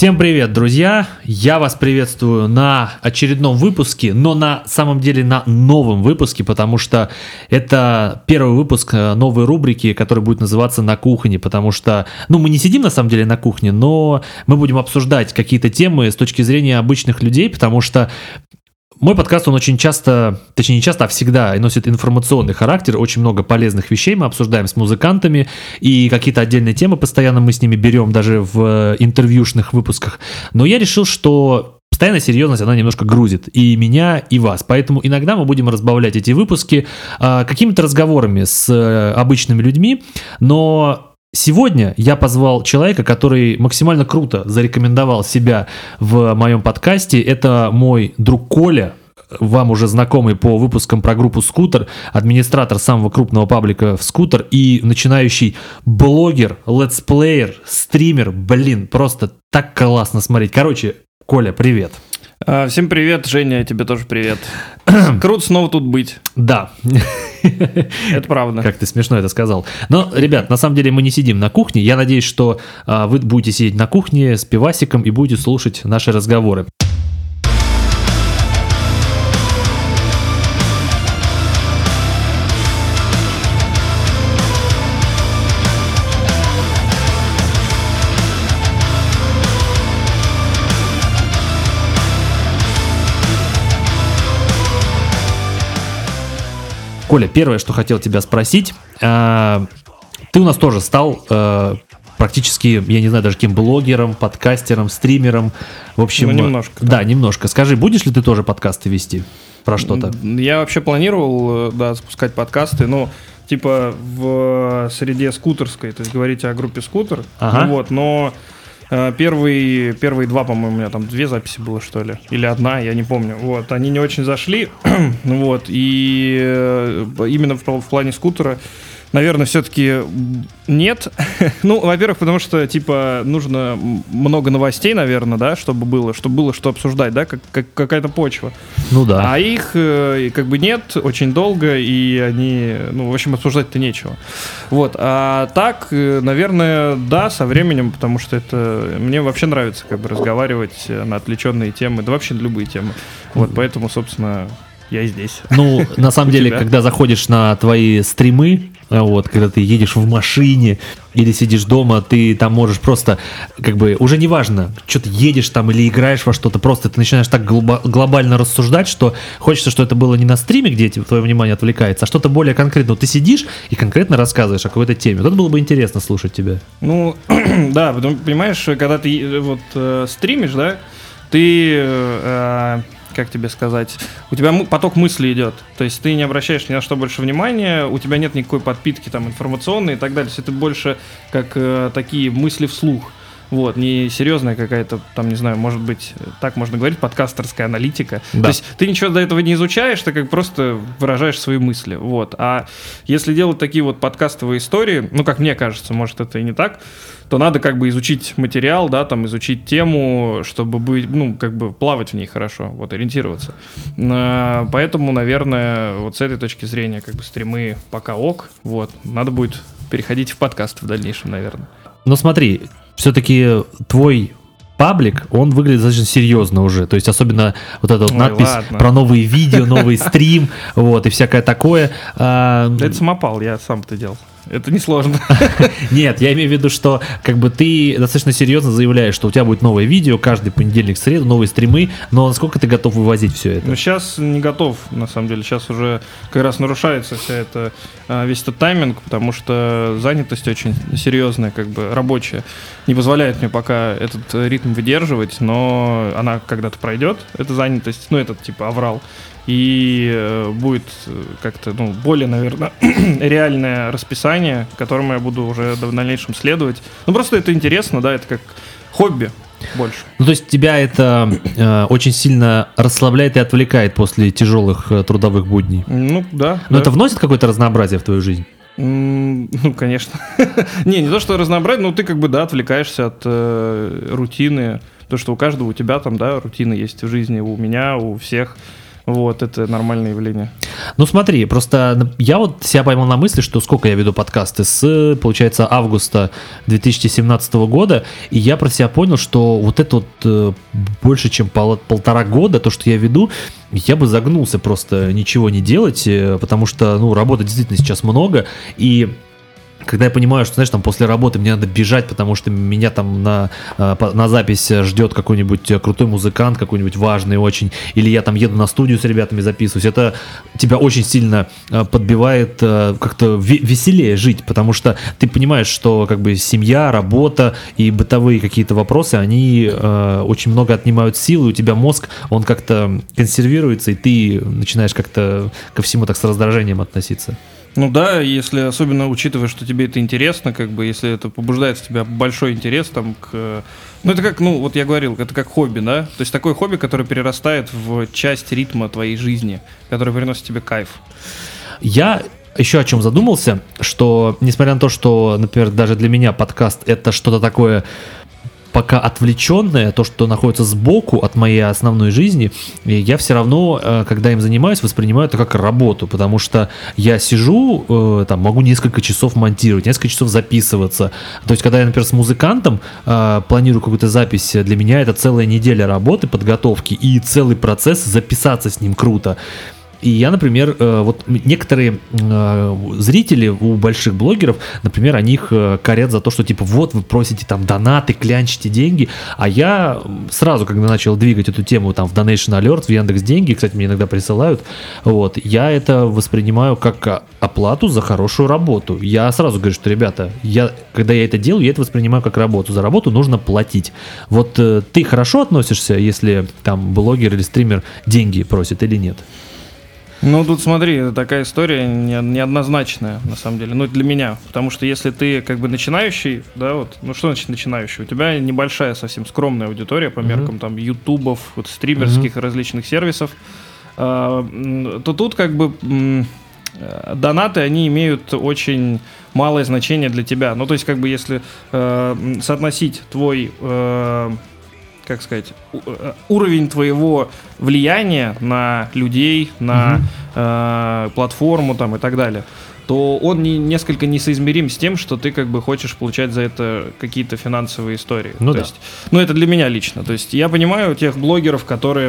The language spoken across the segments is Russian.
Всем привет, друзья! Я вас приветствую на очередном выпуске, но на самом деле на новом выпуске, потому что это первый выпуск новой рубрики, которая будет называться «На кухне», потому что, мы не сидим на самом деле на кухне, но мы будем обсуждать какие-то темы с точки зрения обычных людей, потому что мой подкаст, он очень часто, точнее не часто, а всегда носит информационный характер, очень много полезных вещей мы обсуждаем с музыкантами, и какие-то отдельные темы постоянно мы с ними берем, даже в интервьюшных выпусках. Но я решил, что постоянная серьезность, она немножко грузит и меня, и вас, поэтому иногда мы будем разбавлять эти выпуски какими-то разговорами с обычными людьми, но... Сегодня я позвал человека, который максимально круто зарекомендовал себя в моем подкасте. Это мой друг Коля, вам уже знакомый по выпускам про группу «Скутер», администратор самого крупного паблика в «Скутер» и начинающий блогер, летсплеер, стример. Просто так классно смотреть. Короче, Коля, привет. Всем привет, Женя, тебе тоже привет. Круто снова тут быть. Да. Это правда. Как ты смешно это сказал. Но, ребят, на самом деле мы не сидим на кухне. Я надеюсь, что вы будете сидеть на кухне с пивасиком и будете слушать наши разговоры. Коля, первое, что хотел тебя спросить, ты у нас тоже стал практически, я не знаю, даже каким блогером, подкастером, стримером, в общем... немножко. Да, немножко. Скажи, будешь ли ты тоже подкасты вести про что-то? Я вообще планировал, запускать подкасты, типа в среде скутерской, то есть говорить о группе «Скутер», но... Первые два, по-моему, у меня там 2 записи было, что ли, или 1, я не помню. Они не очень зашли, и именно в плане «Скутера», наверное, все-таки нет. Во-первых, потому что, нужно много новостей, наверное, да, чтобы было что обсуждать, да, как какая-то почва. Ну да. А их нет очень долго, и они, в общем, обсуждать-то нечего. А так, наверное, да, со временем, потому что это мне вообще нравится разговаривать на отвлеченные темы, да вообще на любые темы. Поэтому, собственно, я и здесь. На самом деле, когда заходишь на твои стримы, когда ты едешь в машине или сидишь дома, ты там можешь просто, уже неважно, что ты едешь там или играешь во что-то, просто ты начинаешь так глобально рассуждать, что хочется, что это было не на стриме, где твое внимание отвлекается, а что-то более конкретное. Ты сидишь и конкретно рассказываешь о какой-то теме. Это было бы интересно слушать тебя. Да, потому, понимаешь, когда ты стримишь, да, ты... как тебе сказать, у тебя поток мыслей идет, то есть ты не обращаешь ни на что больше внимания, у тебя нет никакой подпитки там информационной и так далее, то есть это больше как такие мысли вслух, не серьезная какая-то, там, не знаю, может быть, так можно говорить, подкастерская аналитика, да. То есть ты ничего до этого не изучаешь, ты просто выражаешь свои мысли, А если делать такие подкастовые истории, как мне кажется, может это и не так, то надо изучить материал, да, там, изучить тему, чтобы быть, плавать в ней хорошо, ориентироваться. Поэтому, наверное, с этой точки зрения, стримы пока ок, надо будет переходить в подкаст в дальнейшем, наверное. Но смотри, все-таки твой паблик, он выглядит достаточно серьезно уже, то есть особенно надпись про новые видео, новый стрим, и всякое такое. Это самопал, я сам это делал. Это несложно. Нет, я имею в виду, что ты достаточно серьезно заявляешь, что у тебя будет новое видео каждый понедельник, среду, новые стримы, но насколько ты готов вывозить все это? Сейчас не готов, на самом деле. Сейчас уже как раз нарушается весь этот тайминг, потому что занятость очень серьезная, рабочая. Не позволяет мне пока этот ритм выдерживать, но она когда-то пройдет, эта занятость, этот аврал. И будет как-то, более, наверное, реальное расписание, которому я буду уже в дальнейшем следовать. Просто это интересно, да, это как хобби больше. То есть тебя это очень сильно расслабляет и отвлекает после тяжелых трудовых будней? Да. Но это вносит какое-то разнообразие в твою жизнь? Конечно. Не то, что разнообразие, но ты отвлекаешься от рутины. То, что у каждого у тебя там, да, рутина есть в жизни, у меня, у всех. Вот, это нормальное явление. Ну смотри, просто я вот себя поймал на мысли, что сколько я веду подкасты с, получается, августа 2017 года, и я про себя понял, что вот это вот больше, чем полтора года, то, что я веду, я бы загнулся просто ничего не делать, потому что, ну, работы действительно сейчас много, и когда я понимаю, что, знаешь, там после работы мне надо бежать, потому что меня там на запись ждет какой-нибудь крутой музыкант, какой-нибудь важный очень, или я там еду на студию с ребятами записываюсь, это тебя очень сильно подбивает как-то веселее жить, потому что ты понимаешь, что как бы семья, работа и бытовые какие-то вопросы, они очень много отнимают сил, и у тебя мозг, он как-то консервируется, и ты начинаешь как-то ко всему так с раздражением относиться. Ну да, если особенно учитывая, что тебе это интересно, как бы, если это побуждает в тебя большой интерес там к... Ну это как, ну вот я говорил, это как хобби, да? То есть такое хобби, которое перерастает в часть ритма твоей жизни, которое приносит тебе кайф. Я еще о чем задумался, что несмотря на то, что, например, даже для меня подкаст это что-то такое пока отвлеченное, то, что находится сбоку от моей основной жизни, я все равно, когда им занимаюсь, воспринимаю это как работу, потому что я сижу, там, могу несколько часов монтировать, несколько часов записываться. То есть, когда я, например, с музыкантом планирую какую-то запись, для меня это целая неделя работы, подготовки и целый процесс записаться с ним круто. И я, например, вот некоторые зрители у больших блогеров, например, они их корят за то, что типа вот вы просите там донаты, клянчите деньги, а я сразу, когда начал двигать эту тему там в Donation Alert, в Яндекс.Деньги, кстати, мне иногда присылают, вот, я это воспринимаю как оплату за хорошую работу. Я сразу говорю, что, ребята, когда я это делаю, я это воспринимаю как работу. За работу нужно платить. Вот ты хорошо относишься, если там блогер или стример деньги просит или нет? Ну, тут смотри, это такая история неоднозначная, на самом деле, ну, для меня, потому что если ты как бы начинающий, да, вот, ну, что значит начинающий? У тебя небольшая, совсем скромная аудитория по меркам там ютубов, вот, стримерских различных сервисов, то тут как бы донаты, они имеют очень малое значение для тебя, ну, то есть как бы если соотносить твой... как сказать, уровень твоего влияния на людей, на платформу там и так далее, то он несколько несоизмерим с тем, что ты как бы хочешь получать за это какие-то финансовые истории. Ну то да. есть, ну это для меня лично. То есть я понимаю тех блогеров,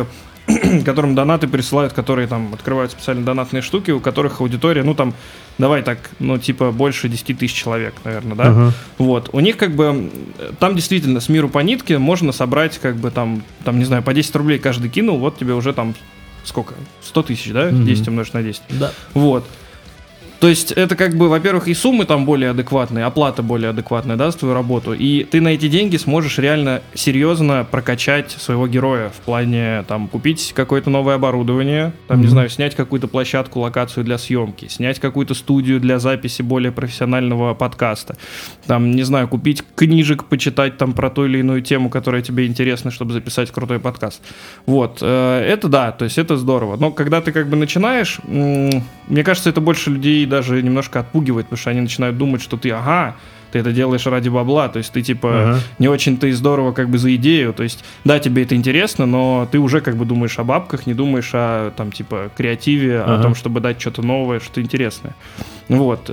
которым донаты присылают, которые там открывают специально донатные штуки, у которых аудитория, ну там, давай так, ну типа больше 10 тысяч человек, наверное, да? Вот, у них как бы, там действительно с миру по нитке можно собрать как бы там, не знаю, по 10 рублей каждый кинул, вот тебе уже там сколько? 100 тысяч, да? 10 умножить на 10. Да. Вот. То есть это как бы, во-первых, и суммы там более адекватные, оплата более адекватная, да, за твою работу, и ты на эти деньги сможешь реально серьезно прокачать своего героя в плане, там, купить какое-то новое оборудование, там, не знаю, снять какую-то площадку, локацию для съемки, снять какую-то студию для записи более профессионального подкаста, там, не знаю, купить книжек, почитать там про ту или иную тему, которая тебе интересна, чтобы записать крутой подкаст. Вот, это да, то есть это здорово, но когда ты как бы начинаешь, мне кажется, это больше людей даже немножко отпугивает, потому что они начинают думать, что ты это делаешь ради бабла, то есть ты типа не очень-то и здорово как бы за идею, то есть да, тебе это интересно, но ты уже как бы думаешь о бабках, не думаешь о там типа креативе, о том, чтобы дать что-то новое, что-то интересное. Вот.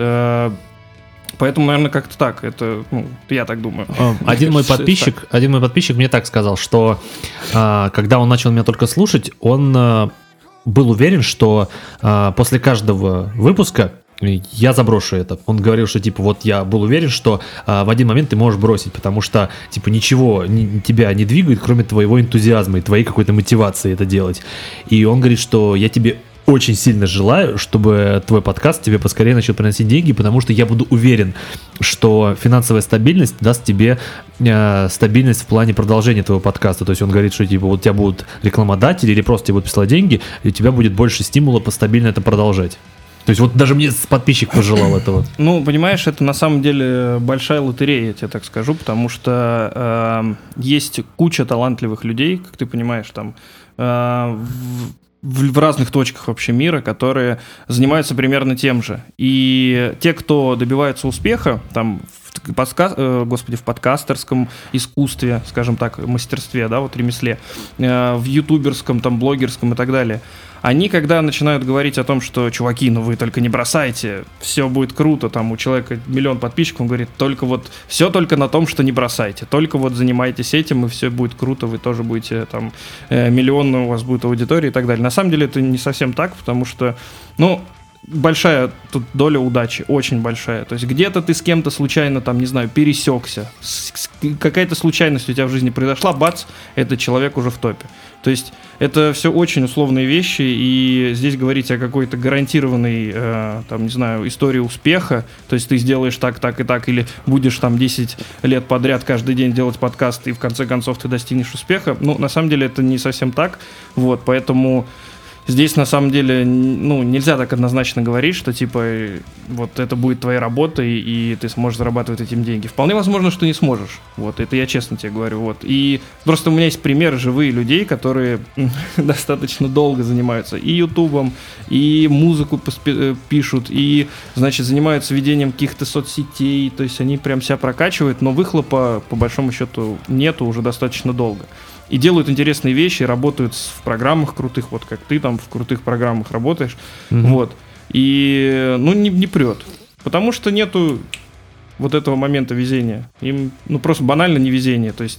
Поэтому, наверное, как-то так. Это, ну, я так думаю. Один мой подписчик мне так сказал, что когда он начал меня только слушать, он был уверен, что после каждого выпуска я заброшу это. Он говорил, что типа вот я был уверен, что в один момент ты можешь бросить, потому что типа ничего тебя не двигает, кроме твоего энтузиазма и твоей какой-то мотивации это делать. И он говорит, что я тебе очень сильно желаю, чтобы твой подкаст тебе поскорее начал приносить деньги, потому что я буду уверен, что финансовая стабильность даст тебе стабильность в плане продолжения твоего подкаста. То есть он говорит, что типа вот у тебя будут рекламодатели или просто тебе будут присылать деньги, и у тебя будет больше стимула стабильно это продолжать. То есть вот даже мне подписчик пожелал этого. Ну, понимаешь, это на самом деле большая лотерея, я тебе так скажу, потому что есть куча талантливых людей, как ты понимаешь, там в разных точках вообще мира, которые занимаются примерно тем же. И те, кто добивается успеха там в подкастерском искусстве, скажем так, мастерстве, да, вот ремесле, в ютуберском, там, блогерском и так далее. Они, когда начинают говорить о том, что, чуваки, ну вы только не бросайте, все будет круто, там у человека 1 миллион подписчиков, он говорит, все только на том, что не бросайте, только вот занимайтесь этим, и все будет круто, вы тоже будете там, миллионная у вас будет аудитория и так далее. На самом деле это не совсем так, потому что, большая тут доля удачи, очень большая. То есть где-то ты с кем-то случайно, там, не знаю, пересекся, какая-то случайность у тебя в жизни произошла, бац, этот человек уже в топе. То есть это все очень условные вещи, и здесь говорить о какой-то гарантированной, там, не знаю, истории успеха, то есть ты сделаешь так и так, или будешь там 10 лет подряд каждый день делать подкаст, и в конце концов ты достигнешь успеха, на самом деле это не совсем так, вот, поэтому... Здесь, на самом деле, нельзя так однозначно говорить, что, типа, вот это будет твоей работой, и ты сможешь зарабатывать этим деньги. Вполне возможно, что не сможешь. Вот, это я честно тебе говорю. Вот. И просто у меня есть примеры живые людей, которые достаточно долго занимаются и ютубом, и музыку пишут, и, значит, занимаются ведением каких-то соцсетей, то есть они прям себя прокачивают, но выхлопа, по большому счету, нету уже достаточно долго. И делают интересные вещи, работают в программах крутых, вот как ты там в крутых программах работаешь, вот. И, не прет, потому что нету вот этого момента везения. Им, просто банально не везение, то есть,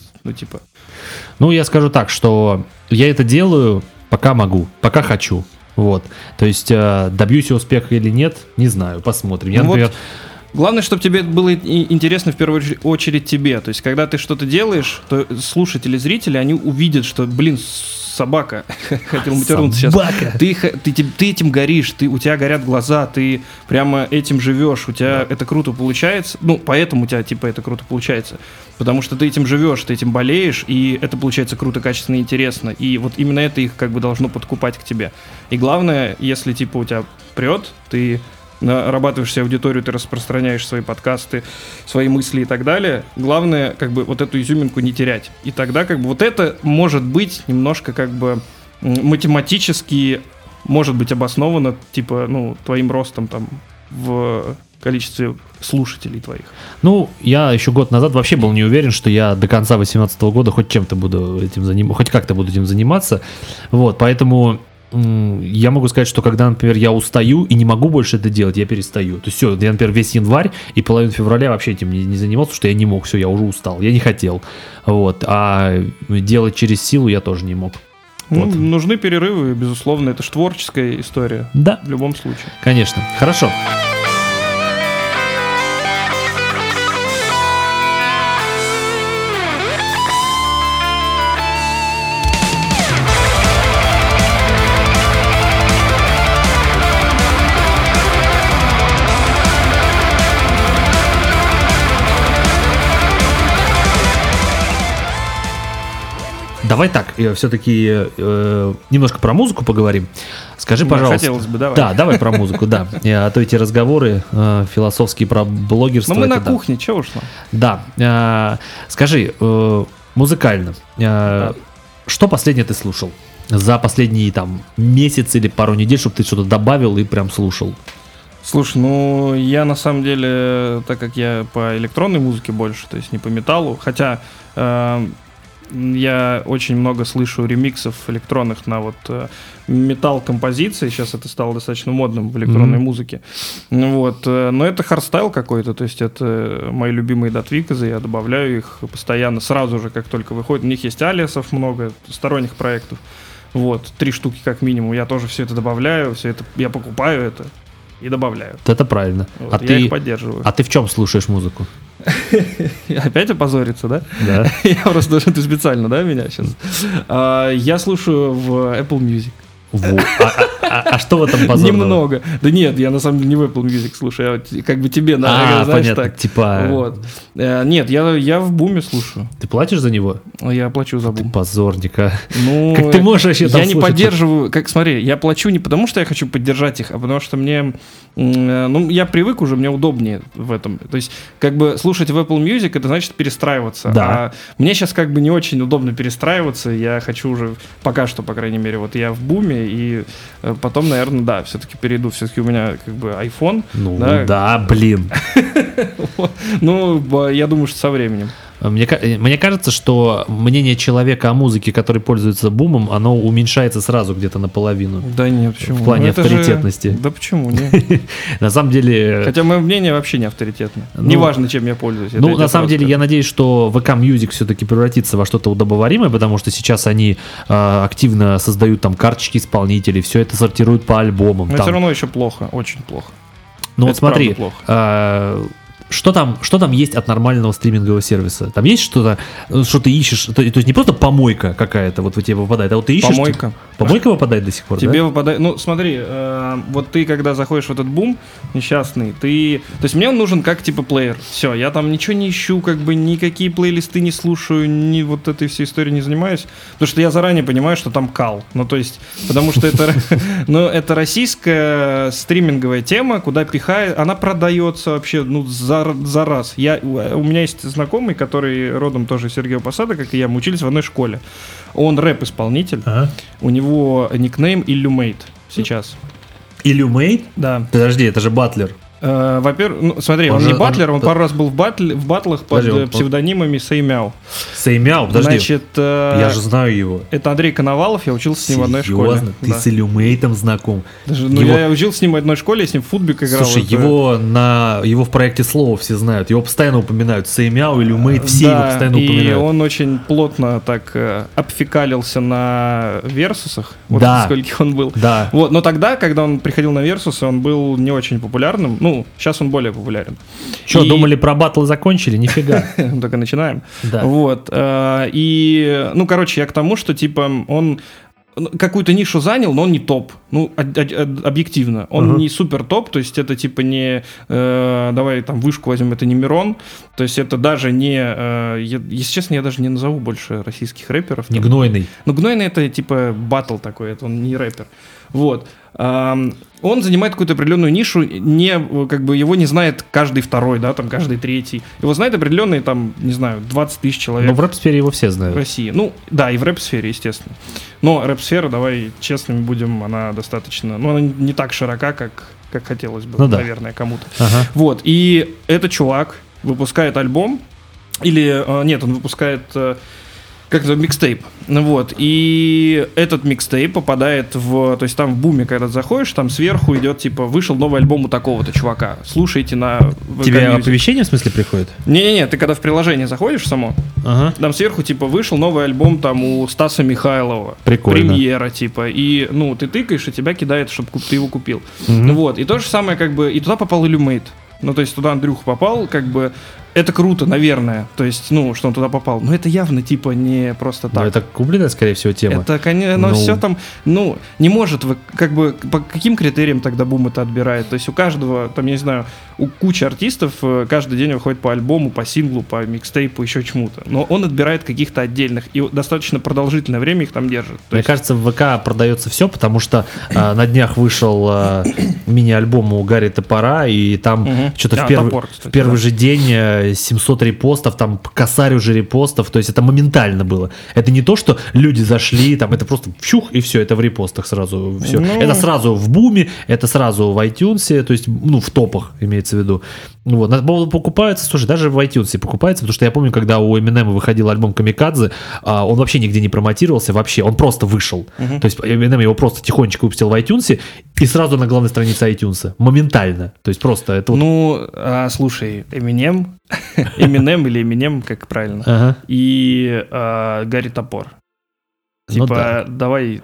я скажу так, что я это делаю, пока могу, пока хочу, вот. То есть, добьюсь я успеха или нет, не знаю, посмотрим. Я, например... Главное, чтобы тебе было интересно в первую очередь тебе. То есть, когда ты что-то делаешь, то слушатели, зрители, они увидят, что, собака, хотел матернуться сейчас. Ты этим горишь, у тебя горят глаза, ты прямо этим живешь, у тебя это круто получается. Поэтому у тебя, это круто получается. Потому что ты этим живешь, ты этим болеешь, и это получается круто, качественно и интересно. И вот именно это их должно подкупать к тебе. И главное, если, у тебя прет, ты... нарабатываешь себе аудиторию, ты распространяешь свои подкасты, свои мысли и так далее. Главное, вот эту изюминку не терять. И тогда, вот это может быть немножко, математически, может быть обосновано, твоим ростом там в количестве слушателей твоих. Я еще год назад вообще был не уверен, что я до конца 2018 года хоть чем-то буду этим заниматься, хоть как-то буду этим заниматься. Вот, поэтому... Я могу сказать, что когда, например, я устаю и не могу больше это делать, я перестаю. То есть все, я, например, весь январь и половину февраля вообще этим не занимался, потому что я не мог, все, я уже устал, я не хотел. Вот, а делать через силу я тоже не мог. Вот. Нужны перерывы, безусловно, это же творческая история. Да. В любом случае. Конечно. Хорошо. Давай так, все-таки немножко про музыку поговорим. Скажи, пожалуйста. Хотелось бы, давай. Да, давай про музыку, да. А то эти разговоры философские про блогерство. Мы на кухне, чего уж нам? Да. Скажи, музыкально, что последнее ты слушал? За последние месяц или пару недель, чтобы ты что-то добавил и прям слушал? Слушай, я на самом деле, так как я по электронной музыке больше, то есть не по металлу, хотя... Я очень много слышу ремиксов электронных на метал-композиции. Сейчас это стало достаточно модным в электронной музыке. Вот. Но это хардстайл какой-то, то есть это мои любимые датвиказы, я добавляю их постоянно, сразу же, как только выходит. У них есть алиасов много, сторонних проектов. Вот. 3 штуки как минимум. Я тоже все это добавляю, все это я покупаю это и добавляю. Это правильно. Вот, я их поддерживаю. А ты в чем слушаешь музыку? Опять опозориться, да? Да. Я просто должен, ты специально, да, меня сейчас? Я слушаю в Apple Music. А что в этом позорного? Немного. Да нет, я на самом деле не в Apple Music слушаю, я как бы тебе, знаешь, понятно, так. Типа... Вот. Нет, я в Буме слушаю. Ты платишь за него? Я плачу за Бум. Ты позорник, а. Как ты можешь вообще там Я не поддерживаю, смотри, я плачу не потому, что я хочу поддержать их, а потому что мне... я привык уже, мне удобнее в этом. То есть, слушать в Apple Music, это значит перестраиваться. Да. А мне сейчас не очень удобно перестраиваться, я хочу уже, пока что, по крайней мере, я в Буме, и потом, наверное, да, все-таки перейду. Все-таки у меня как бы iPhone. Ну да, блин. Ну, я думаю, что со временем. Мне кажется, что мнение человека о музыке, который пользуется бумом, оно уменьшается сразу где-то наполовину. Да нет, почему? В плане авторитетности. Да почему? Нет. На самом деле... Хотя мое мнение вообще не авторитетно. Неважно, чем я пользуюсь. Ну, на самом деле, я надеюсь, что VK Music все-таки превратится во что-то удобоваримое, потому что сейчас они активно создают там карточки исполнителей, все это сортируют по альбомам. Но все равно еще плохо, очень плохо. Ну вот смотри, что там есть от нормального стримингового сервиса? Там есть что-то, что ты ищешь? То есть не просто помойка какая-то вот тебе выпадает, а вот ты ищешь... Помойка. Помойка выпадает до сих пор, тебе да? Выпадает... Ну, смотри, вот ты, когда заходишь в этот бум несчастный, ты... То есть мне он нужен как типа плеер. Все, я там ничего не ищу, как бы никакие плейлисты не слушаю, ни вот этой всей историей не занимаюсь, потому что я заранее понимаю, что там кал. Ну, то есть, потому что это... Ну, это российская стриминговая тема, куда пихает... Она продается вообще, ну, за раз. У меня есть знакомый, который родом тоже из Сергеева Посада, как и я, мы учились в одной школе. Он рэп-исполнитель. Ага. У него никнейм Illumate сейчас. Illumate? Да. Подожди, это же батлер. Во-первых, ну, смотри, он не батлер, он пару раз был в батлах под псевдонимами Сеймяу. Сеймяу, подожди. Значит, я же знаю его. Это Андрей Коновалов, я учился с ним в одной школе. Серьезно? Ты с Illumate знаком? Я учился с ним в одной школе, я с ним в футбик играл. Слушай, его в проекте Слово все знают, его постоянно упоминают. Сеймяу, Illumate, все его постоянно упоминают. И он очень плотно так обфикалился на версусах, вот скольких он был. Да. Вот, но тогда, когда он приходил на версусы, он был не очень популярным. Ну, сейчас он более популярен. Что, думали, про баттлы закончили? Нифига. Только начинаем. Да. Вот. И, ну, короче, я к тому, что, типа, он какую-то нишу занял, но он не топ. Ну, объективно. Он не супер топ, то есть это, типа, не... давай там вышку возьмем, это не Мирон. То есть это даже не... если честно, я даже не назову больше российских рэперов. Не Гнойный. Ну, Гнойный это, типа, баттл такой, это он не рэпер. Вот. Он занимает какую-то определенную нишу, как бы его не знает каждый второй, да, там каждый третий. Его знает определенные, там, не знаю, 20 тысяч человек. Но в рэп-сфере его все знают. В России. Ну, да, и в рэп-сфере, естественно. Но рэп-сфера, давай честными будем, она достаточно... Ну, она не так широка, как хотелось бы, наверное, кому-то. Ага. Вот, и этот чувак выпускает альбом, или... Нет, он выпускает... как-то микстейп. Вот. И этот микстейп попадает в... То есть там в буме, когда ты заходишь, там сверху идет, типа, вышел новый альбом у такого-то чувака. Слушайте на... Тебе оповещение в смысле приходит? Не-не-не, ты когда в приложение заходишь само, там сверху, типа, вышел новый альбом там у Стаса Михайлова. Прикольно. Премьера, типа. И, ну, ты тыкаешь, и тебя кидает, чтобы ты его купил. Вот. И то же самое, как бы... И туда попал Illumate. Ну, то есть туда Андрюха попал, как бы... Это круто, наверное. То есть, ну, что он туда попал. Но это явно, типа, не просто так. Но это купленная, скорее всего, тема. Это, конечно, все там, ну, не может, как бы, по каким критериям тогда бум это отбирает? То есть у каждого, там, я не знаю, у кучи артистов каждый день выходит по альбому, по синглу, по микстейпу, еще чему-то. Но он отбирает каких-то отдельных, и достаточно продолжительное время их там держит. Мне кажется, в ВК продается все, потому что на днях вышел мини-альбом у Гарри Топора, и там что-то в первый же день 700 репостов, там косарь уже репостов, то есть это моментально было. Это не то, что люди зашли, там это просто вщух, и все, это в репостах сразу все. Это сразу в буме, это сразу в iTunes, то есть, ну, в топах имеется в виду. Вот, покупается, слушай, даже в iTunes покупается, потому что я помню, когда у Eminem выходил альбом Камикадзе, он вообще нигде не промотировался, вообще, он просто вышел. То есть Eminem его просто тихонечко выпустил в iTunes, и сразу на главной странице iTunes. Моментально. То есть просто это вот... Ну, слушай, Eminem или Eminem, как правильно, и Гарри Топор. Типа, давай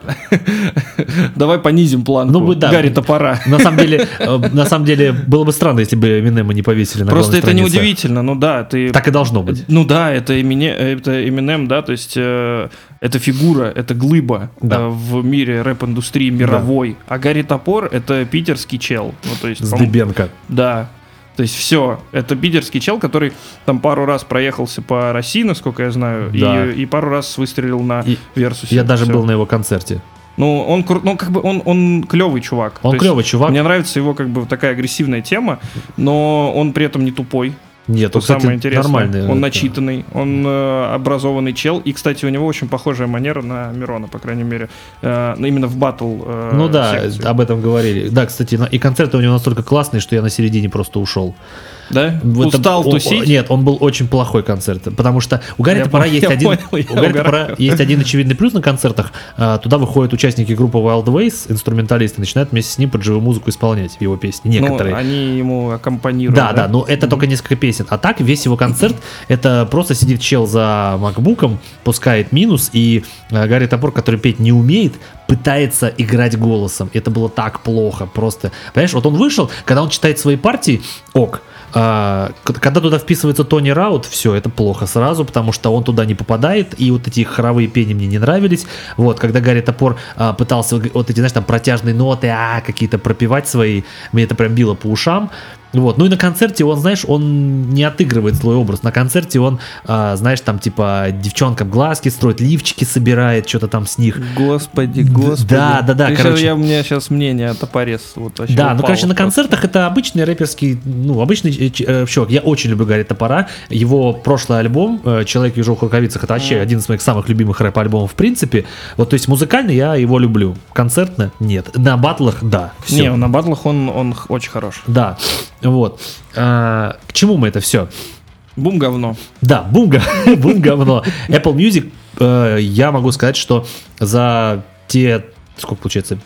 понизим планку Гарри Топора. На самом деле, было бы странно, если бы Эминема не повесили на главной странице. Просто это неудивительно, ну да. Так и должно быть. Ну да, это Eminem, да, то есть это фигура, это глыба в мире рэп-индустрии мировой. А Гарри Топор — это питерский чел. С Дыбенко. Да. То есть все, это питерский чел, который там пару раз проехался по России, насколько я знаю, и пару раз выстрелил на Версусе. Я даже был на его концерте. Ну, он клевый чувак. Он клевый чувак. Мне нравится его как бы такая агрессивная тема, но он при этом не тупой. Нет, Что он, кстати, самое интересное. нормальный. Он начитанный, он образованный чел. И, кстати, у него очень похожая манера на Мирона, по крайней мере. Именно в батл Ну да, секцию. об этом говорили. Да, кстати, и концерты у него настолько классные, что я на середине просто ушел. Да? Это- Устал он- тусить? Нет, он был очень плохой концерт, потому что у Гарри Я Топора понял, есть я один, понял, я у Гарри Топора угораю. есть один очевидный плюс на концертах. Туда выходят участники группы Wild Ways, инструменталисты, начинают вместе с ним под живую музыку исполнять его песни, некоторые. Ну, они ему аккомпанируют. Да, но это только несколько песен. А так весь его концерт это просто сидит чел за макбуком, пускает минус, и Гарри Топор, который петь не умеет, пытается играть голосом. Это было так плохо, просто. Понимаешь, вот он вышел, когда он читает свои партии, ок. Когда туда вписывается Тони Раут, все, это плохо сразу, потому что он туда не попадает, и вот эти хоровые пения мне не нравились. Вот, когда Гарри Топор пытался вот эти, знаешь, там протяжные ноты, какие-то пропевать свои, мне это прям било по ушам. Вот. Ну и на концерте он, знаешь, он не отыгрывает злой образ. На концерте он, знаешь, там типа девчонкам глазки строит, лифчики собирает, что-то там с них. Господи. Да, короче. У меня сейчас мнение топорез. Вот, вообще Да, ну, упало короче, на просто. концертах это обычный рэперский, обычный чувак. Я очень люблю Гарри Топора. Его прошлый альбом «Человек в ежовых рукавицах» это вообще один из моих самых любимых рэп-альбомов в принципе. Вот, то есть музыкально я его люблю. Концертно нет. На баттлах да. Всё. Не, на батлах он очень хорош. Да. Вот. К чему мы это все? Бум говно. Да, бум говно. Apple Music, я могу сказать, что за те, сколько получается,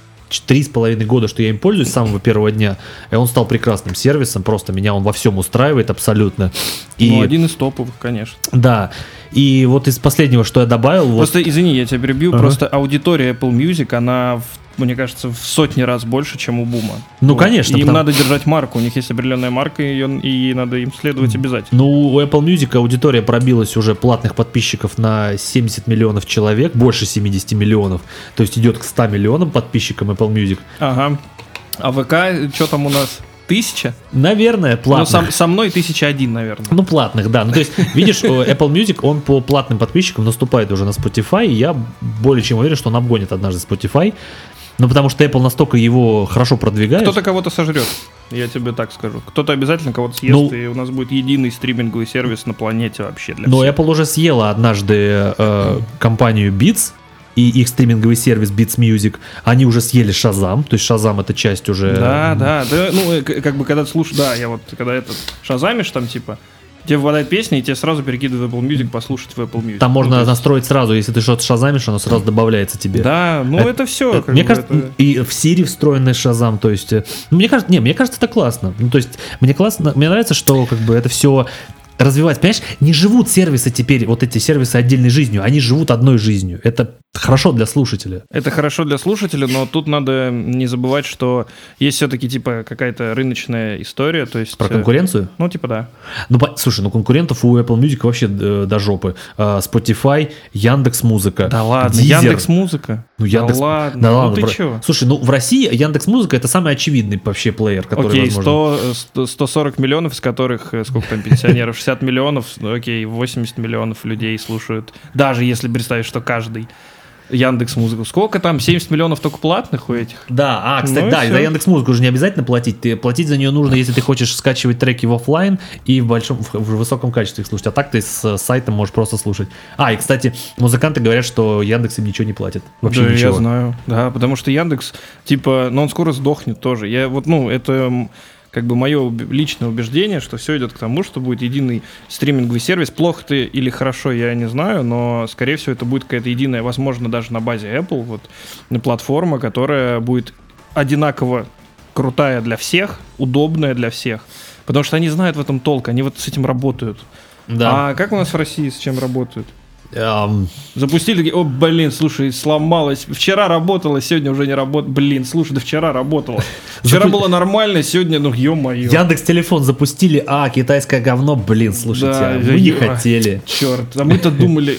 3,5 года, что я им пользуюсь с самого первого дня, он стал прекрасным сервисом, просто меня он во всем устраивает абсолютно. И, один из топовых, конечно. да, и вот из последнего, что я добавил... Просто, извини, я тебя перебью, Ага. просто аудитория Apple Music, она, мне кажется, в сотни раз больше, чем у Бума. Ну, конечно, Им потому- надо держать марку, у них есть определенная марка, и надо им следовать обязательно. Ну, у Apple Music аудитория пробилась уже платных подписчиков на 70 миллионов человек, больше 70 миллионов, то есть идет к 100 миллионам подписчикам Apple Music. Ага. А ВК, что там у нас? 1000? Наверное, Ну, платных. со мной 1001, наверное. Ну, платных, да. Ну, то есть, видишь, Apple Music, он по платным подписчикам наступает уже на Spotify, и я более чем уверен, что он обгонит однажды Spotify. Ну, потому что Apple настолько его хорошо продвигает. Кто-то кого-то сожрет, я тебе так скажу. Кто-то обязательно кого-то съест, Ну, и у нас будет единый стриминговый сервис на планете вообще для Но всех. Apple уже съела однажды компанию Beats и их стриминговый сервис Beats Music. Они уже съели Shazam, то есть Shazam это часть уже... Да, ну, как бы, когда ты слушаешь, да, я вот, когда этот шазамишь там, типа, тебе выпадает песня, и тебе сразу перекидывают в Apple Music послушать в Apple Music. Там можно Ну, то есть- настроить сразу, если ты что-то шазамишь, оно сразу добавляется тебе. Да, ну это все. Мне кажется, и в Siri встроенный Shazam, то есть, мне кажется, это классно. Ну, то есть, мне нравится, что как бы это все развивать. Понимаешь, не живут сервисы теперь, вот эти сервисы отдельной жизнью, они живут одной жизнью. Это хорошо для слушателя. Это хорошо для слушателя, но тут надо не забывать, что есть все-таки типа какая-то рыночная история, то есть... Про конкуренцию? Ну, типа да. Ну, слушай, конкурентов у Apple Music вообще до жопы. Spotify, Яндекс.Музыка. Да ладно, Deezer. Яндекс.Музыка? Ну, Яндекс... Да ладно, Да ну ладно, ты бро. чё? Слушай, ну в России Яндекс.Музыка это самый очевидный вообще плеер, который Окей, возможно. 140 миллионов, из которых, сколько там пенсионеров, 60 миллионов, ну, окей, 80 миллионов людей слушают, даже если представить, что каждый Яндекс.Музыку. Сколько там? 70 миллионов только платных у этих? Да, кстати, Ну и да, и всё. за Яндекс.Музыку уже не обязательно платить. Платить за нее нужно, если ты хочешь скачивать треки в офлайн и в высоком качестве их слушать. А так ты с сайта можешь просто слушать. И, кстати, музыканты говорят, что Яндекс им ничего не платит. Вообще Да, ничего. я знаю. Да, потому что Яндекс, типа, он скоро сдохнет тоже. Я вот, это как бы мое личное убеждение, что все идет к тому, что будет единый стриминговый сервис. Плохо ты или хорошо, я не знаю, но, скорее всего, это будет какая-то единая, возможно, даже на базе Apple, платформа, которая будет одинаково крутая для всех, удобная для всех. Потому что они знают в этом толк, они вот с этим работают. Да. А как у нас в России с чем работают? Эм, Запустили, такие, слушай, сломалось. Вчера работало, сегодня уже не работает. Слушай, да вчера работало. Вчера было нормально, сегодня, ё-моё. Яндекс телефон запустили, китайское говно, слушайте, Да, мы не ё- хотели. Черт, а мы-то думали,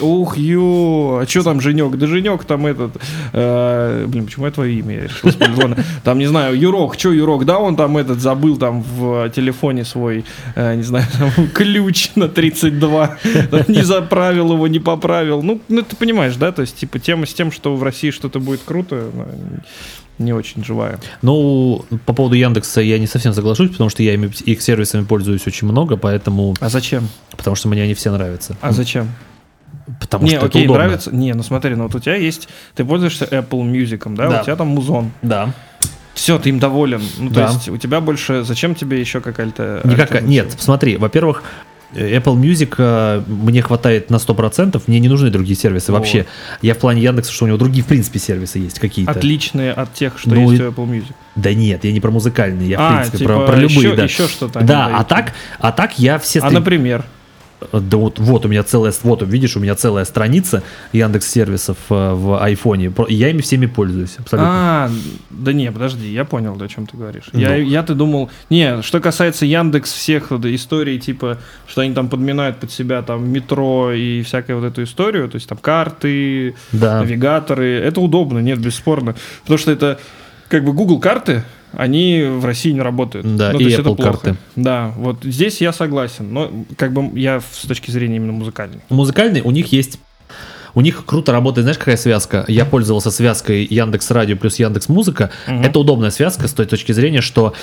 а что там Женек? Да Женек там почему я твое имя я решил вспомнить? Ладно, там, не знаю, Юрок, да, он там забыл там в телефоне свой, не знаю, там, ключ на 32, не заправил его, не поправил. Ну, ты понимаешь, да, то есть, типа, тема с тем, что в России что-то будет круто, не очень живая. Ну, по поводу Яндекса я не совсем соглашусь, потому что я их сервисами пользуюсь очень много, поэтому... А зачем? Потому что мне они все нравятся. А зачем? Потому что это удобно. Нравится. Не, ну смотри, ну вот у тебя есть... Ты пользуешься Apple Music, да? Да. У тебя там музон. Да. Все, ты им доволен. Ну, Да. то есть у тебя больше... Зачем тебе еще какая-то... Никакая. Нет, смотри, во-первых, Apple Music мне хватает на 100%, мне не нужны другие сервисы Вот. вообще. Я в плане Яндекса, что у него другие, в принципе, сервисы есть какие-то. Отличные от тех, что Ну, есть у Apple Music. Да нет, я не про музыкальные, я в принципе типа про любые, еще, да. еще что-то. они Да, дают. а так я все Например? Да вот у меня целая, вот видишь, у меня целая страница Яндекс сервисов в айфоне, и я ими всеми пользуюсь абсолютно. Да не, подожди, я понял, о чем ты говоришь. Ну. Я-то думал... Не, что касается Яндекс всех историй, типа, что они там подминают под себя там метро и всякую вот эту историю, то есть там карты, Да. навигаторы, это удобно, нет, бесспорно. Потому что это как бы Google карты, они в России не работают. Да, ну, и то есть Apple это плохо. карты. Да, вот здесь я согласен, но как бы я с точки зрения именно музыкальной. Музыкальный у них есть. У них круто работает, знаешь, какая связка? Я пользовался связкой Яндекс Радио плюс Яндекс Музыка. Мгм. Это удобная связка с той точки зрения, что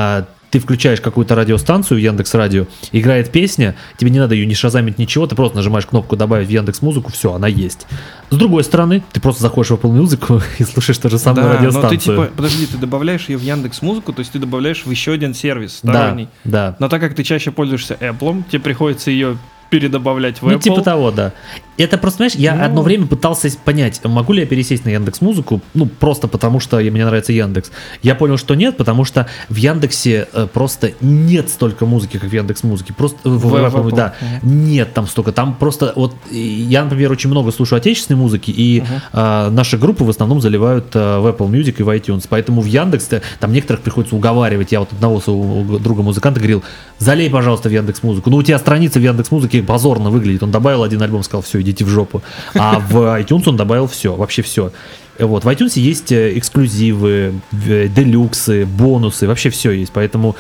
ты включаешь какую-то радиостанцию Яндекс Радио, играет песня, тебе не надо ее не шазамить, ничего, ты просто нажимаешь кнопку «Добавить в Яндекс Музыку», все, она есть. С другой стороны, ты просто заходишь в Apple Music и слушаешь ту же самую радиостанцию. но ты типа, подожди, ты добавляешь ее в Яндекс Музыку, то есть ты добавляешь в еще один сервис сторонний. Да. Но так как ты чаще пользуешься Apple, тебе приходится ее передобавлять в Ну, Apple. типа того, да. Это просто, знаешь, я одно время пытался понять, могу ли я пересесть на Яндекс.Музыку, ну, просто потому что мне нравится Яндекс. Я понял, что нет, потому что в Яндексе просто нет столько музыки, как в Яндекс.Музыке. Просто в Apple, да, нет там столько. Там просто, вот, я, например, очень много слушаю отечественной музыки, и наши группы в основном заливают в Apple Music и в iTunes. Поэтому в Яндексе там некоторых приходится уговаривать. Я вот одного своего друга музыканта говорил, залей, пожалуйста, в Яндекс.Музыку. Ну, у тебя страница в Яндекс.Музыке позорно выглядит. Он добавил один альбом, сказал, все, идите в жопу. А в iTunes он добавил все, вообще все. Вот, в iTunes есть эксклюзивы, делюксы, бонусы, вообще все есть. Поэтому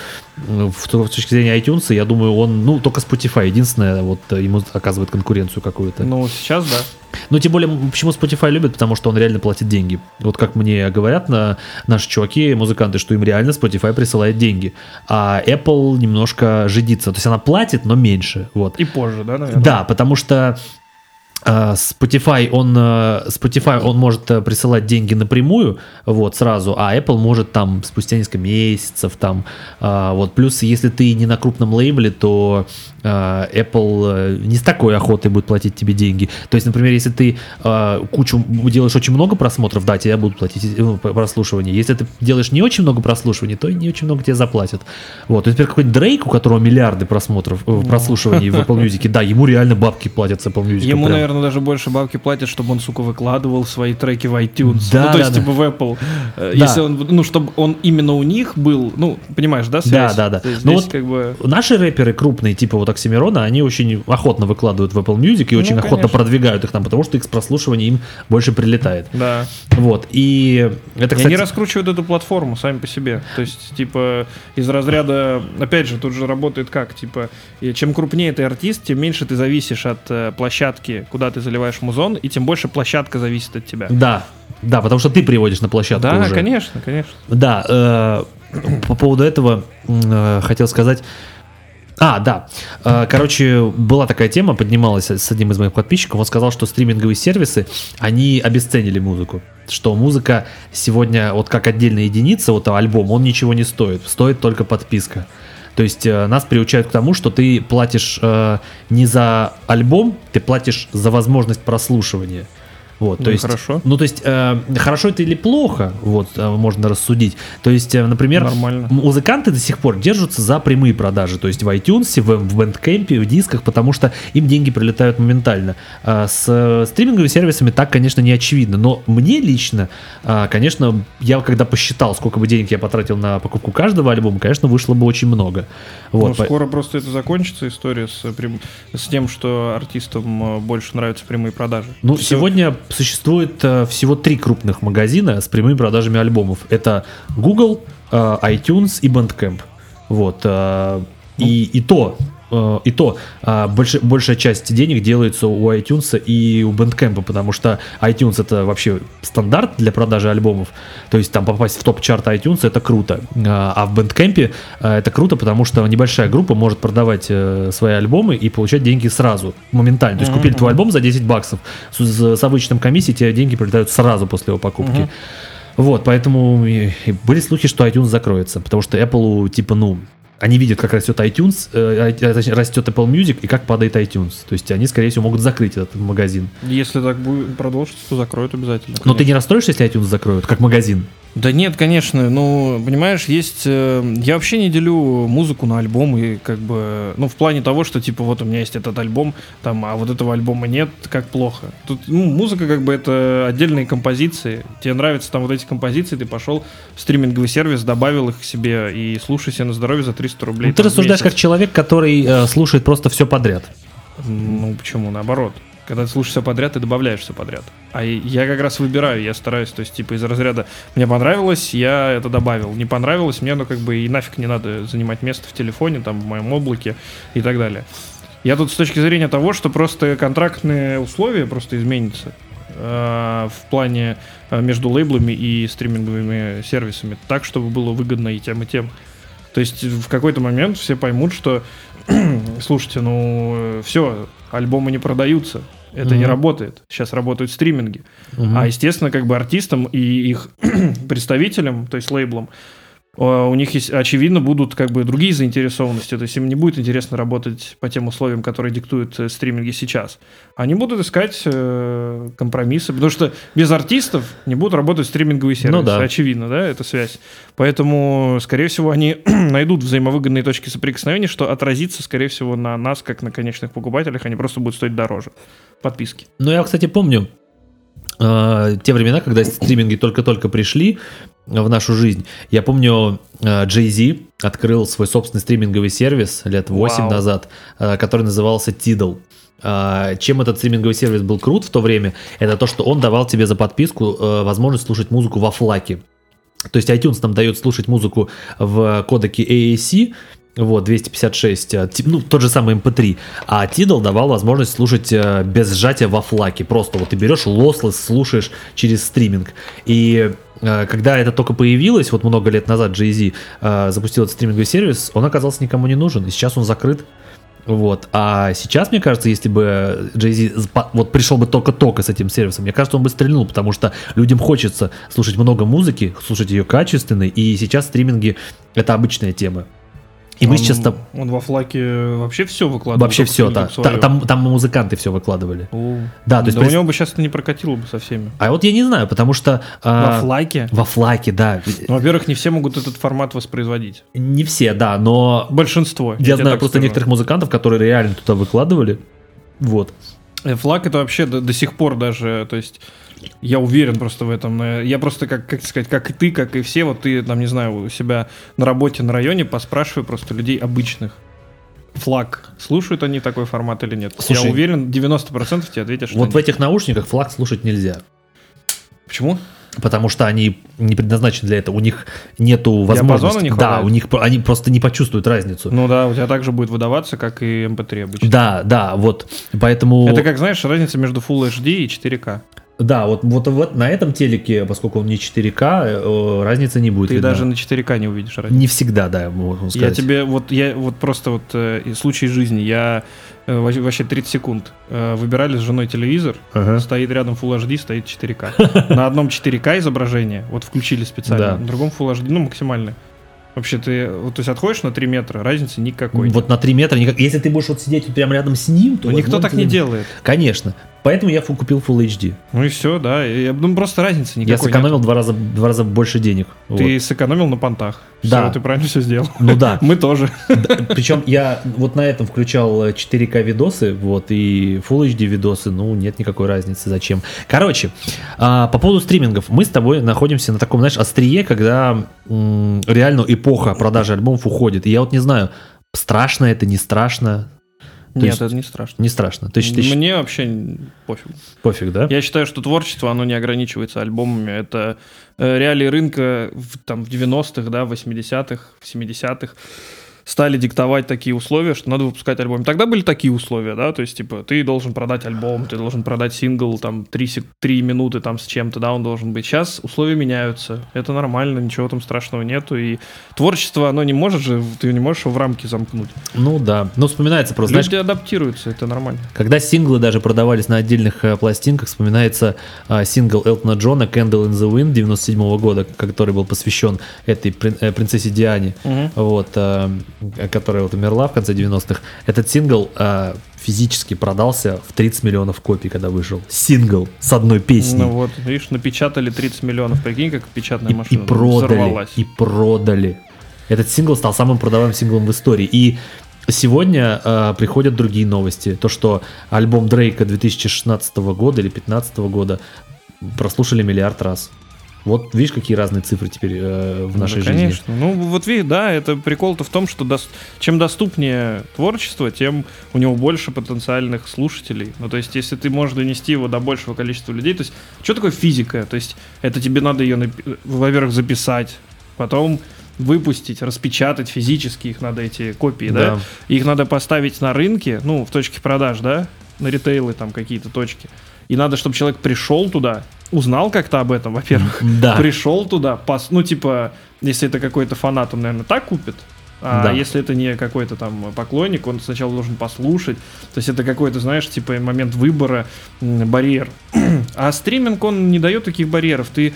с точки зрения iTunes, я думаю, он, ну, только Spotify единственное, вот ему оказывает конкуренцию какую-то. Ну, сейчас да. Ну, тем более, почему Spotify любят, потому что он реально платит деньги. Вот как мне говорят наши чуваки, музыканты, что им реально Spotify присылает деньги. А Apple немножко жидится. То есть она платит, но меньше. Вот. И позже, да, наверное? Да, потому что Spotify, он может присылать деньги напрямую, вот, сразу, а Apple может там спустя несколько месяцев, там, вот, плюс, если ты не на крупном лейбле, то Apple не с такой охотой будет платить тебе деньги. То есть, например, если ты делаешь очень много просмотров, да, тебе будут платить прослушивание. Если ты делаешь не очень много прослушиваний, то и не очень много тебе заплатят. Вот, то есть, например, какой-нибудь Дрейк, у которого миллиарды прослушиваний в Apple Music, да, ему реально бабки платят с Apple Music. Ему, прям. наверное, даже больше бабки платят, чтобы он, сука, выкладывал свои треки в iTunes. Да, ну, то есть, да, типа, в Apple. Если он, ну, чтобы он именно у них был, ну, понимаешь, да, связь? Да. То есть, Ну здесь вот как бы... наши рэперы крупные, типа вот Оксимирона, они очень охотно выкладывают в Apple Music и очень охотно конечно. продвигают их там, потому что их с прослушивания им больше прилетает. Да. Вот, и это, И кстати... они раскручивают эту платформу сами по себе. То есть, типа, из разряда, опять же, тут же работает как, типа, и чем крупнее ты артист, тем меньше ты зависишь от площадки, куда ты заливаешь музон, и тем больше площадка зависит от тебя. Да, потому что ты приводишь на площадку Да, уже. конечно. Да, по поводу этого хотел сказать... Да. Короче, была такая тема, поднималась с одним из моих подписчиков. Он сказал, что стриминговые сервисы, они обесценили музыку. Что музыка сегодня, вот как отдельная единица, вот альбом, он ничего не стоит. Стоит только подписка. То есть нас приучают к тому, что ты платишь не за альбом, ты платишь за возможность прослушивания. Вот, Ну, то есть, хорошо. Ну, то есть, хорошо это или плохо, вот, можно рассудить. То есть, например, Нормально. музыканты до сих пор держатся за прямые продажи, то есть в iTunes, в Bandcamp, в дисках, потому что им деньги прилетают моментально. С стриминговыми сервисами так, конечно, не очевидно, но мне лично, конечно, я когда посчитал, сколько бы денег я потратил на покупку каждого альбома, конечно, вышло бы очень много. Вот, Ну, скоро просто это закончится, история с тем, что артистам больше нравятся прямые продажи. Ну, Всё. сегодня существует всего 3 крупных магазина с прямыми продажами альбомов. Это Google, iTunes и Bandcamp. Вот. И то и то большая часть денег делается у iTunes и у Bandcamp, потому что iTunes это вообще стандарт для продажи альбомов, то есть там попасть в топ-чарт iTunes это круто, а в Bandcamp это круто, потому что небольшая группа может продавать свои альбомы и получать деньги сразу, моментально, то есть купили твой альбом за $10, с обычным комиссией тебе деньги прилетают сразу после его покупки. Вот, поэтому и были слухи, что iTunes закроется, потому что Apple, типа, они видят, как растет iTunes, растет Apple Music и как падает iTunes. То есть они, скорее всего, могут закрыть этот магазин. Если так будет продолжиться, то закроют обязательно. Но ты не расстроишься, если iTunes закроют, как магазин? Да нет, конечно, понимаешь, есть... Я вообще не делю музыку на альбомы, как бы, в плане того, что, типа, вот у меня есть этот альбом, там, а вот этого альбома нет, как плохо. Тут, музыка, как бы, это отдельные композиции. Тебе нравятся там вот эти композиции, ты пошел в стриминговый сервис, добавил их к себе и слушай себе на здоровье за 300 рублей. Ты рассуждаешь как человек, который слушает просто все подряд. Почему? Наоборот. Когда ты слушаешь все подряд, ты добавляешь все подряд. А я как раз выбираю, я стараюсь, то есть, типа, из разряда мне понравилось, я это добавил. Не понравилось, мне, как бы, и нафиг не надо занимать место в телефоне, там, в моем облаке и так далее. Я тут с точки зрения того, что просто контрактные условия просто изменятся в плане между лейблами и стриминговыми сервисами, так, чтобы было выгодно и тем, и тем. То есть в какой-то момент все поймут, что слушайте, все, альбомы не продаются, это не работает. Сейчас работают стриминги. А, естественно, как бы артистам и их представителям, то есть лейблам, у них есть, очевидно, будут как бы другие заинтересованности. То есть им не будет интересно работать по тем условиям, которые диктуют стриминги сейчас. Они будут искать компромиссы, потому что без артистов не будут работать стриминговые сервисы. Очевидно, да, эта связь. Поэтому, скорее всего, они найдут взаимовыгодные точки соприкосновения, что отразится, скорее всего, на нас, как на конечных покупателях. Они просто будут стоить дороже. Подписки. Я, кстати, помню те времена, когда стриминги только-только пришли в нашу жизнь. Я помню, Jay-Z открыл свой собственный стриминговый сервис лет 8 назад, который назывался Tidal. Чем этот стриминговый сервис был крут в то время, это то, что он давал тебе за подписку возможность слушать музыку во флаке. То есть iTunes нам дает слушать музыку в кодеке AAC, 256, тот же самый MP3, а Tidal давал возможность слушать без сжатия во флаке, просто вот ты берешь lossless, слушаешь через стриминг. И когда это только появилось, много лет назад Jay-Z запустил этот стриминговый сервис, он оказался никому не нужен, и сейчас он закрыт. А сейчас, мне кажется, если бы Jay-Z пришел бы только с этим сервисом, мне кажется, он бы стрельнул, потому что людям хочется слушать много музыки, слушать ее качественной, и сейчас стриминги — это обычная тема. И мы сейчас там... Он во флаке вообще все выкладывал. Вообще все, да. Там музыканты все выкладывали. Да, то есть у него бы сейчас это не прокатило бы со всеми. А я не знаю, потому что... Во флаке? Во флаке, да. Во-первых, не все могут этот формат воспроизводить. Не все, да, но... Большинство. Я знаю просто некоторых музыкантов, которые реально туда выкладывали. Флаг это вообще до сих пор даже, то есть... Я уверен просто в этом. Я просто, как сказать, как и ты, как и все, ты там, не знаю, у себя на работе, на районе поспрашиваю просто людей обычных. Флаг. Слушают они такой формат или нет? Слушай, я уверен, 90% тебе ответят, что в этих наушниках флаг слушать нельзя. Почему? Потому что они не предназначены для этого. У них нету возможности. Да, они просто не почувствуют разницу. У тебя также будет выдаваться, как и MP3 обычно. Да, поэтому... Это как, знаешь, разница между Full HD и 4K. Да, на этом телеке, поскольку он не 4К, разницы не будет. Ты видна. Даже на 4К не увидишь разницу. Не всегда, да, можно сказать. Я просто случай жизни. Я вообще 30 секунд выбирали с женой телевизор, стоит рядом Full HD, стоит 4К. На одном 4К изображение, включили специально, на другом Full HD, максимальное. Вообще ты, то есть отходишь на 3 метра, разницы никакой. На 3 метра, если ты будешь сидеть прямо рядом с ним, то... никто так не делает. Конечно. Поэтому я купил Full HD. И все, да. Просто разницы никакой. Я сэкономил в 2 раза больше денег. Ты сэкономил на понтах. Да. Все, ты правильно все сделал. Да. Мы тоже. Причем я на этом включал 4К видосы, и Full HD видосы, нет никакой разницы, зачем. Короче, по поводу стримингов. Мы с тобой находимся на таком, острие, когда реально эпоха продажи альбомов уходит. И я не знаю, страшно это, не страшно. Нет, это не страшно. Не страшно. Мне вообще пофиг. Пофиг, да? Я считаю, что творчество, оно не ограничивается альбомами. Это реалии рынка в 90-х, 80-х, 70-х. стали диктовать такие условия, что надо выпускать альбом. Тогда были такие условия, да, то есть, типа, ты должен продать альбом, ты должен продать сингл, там, 3 минуты там с чем-то, да, он должен быть. Сейчас условия меняются, это нормально, ничего там страшного нету, и творчество, оно не может же, ты не можешь его в рамки замкнуть. Ну да, ну вспоминается просто, Люди знаешь, адаптируются, это нормально. когда синглы даже продавались на отдельных пластинках, вспоминается сингл Элтона Джона «Candle in the Wind» 97 года, который был посвящен этой принцессе Диане, вот, которая вот умерла в конце 90-х. Этот сингл физически продался в 30 миллионов копий, когда вышел. Сингл с одной песней. Ну вот, видишь, напечатали 30 миллионов, прикинь, как печатная машина и продали, взорвалась. и продали. Этот сингл стал самым продаваемым синглом в истории. И сегодня приходят другие новости. То, что альбом Дрейка 2016 года или 2015 года прослушали миллиард раз. Вот видишь, какие разные цифры теперь в нашей жизни. Конечно. Ну, вот видишь, да, это прикол-то в том, что чем доступнее творчество, тем у него больше потенциальных слушателей. Ну, то есть, если ты можешь донести его до большего количества людей, то есть, что такое физика? То есть, это тебе надо ее, во-первых, записать, потом выпустить, распечатать физически, их надо, эти копии, да? Их надо поставить на рынке, ну, в точке продаж, да, на ритейлы там какие-то точки. И надо, чтобы человек пришел туда, узнал как-то об этом, во-первых, пришел туда, ну, типа, если это какой-то фанат, он, наверное, так купит, а если это не какой-то там поклонник, он сначала должен послушать, то есть это какой-то, знаешь, типа момент выбора, барьер. А стриминг, он не дает таких барьеров, ты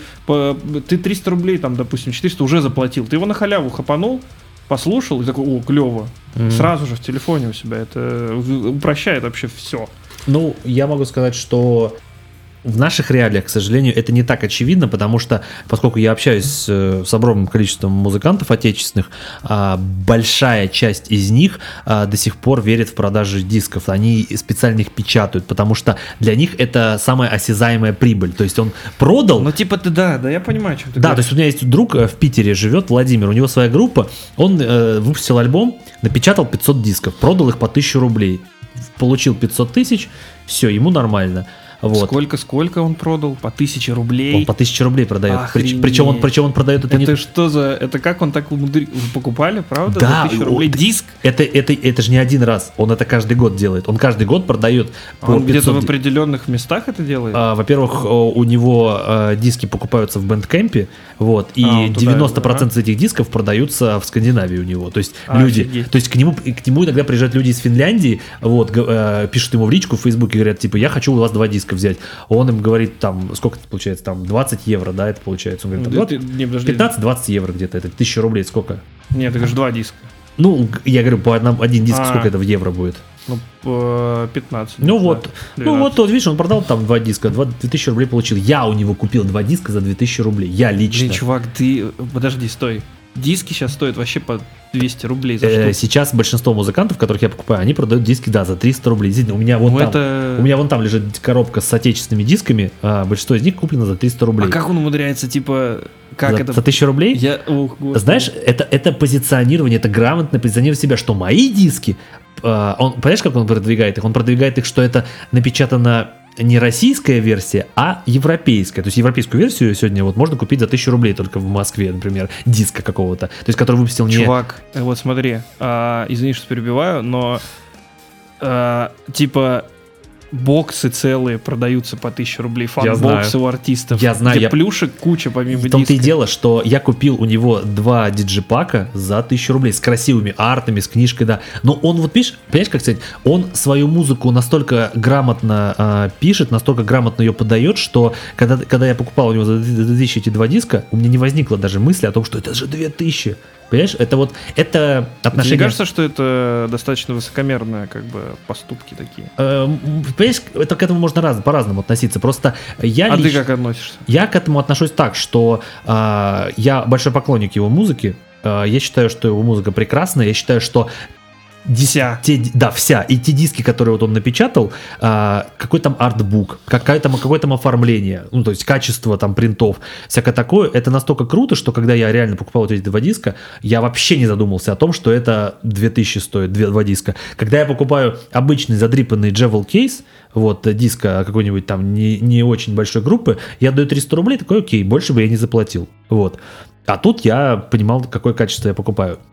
300 рублей, там, допустим, 400 уже заплатил, ты его на халяву хапанул, послушал и такой, о, клево, сразу же в телефоне у себя, это упрощает вообще все. Ну, я могу сказать, что в наших реалиях, к сожалению, это не так очевидно, потому что, поскольку я общаюсь с огромным количеством музыкантов отечественных, большая часть из них до сих пор верит в продажи дисков. Они специально их печатают, потому что для них это самая осязаемая прибыль. То есть он продал... Ну, типа, да, я понимаю, о чем ты говоришь. Да, то есть у меня есть друг в Питере живет, Владимир, у него своя группа, он выпустил альбом, напечатал 500 дисков, продал их по 1000 рублей, получил 500 тысяч, все, ему нормально. Вот. Сколько он продал? По 1000 рублей? Он по 1000 рублей продает. Причем он продает это не... Это что за... Это как он так умудрился? Вы покупали, правда? Да. За 1000 рублей диск? Это же не один раз. Он это каждый год делает. Он каждый год продает по он 500... где-то в определенных местах это делает? Во-первых, у него диски покупаются в Бэндкэмпе, вот, и 90% этих дисков продаются в Скандинавии у него. То есть люди... Офигеть. То есть к нему иногда приезжают люди из Финляндии, вот, пишут ему в личку в Фейсбуке, говорят, типа, я хочу у вас 2 диска взять. Он им говорит, там, сколько это получается, там, 20 евро, да, это получается. Он говорит, 15-20 евро где-то, это 1000 рублей, сколько? Нет, ты говоришь 2 диска. Ну, я говорю, по один диск, сколько это в евро будет? Ну, по 15. Ну вот, видишь, он продал там 2 диска, 2000 рублей получил. Я у него купил 2 диска за 2000 рублей, я лично. Блин, чувак, подожди, стой. Диски сейчас стоят вообще по 200 рублей за штуку. Сейчас большинство музыкантов, которых я покупаю, они продают диски, да, за 300 рублей. Действительно, у меня вон там лежит коробка с отечественными дисками, большинство из них куплено за 300 рублей. А как он умудряется, типа, как за, это? За 1000 рублей? Знаешь, это позиционирование, это грамотное позиционирование себя, что мои диски, понимаешь, как он продвигает их? Он продвигает их, что это напечатано не российская версия, а европейская. То есть европейскую версию сегодня вот можно купить за 1000 рублей только в Москве, например, диска какого-то. То есть, который выпустил не... Чувак, вот смотри, извини, что перебиваю, но типа боксы целые продаются по 1000 рублей, фан-боксы у артистов. Я знаю. Где плюшек куча помимо диска. В том-то и дело, что я купил у него 2 диджипака за 1000 рублей с красивыми артами, с книжкой, да. Но он, вот видишь, понимаешь, как сказать, он свою музыку настолько грамотно пишет, настолько грамотно ее подает, что когда я покупал у него за 2000 эти 2 диска, у меня не возникло даже мысли о том, что это же 2000. Понимаешь, это отношение... Мне кажется, что это достаточно высокомерные, как бы, поступки такие. Понимаешь, это к этому можно по-разному относиться. Просто ты как относишься? Я к этому отношусь так, что я большой поклонник его музыки. Я считаю, что его музыка прекрасная. Я считаю, что вся. И те диски, которые вот он напечатал, какой там артбук, какое там оформление, ну, то есть качество там принтов, всякое такое, это настолько круто, что когда я реально покупал вот эти 2 диска, я вообще не задумался о том, что это 2000 стоит, 2 диска. Когда я покупаю обычный задрипанный Jewel кейс, вот, диска какой-нибудь там не очень большой группы, я даю 300 рублей, такой, окей, больше бы я не заплатил, вот. А тут я понимал, какое качество я покупаю.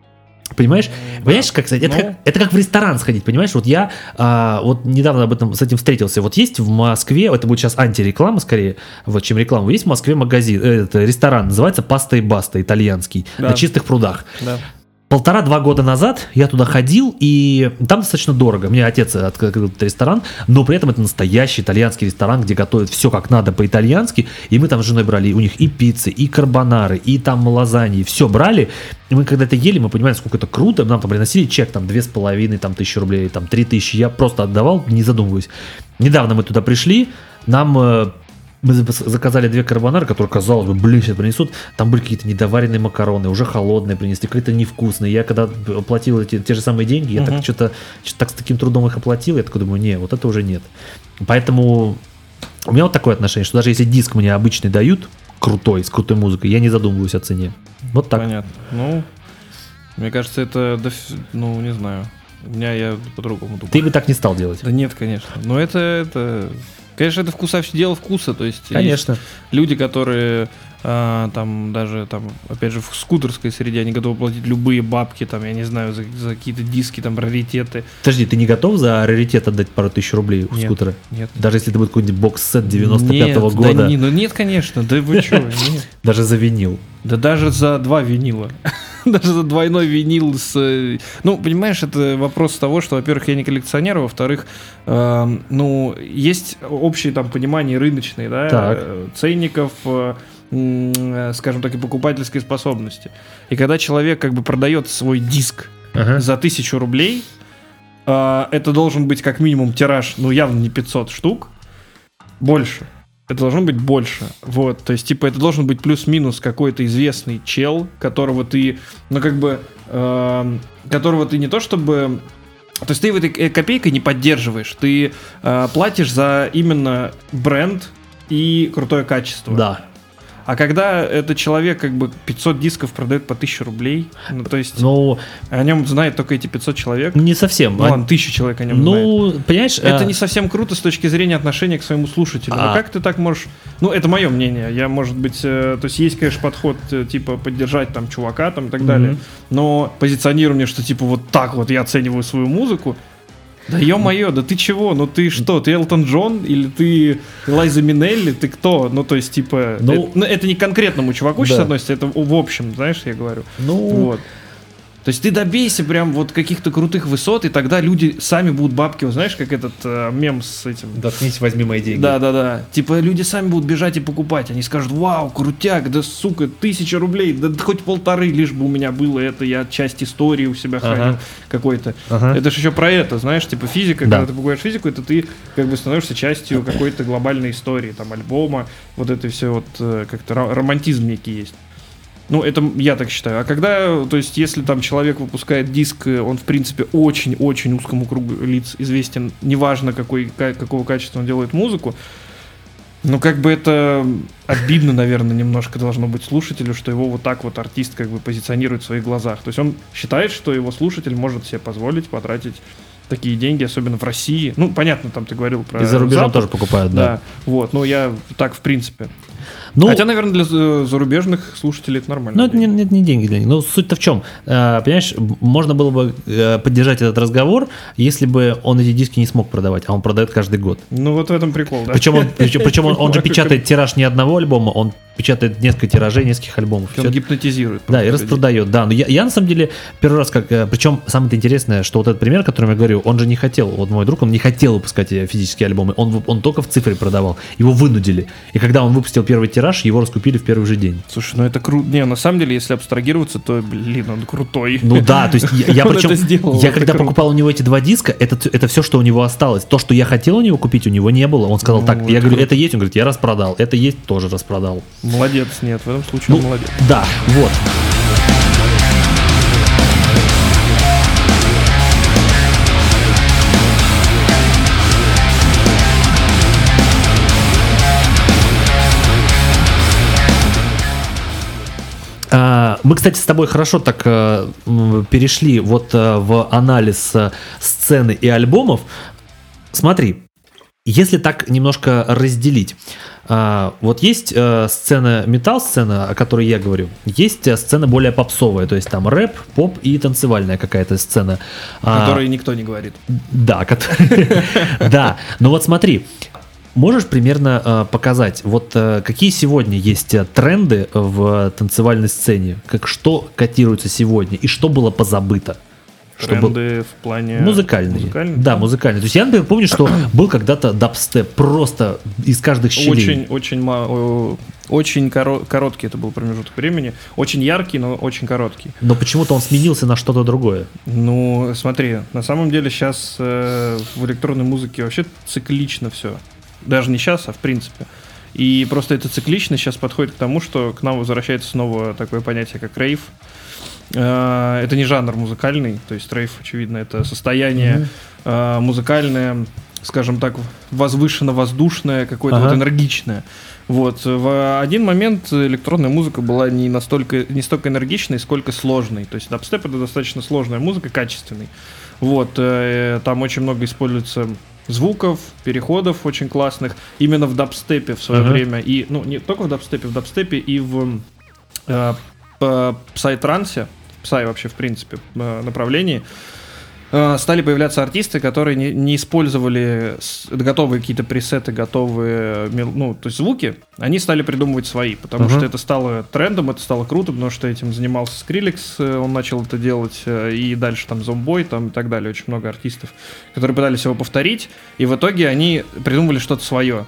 Понимаешь, как сказать, это как в ресторан сходить, понимаешь? Вот я вот недавно с этим встретился. Вот есть в Москве, это будет сейчас антиреклама скорее, вот, чем реклама. Есть в Москве магазин, это ресторан, называется «Паста и Баста», итальянский, на Чистых прудах. Да. 1,5-2 года назад я туда ходил, и там достаточно дорого. Мне отец открыл этот ресторан, но при этом это настоящий итальянский ресторан, где готовят все как надо по-итальянски. И мы там с женой брали у них и пиццы, и карбонары, и там лазаньи. Все брали. И мы когда это ели, мы понимали, сколько это круто. Нам там приносили чек, там 2,5 тысячи рублей, там 3 000. Я просто отдавал, не задумываясь. Недавно мы туда пришли, мы заказали 2 карбонары, которые, казалось бы, сейчас принесут. Там были какие-то недоваренные макароны, уже холодные принесли, какие-то невкусные. Я когда оплатил те же самые деньги, я так что-то так с таким трудом их оплатил, я такой думаю, не, вот это уже нет. Поэтому у меня вот такое отношение, что даже если диск мне обычный дают, крутой, с крутой музыкой, я не задумываюсь о цене. Вот так. Понятно. Ну, мне кажется, это, не знаю. Я по-другому думаю. Ты бы так не стал делать? Да нет, конечно. Но это... Конечно, это дело вкуса, то есть, конечно. Есть люди, которые там даже там, опять же, в скутерской среде, они готовы платить любые бабки, там, я не знаю, за какие-то диски, там, раритеты. Подожди, ты не готов за раритет отдать пару тысяч рублей у скутера? Нет. Даже если это будет какой-нибудь бокс-сет 95-го года? Да, нет, конечно, да вы что? Даже за винил? Да даже за 2 винила. Даже за двойной винил с... Ну, понимаешь, это вопрос того, что, во-первых, я не коллекционер, а во-вторых, есть общее там понимание рыночное, да, ценников, скажем так, и покупательской способности. И когда человек как бы продает свой диск за 1000 рублей, это должен быть как минимум тираж, явно не 500 штук, больше. Это должно быть больше. Вот. То есть, типа, это должен быть плюс-минус какой-то известный чел, которого ты, которого ты не то чтобы... То есть ты в этой копейкой не поддерживаешь. Ты платишь за именно бренд и крутое качество. Да. А когда этот человек как бы 500 дисков продает по 1000 рублей, то есть о нем знает только эти 500 человек. Не совсем. Ладно, 1000 человек о нем знает. Понимаешь? Это не совсем круто с точки зрения отношения к своему слушателю. Но как ты так можешь... это мое мнение. Я, может быть... То есть, конечно, подход, типа, поддержать там чувака там и так далее. Но позиционирование, что, типа, вот так вот я оцениваю свою музыку, да ё-моё, да ты чего? Ты что? Ты Элтон Джон? Или ты Элайза Минелли? Ты кто? То есть, типа... это не к конкретному чуваку сейчас относится, это в общем, знаешь, я говорю. Вот. То есть ты добейся прям вот каких-то крутых высот, и тогда люди сами будут бабки, знаешь, как этот мем с этим... Доткнись, возьми мои деньги. Да. Типа люди сами будут бежать и покупать. Они скажут, вау, крутяк, да сука, 1000 рублей, да хоть 1,5, лишь бы у меня было это, я часть истории у себя хранил какой-то. Это же еще про это, знаешь, типа физика, когда ты покупаешь физику, это ты как бы становишься частью какой-то глобальной истории, там, альбома, вот это все вот как-то романтизм некий есть. Это я так считаю. А когда, то есть, если там человек выпускает диск, он, в принципе, очень-очень узкому кругу лиц известен, неважно, какого качества он делает музыку, как бы это обидно, наверное, немножко должно быть слушателю, что его вот так вот артист как бы позиционирует в своих глазах. То есть он считает, что его слушатель может себе позволить потратить такие деньги, особенно в России. Понятно, там ты говорил про... И за рубежом тоже покупают, да. Вот, я так, в принципе... Хотя, наверное, для зарубежных слушателей это нормально. Это не деньги для них. Но суть-то в чем? Понимаешь, можно было бы поддержать этот разговор, если бы он эти диски не смог продавать, а он продает каждый год. Вот в этом прикол, да. Причем он же печатает тираж не одного альбома, он печатает несколько тиражей, нескольких альбомов. Он гипнотизирует. Да, и распродает. Да, но я на самом деле первый раз, причем самое интересное, что вот этот пример, о котором я говорю, он же не хотел, вот мой друг, он не хотел выпускать физические альбомы, он только в цифре продавал, его вынудили. И когда он выпустил первый тираж, его раскупили в первый же день. Слушай, это круто. Не, на самом деле, если абстрагироваться, то, он крутой. Да, то есть я когда покупал у него эти 2 диска, это все, что у него осталось. То, что я хотел у него купить, у него не было. Он сказал так, я говорю, это есть? Он говорит, я распродал. Это есть, тоже распродал. Молодец, нет, в этом случае он молодец. Да, вот. Мы, кстати, с тобой хорошо так перешли вот в анализ сцены и альбомов. Смотри, Если так немножко разделить, вот есть сцена, метал-сцена, о которой я говорю, есть сцена более попсовая, то есть там рэп, поп и танцевальная какая-то сцена. О которой никто не говорит. Да, да. Но вот смотри, можешь примерно показать, вот какие сегодня есть тренды в танцевальной сцене, что котируется сегодня и что было позабыто? Тренды в плане... Музыкальные. Да, музыкальные. То есть я, например, помню, что был когда-то дабстеп просто из каждых щелей. Очень короткий это был промежуток времени. Очень яркий, но очень короткий. Но почему-то он сменился на что-то другое. Ну, смотри, на самом деле сейчас в электронной музыке вообще циклично все. Даже не сейчас, а в принципе. И просто эта цикличность сейчас подходит к тому, что к нам возвращается снова такое понятие, как рейв. Это не жанр музыкальный, то есть рейв, очевидно, это состояние музыкальное, скажем так, возвышенно-воздушное, какое-то вот энергичное. Вот. В один момент электронная музыка была не столько энергичной, сколько сложной. То есть дабстеп — это достаточно сложная музыка, качественный. Вот. Там очень много используется звуков, переходов очень классных. Именно в дабстепе в свое время. И, ну, не только в дабстепе и в псай-трансе, псай вообще в принципе направлении, стали появляться артисты, которые не использовали готовые какие-то пресеты, готовые, ну, то есть звуки, они стали придумывать свои, потому что это стало трендом, это стало круто, потому что этим занимался Skrillex, он начал это делать, и дальше там Zomboy, там и так далее, очень много артистов, которые пытались его повторить, и в итоге они придумывали что-то свое.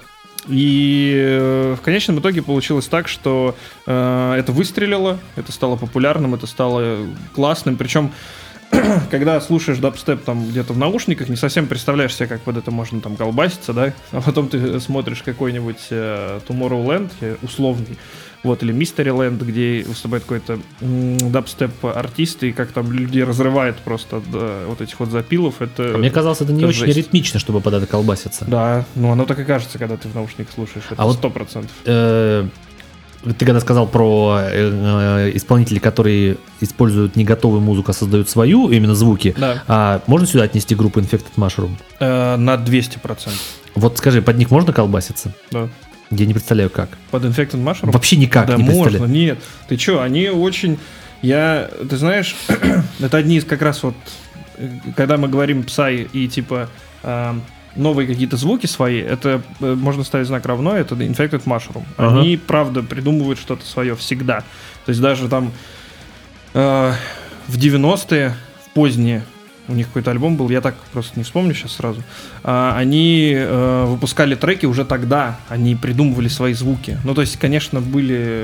И в конечном итоге получилось так, что это выстрелило, это стало популярным, это стало классным. Причем, когда слушаешь дабстеп там где-то в наушниках, не совсем представляешь себе, как под это можно там колбаситься, да? А потом ты смотришь какой-нибудь Tomorrowland условный, вот, или Mysteryland, где выступает какой-то дабстеп-артист, и как там людей разрывает просто от вот этих вот запилов. Это, мне казалось, это не очень жесть. Ритмично, чтобы под это колбаситься. Да, ну оно так и кажется, когда ты в наушниках слушаешь. Это 100%. Ты когда сказал про исполнителей, которые используют не готовую музыку, а создают свою, именно звуки, да. Можно сюда отнести группу Infected Mushroom? На 200%. Вот скажи, под них можно колбаситься? Да. Я не представляю, как. Под Infected Mushroom? Вообще никак да, не представляю. Да можно, нет. Ты чё, они очень... Ты знаешь, это одни из как раз вот... Когда мы говорим псай и типа новые какие-то звуки свои, это можно ставить знак равно, это Infected Mushroom. Они, правда, придумывают что-то свое всегда. То есть даже там в 90-е, в поздние, у них какой-то альбом был, я так просто не вспомню сейчас сразу, они выпускали треки уже тогда, они придумывали свои звуки. Ну, то есть, конечно, были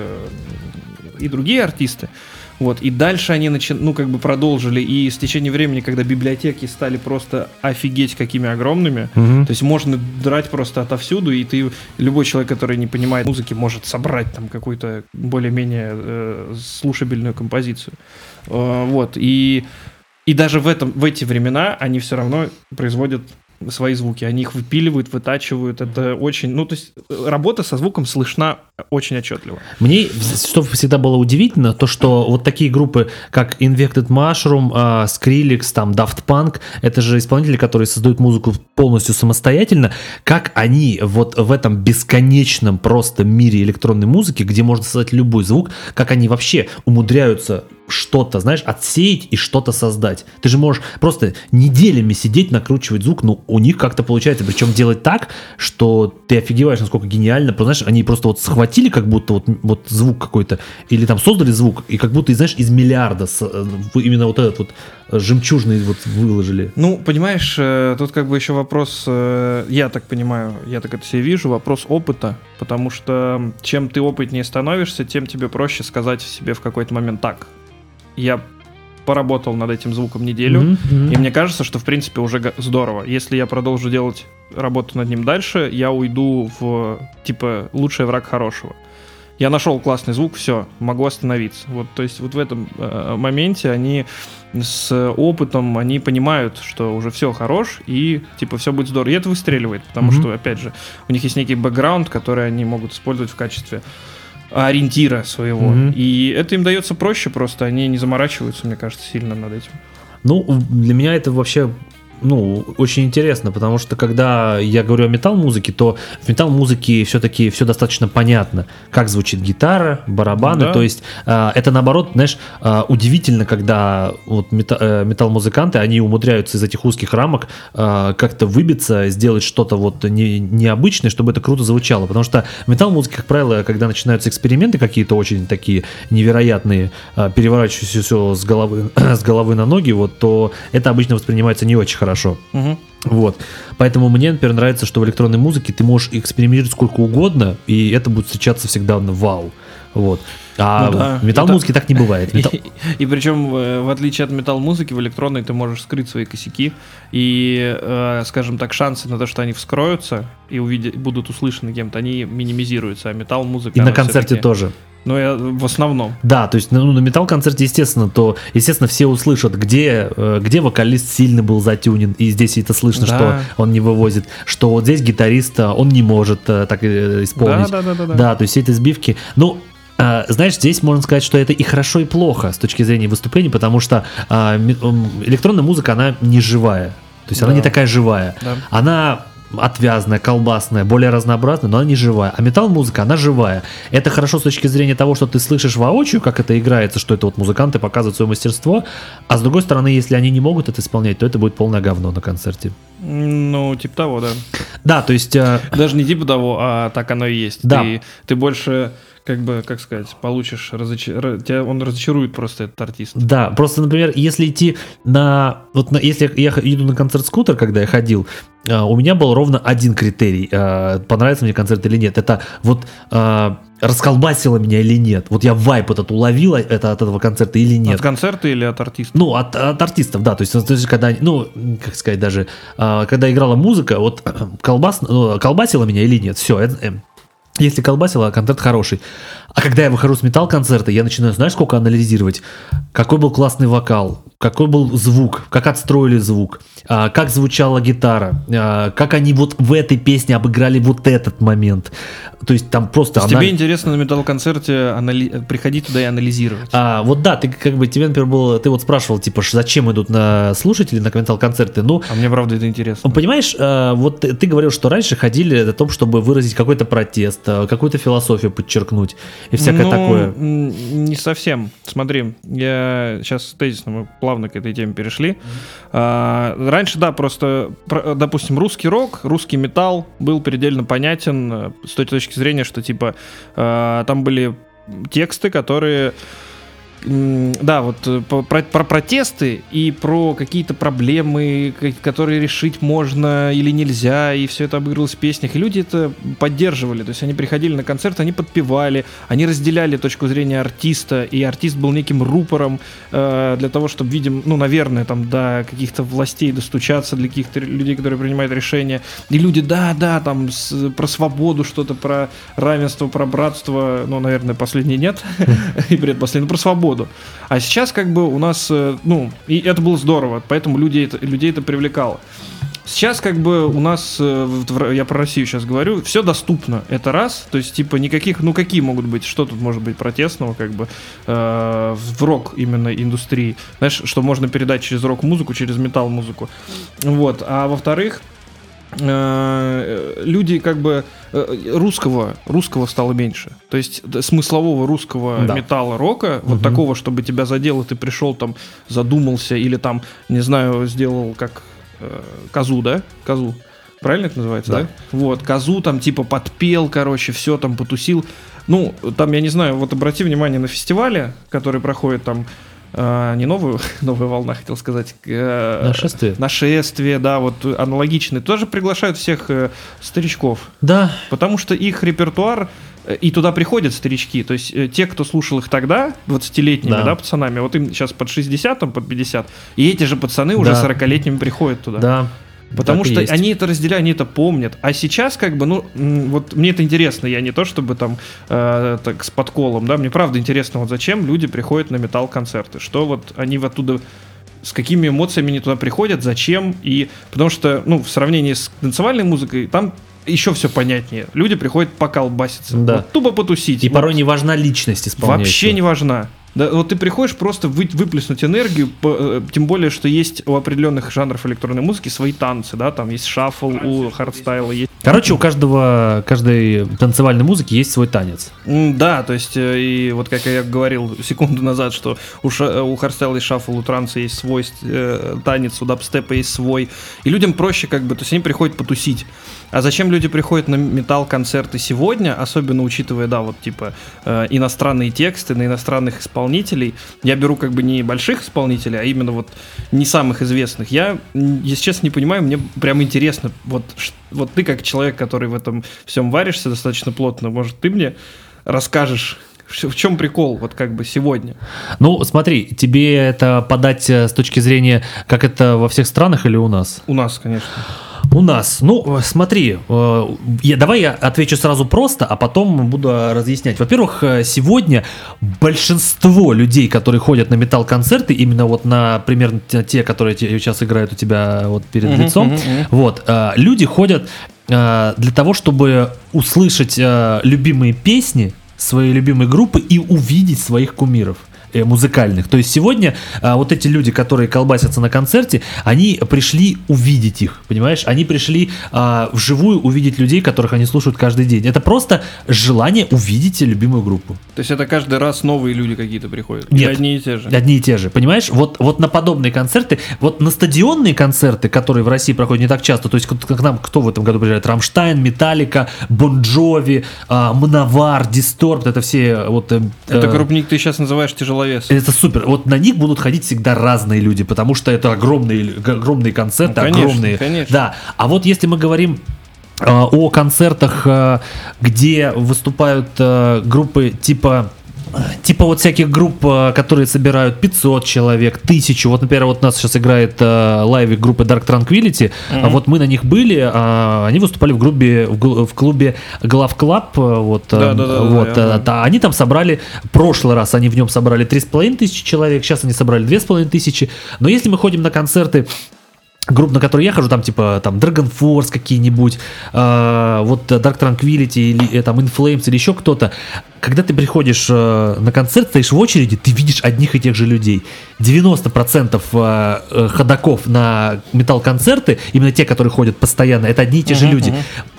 и другие артисты, вот, и дальше они продолжили, и с течением времени, когда библиотеки стали просто офигеть какими огромными, то есть можно драть просто отовсюду, и любой человек, который не понимает музыки, может собрать там какую-то более-менее слушабельную композицию. Вот, и даже в эти времена они все равно производят свои звуки, они их выпиливают, вытачивают, это очень, то есть работа со звуком слышна очень отчетливо. Мне, что всегда было удивительно, то, что вот такие группы, как Infected Mushroom, Skrillex, там, Daft Punk, это же исполнители, которые создают музыку полностью самостоятельно, как они вот в этом бесконечном просто мире электронной музыки, где можно создать любой звук, как они вообще умудряются что-то, знаешь, отсеять и что-то создать. Ты же можешь просто неделями сидеть, накручивать звук, но у них как-то получается. Причем делать так, что ты офигеваешь, насколько гениально. Знаешь, они просто вот схватили как будто вот звук какой-то, или там создали звук, и как будто, знаешь, из миллиарда именно вот этот вот жемчужный вот выложили. Ну, понимаешь, тут как бы еще вопрос, я так понимаю, я так это себе вижу, вопрос опыта, потому что чем ты опытнее становишься, тем тебе проще сказать себе в какой-то момент: так, я поработал над этим звуком неделю, и мне кажется, что в принципе уже здорово. Если я продолжу делать работу над ним дальше, я уйду в типа лучший враг хорошего. Я нашел классный звук, все, могу остановиться. Вот, то есть вот в этом моменте они с опытом, они понимают, что уже все хорош, и типа все будет здорово. И это выстреливает, потому что, опять же, у них есть некий бэкграунд, который они могут использовать в качестве ориентира своего. И это им дается проще просто, они не заморачиваются, мне кажется, сильно над этим. Ну, для меня это вообще очень интересно, потому что когда я говорю о метал-музыке, то в метал-музыке все-таки все достаточно понятно, как звучит гитара, барабаны, Да. то есть это наоборот, знаешь, удивительно, когда вот метал-музыканты, они умудряются из этих узких рамок как-то выбиться, сделать что-то вот необычное, чтобы это круто звучало, потому что в метал-музыке, как правило, когда начинаются эксперименты какие-то очень такие невероятные, переворачивающиеся все с головы на ноги, вот, то это обычно воспринимается не очень хорошо. Угу. Вот. Поэтому мне, например, нравится, что в электронной музыке ты можешь экспериментировать сколько угодно, и это будет встречаться всегда на вау. Вот. А да. в метал-музыке так не бывает. И причем, в отличие от метал-музыки, в электронной ты можешь скрыть свои косяки, и, скажем так, шансы на то, что они вскроются и будут услышаны кем-то, они минимизируются, а метал-музыка... И на концерте тоже. Ну, в основном. Да, то есть на метал-концерте, естественно, все услышат, где вокалист сильно был затюнен, и здесь это слышно, Да. что он не вывозит, что вот здесь гитарист, он не может так исполнить. Да, то есть все эти сбивки. Знаешь, здесь можно сказать, что это и хорошо, и плохо с точки зрения выступлений, потому что электронная музыка, она не живая. То есть она не такая живая. Да. Она отвязная, колбасная, более разнообразная, но она не живая. А метал-музыка, она живая. Это хорошо с точки зрения того, что ты слышишь воочию, как это играется, что это вот музыканты показывают свое мастерство, а с другой стороны, если они не могут это исполнять, то это будет полное говно на концерте. Ну, типа того, да. Да, то есть... Даже не типа того, а так оно и есть. Да. Ты больше... как сказать, получишь, тебя он разочарует просто этот артист. Да, просто, например, если идти если я иду на концерт Скутер, когда я ходил, у меня был ровно один критерий, понравится мне концерт или нет. Это вот расколбасило меня или нет. Вот я вайп этот уловил от этого концерта или нет. От концерта или от артиста? От артистов, да. То есть когда, как сказать, даже, когда играла музыка, вот колбасило меня или нет. Все, если колбасило, концерт хороший. А когда я выхожу с метал-концерта, я начинаю, знаешь, сколько анализировать? Какой был классный вокал, какой был звук, как отстроили звук, как звучала гитара, как они вот в этой песне обыграли вот этот момент. То есть там просто... Тебе интересно на метал-концерте приходить туда и анализировать? Вот да, тебе, например, ты вот спрашивал, типа, зачем идут слушатели на метал-концерты? А мне, правда, это интересно. Понимаешь, вот ты говорил, что раньше ходили о том, чтобы выразить какой-то протест, какую-то философию подчеркнуть и всякое такое. Не совсем. Смотри, я сейчас тезисно, мы плавно к этой теме перешли. Раньше, да, просто, допустим, русский рок, русский металл был предельно понятен с той точки зрения, что, типа, там были тексты, которые... Да, вот про протесты и про какие-то проблемы, которые решить можно или нельзя, и все это обыгрывалось в песнях, и люди это поддерживали, то есть они приходили на концерт, они подпевали, они разделяли точку зрения артиста, и артист был неким рупором для того, чтобы, видимо, наверное, там до каких-то властей достучаться, для каких-то людей, которые принимают решения, и люди, там про свободу что-то, про равенство, про братство, наверное, последний нет, и предпоследний, про свободу. А сейчас у нас, и это было здорово, поэтому людей это привлекало. Сейчас у нас, я про Россию сейчас говорю, все доступно, это раз, то есть типа никаких, какие могут быть, что тут может быть протестного, в рок именно индустрии, знаешь, что можно передать через рок-музыку, через метал-музыку, вот, а во-вторых, люди русского стало меньше. То есть смыслового русского металла, рока, вот такого, чтобы тебя задело, ты пришел там, задумался или там, не знаю, сделал как козу, да? Козу. Правильно это называется, да? Вот, козу там типа подпел, все там потусил. Там, я не знаю, вот обрати внимание на фестивале, который проходит там, не новая волна, хотел сказать. Нашествие, да, вот аналогичные. Тоже приглашают всех старичков. Да. Потому что их репертуар, и туда приходят старички. То есть те, кто слушал их тогда, 20-летними, пацанами, вот им сейчас под 60, там, под 50, и эти же пацаны уже 40-летними приходят туда. Да. Потому что они это разделяют, они это помнят. А сейчас вот мне это интересно, я не то чтобы там так с подколом, да, мне правда интересно, вот зачем люди приходят на метал-концерты, что вот они оттуда, с какими эмоциями они туда приходят, зачем, и потому что, в сравнении с танцевальной музыкой, там еще все понятнее. Люди приходят поколбаситься, тупо потусить. И порой не важна личность исполняющего. Вообще не важна. Да, вот ты приходишь просто выплеснуть энергию, тем более, что есть у определенных жанров электронной музыки свои танцы, да, там есть шаффл, у хардстайла есть. Короче, у каждой танцевальной музыки есть свой танец. Да, то есть, и вот как я говорил секунду назад, что у хардстайла есть шаффл, у транса есть свой танец, у дабстепа есть свой. И людям проще как бы, то есть они приходят потусить. А зачем люди приходят на метал-концерты сегодня, особенно учитывая, да, вот типа иностранные тексты на иностранных исполнителей. Я беру как бы не больших исполнителей, а именно вот не самых известных. Я, если честно, не понимаю, мне прям интересно, вот ты как человек, который в этом всем варишься достаточно плотно, может, ты мне расскажешь, в чем прикол, вот как бы сегодня? Ну, смотри, тебе это подать с точки зрения, как это во всех странах или у нас? У нас, конечно. У нас, ну, смотри, давай я отвечу сразу просто, а потом буду разъяснять. Во-первых, сегодня большинство людей, которые ходят на метал-концерты, именно вот на примерно те, которые сейчас играют у тебя вот перед лицом, вот, люди ходят для того, чтобы услышать любимые песни своей любимой группы и увидеть своих кумиров музыкальных. То есть сегодня вот эти люди, которые колбасятся на концерте, они пришли увидеть их, понимаешь? Они пришли вживую увидеть людей, которых они слушают каждый день. Это просто желание увидеть любимую группу. То есть это каждый раз новые люди какие-то приходят? Нет, одни и те же? Одни и те же, понимаешь? Вот на подобные концерты, вот на стадионные концерты, которые в России проходят не так часто, то есть к нам кто в этом году приезжает? Рамштайн, Металлика, Бон Джови, Мановар, Дисторб, это все вот... Это крупник ты сейчас называешь тяжеловес. Это супер. Вот на них будут ходить всегда разные люди, потому что это огромные концерты, ну, конечно, огромные. Конечно. Да. А вот если мы говорим о концертах, где выступают группы типа вот всяких групп, которые собирают 500 человек, 1000. Вот, например, вот у нас сейчас играет лайвик группы Dark Tranquillity. Вот мы на них были, они выступали в клубе Glove Club. Вот, они там собрали, в прошлый раз они в нем собрали 3500 человек, сейчас они собрали 2500. Но если мы ходим на концерты групп, на которые я хожу, там типа там Dragon Force какие-нибудь, вот Dark Tranquillity или там In Flames или еще кто-то, когда ты приходишь на концерт, стоишь в очереди, ты видишь одних и тех же людей. 90% ходоков на метал-концерты, именно те, которые ходят постоянно, это одни и те же люди.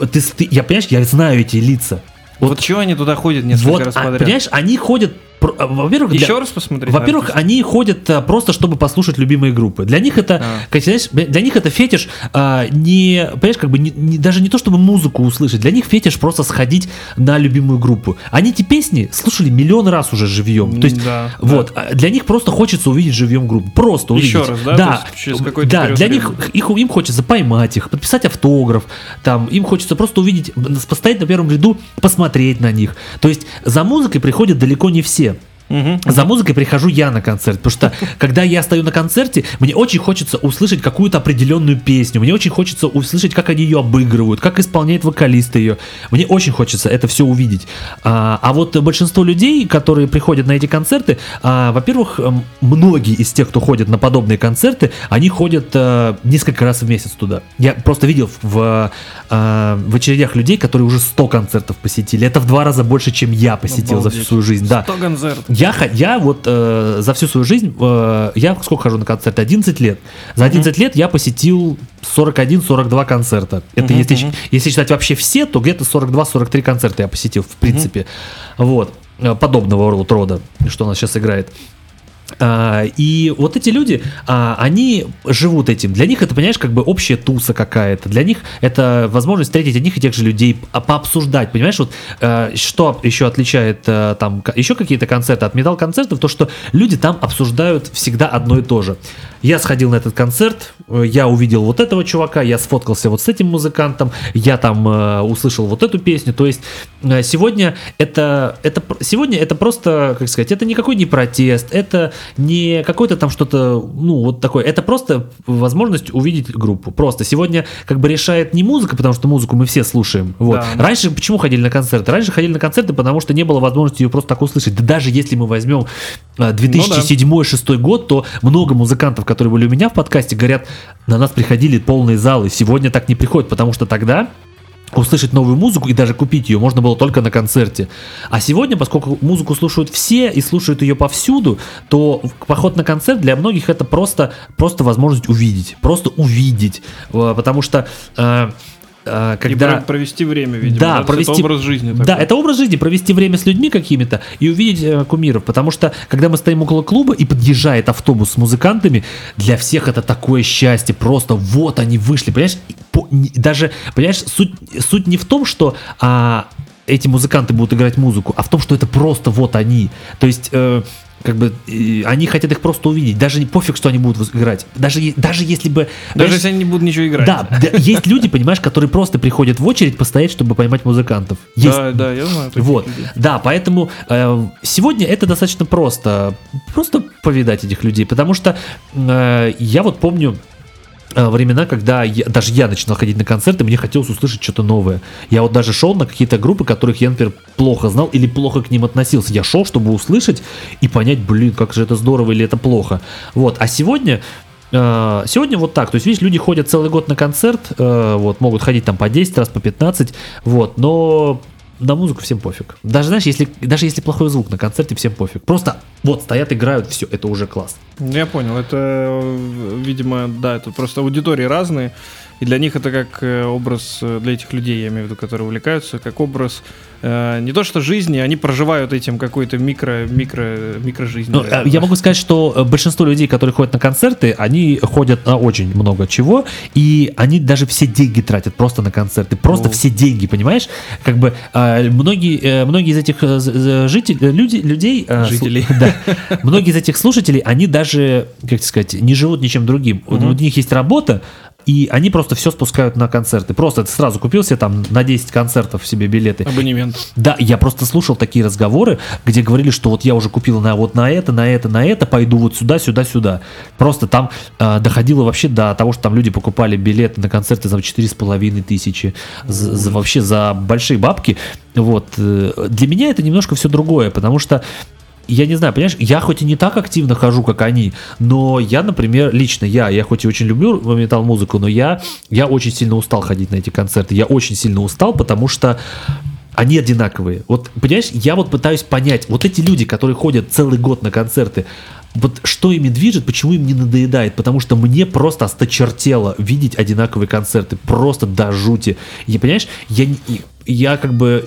Я знаю эти лица. Вот чего они туда ходят несколько раз подряд? Понимаешь, они ходят... Во-первых, еще раз посмотреть. Во-первых, они ходят просто, чтобы послушать любимые группы. Для них это, для них это фетиш, понимаешь, как бы даже не то, чтобы музыку услышать. Для них фетиш просто сходить на любимую группу. Они эти песни слушали миллион раз уже живьем. То есть, для них просто хочется увидеть живьем группу. Просто увидеть. Еще раз, да? Да, через какой-то для них им хочется поймать их, подписать автограф. Там, им хочется просто увидеть, постоять на первом ряду, посмотреть на них. То есть за музыкой приходят далеко не все. За музыкой прихожу я на концерт, потому что когда я стою на концерте, мне очень хочется услышать какую-то определенную песню, мне очень хочется услышать, как они ее обыгрывают, как исполняет вокалист ее. Мне очень хочется это все увидеть. А вот большинство людей, которые приходят на эти концерты, во-первых, многие из тех, кто ходит на подобные концерты, они ходят несколько раз в месяц туда. Я просто видел в очередях людей, которые уже 100 концертов посетили. Это в 2 раза больше, чем я посетил за всю свою жизнь. 100 концертов. Я вот за всю свою жизнь, я сколько хожу на концерты? 11 лет. За 11 лет я посетил 41-42 концерта. Это если считать вообще все, то где-то 42-43 концерта я посетил, в принципе. Вот. Подобного рода, что у нас сейчас играет. И вот эти люди, они живут этим. Для них это, понимаешь, как бы общая туса какая-то. Для них это возможность встретить одних и тех же людей, пообсуждать. Понимаешь, вот что еще отличает там еще какие-то концерты от метал-концертов, то что люди там обсуждают всегда одно и то же. Я сходил на этот концерт, я увидел вот этого чувака, я сфоткался вот с этим музыкантом, я там услышал вот эту песню. То есть сегодня это просто, как сказать, это никакой не протест, это не какой-то там что-то, ну, вот такое. Это просто возможность увидеть группу. Просто сегодня как бы решает не музыка, потому что музыку мы все слушаем. Вот. Да. Раньше почему ходили на концерты? Раньше ходили на концерты, потому что не было возможности ее просто так услышать. Да даже если мы возьмем 2007-2006 год, то много музыкантов, которые были у меня в подкасте, говорят, на нас приходили полные залы. Сегодня так не приходит, потому что тогда услышать новую музыку и даже купить ее можно было только на концерте. А сегодня, поскольку музыку слушают все и слушают ее повсюду, то поход на концерт для многих это просто возможность увидеть. Просто увидеть. Потому что... когда... И провести время, видимо. Да, провести... Это образ жизни такой. Да, это образ жизни, провести время с людьми какими-то и увидеть кумиров. Потому что, когда мы стоим около клуба и подъезжает автобус с музыкантами, для всех это такое счастье. Просто вот они вышли, понимаешь? Даже, понимаешь, суть не в том, что эти музыканты будут играть музыку, а в том, что это просто вот они. То есть... они хотят их просто увидеть. Даже не пофиг, что они будут играть. Даже если бы... Даже если они не будут ничего играть. Да, есть люди, понимаешь, которые просто приходят в очередь постоять, чтобы поймать музыкантов. Да, я знаю. Вот. Да, поэтому сегодня это достаточно просто. Просто повидать этих людей. Потому что я вот помню времена, когда даже я начинал ходить на концерты, мне хотелось услышать что-то новое. Я вот даже шел на какие-то группы, которых я, например, плохо знал или плохо к ним относился. Я шел, чтобы услышать и понять, как же это здорово или это плохо. Вот. А сегодня вот так. То есть, видишь, люди ходят целый год на концерт, вот, могут ходить там по 10 раз, по 15, вот, но... На музыку всем пофиг. Даже, знаешь, если плохой звук на концерте, всем пофиг. Просто вот стоят, играют, все, это уже класс. Я понял, это, видимо, да, это просто аудитории разные, и для них это как образ, для этих людей, я имею в виду, которые увлекаются, как образ не то что жизни, они проживают этим какой-то микрожизнь. Ну, я могу сказать, что большинство людей, которые ходят на концерты, они ходят на очень много чего, и они даже все деньги тратят просто на концерты, просто все деньги, понимаешь? Как бы многие из этих жителей, да, многие из этих слушателей, они даже, как сказать, не живут ничем другим. У них есть работа, и они просто все спускают на концерты. Просто ты сразу купил себе там на 10 концертов себе билеты. Абонемент. Да, я просто слушал такие разговоры, где говорили, что вот я уже купил на это, пойду вот сюда. Просто там доходило вообще до того, что там люди покупали билеты на концерты за 4,5 тысячи, вообще за большие бабки. Вот. Для меня это немножко все другое, потому что я не знаю, понимаешь, я хоть и не так активно хожу, как они, но я, например, лично я хоть и очень люблю метал-музыку, но я очень сильно устал ходить на эти концерты. Я очень сильно устал, потому что они одинаковые. Вот, понимаешь, я вот пытаюсь понять, вот эти люди, которые ходят целый год на концерты, вот что ими движет, почему им не надоедает, потому что мне просто осточертело видеть одинаковые концерты, просто до жути. И, понимаешь, я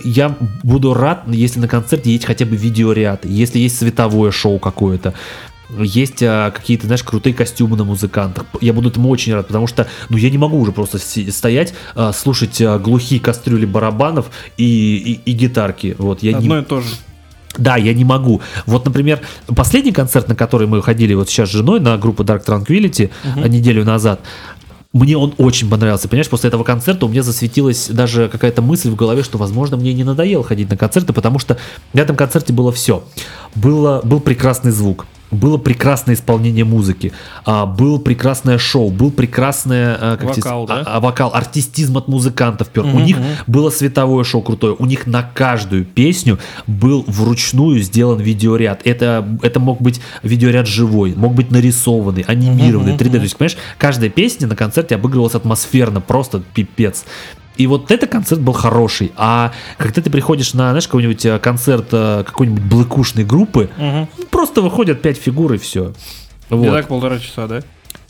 буду рад, если на концерте есть хотя бы видеоряд, если есть световое шоу какое-то, есть какие-то, знаешь, крутые костюмы на музыкантах. Я буду этому очень рад, потому что, я не могу уже просто стоять, слушать глухие кастрюли барабанов и гитарки. Вот, Одно и то же. Да, я не могу. Вот, например, последний концерт, на который мы ходили вот сейчас с женой на группу Dark Tranquillity неделю назад, мне он очень понравился. Понимаешь, после этого концерта у меня засветилась даже какая-то мысль в голове, что, возможно, мне не надоело ходить на концерты, потому что на этом концерте было все. Был прекрасный звук. Было прекрасное исполнение музыки, был прекрасное шоу, был прекрасный вокал, артистизм от музыкантов пер. У них было световое шоу крутое, у них на каждую песню был вручную сделан видеоряд. Это мог быть видеоряд живой, мог быть нарисованный, анимированный, 3D. То есть, понимаешь, каждая песня на концерте обыгрывалась атмосферно, просто пипец. И вот этот концерт был хороший. А когда ты приходишь на, знаешь, какой-нибудь концерт какой-нибудь блэкушной группы, просто выходят 5 фигур и все. Вот. И так 1,5 часа, да?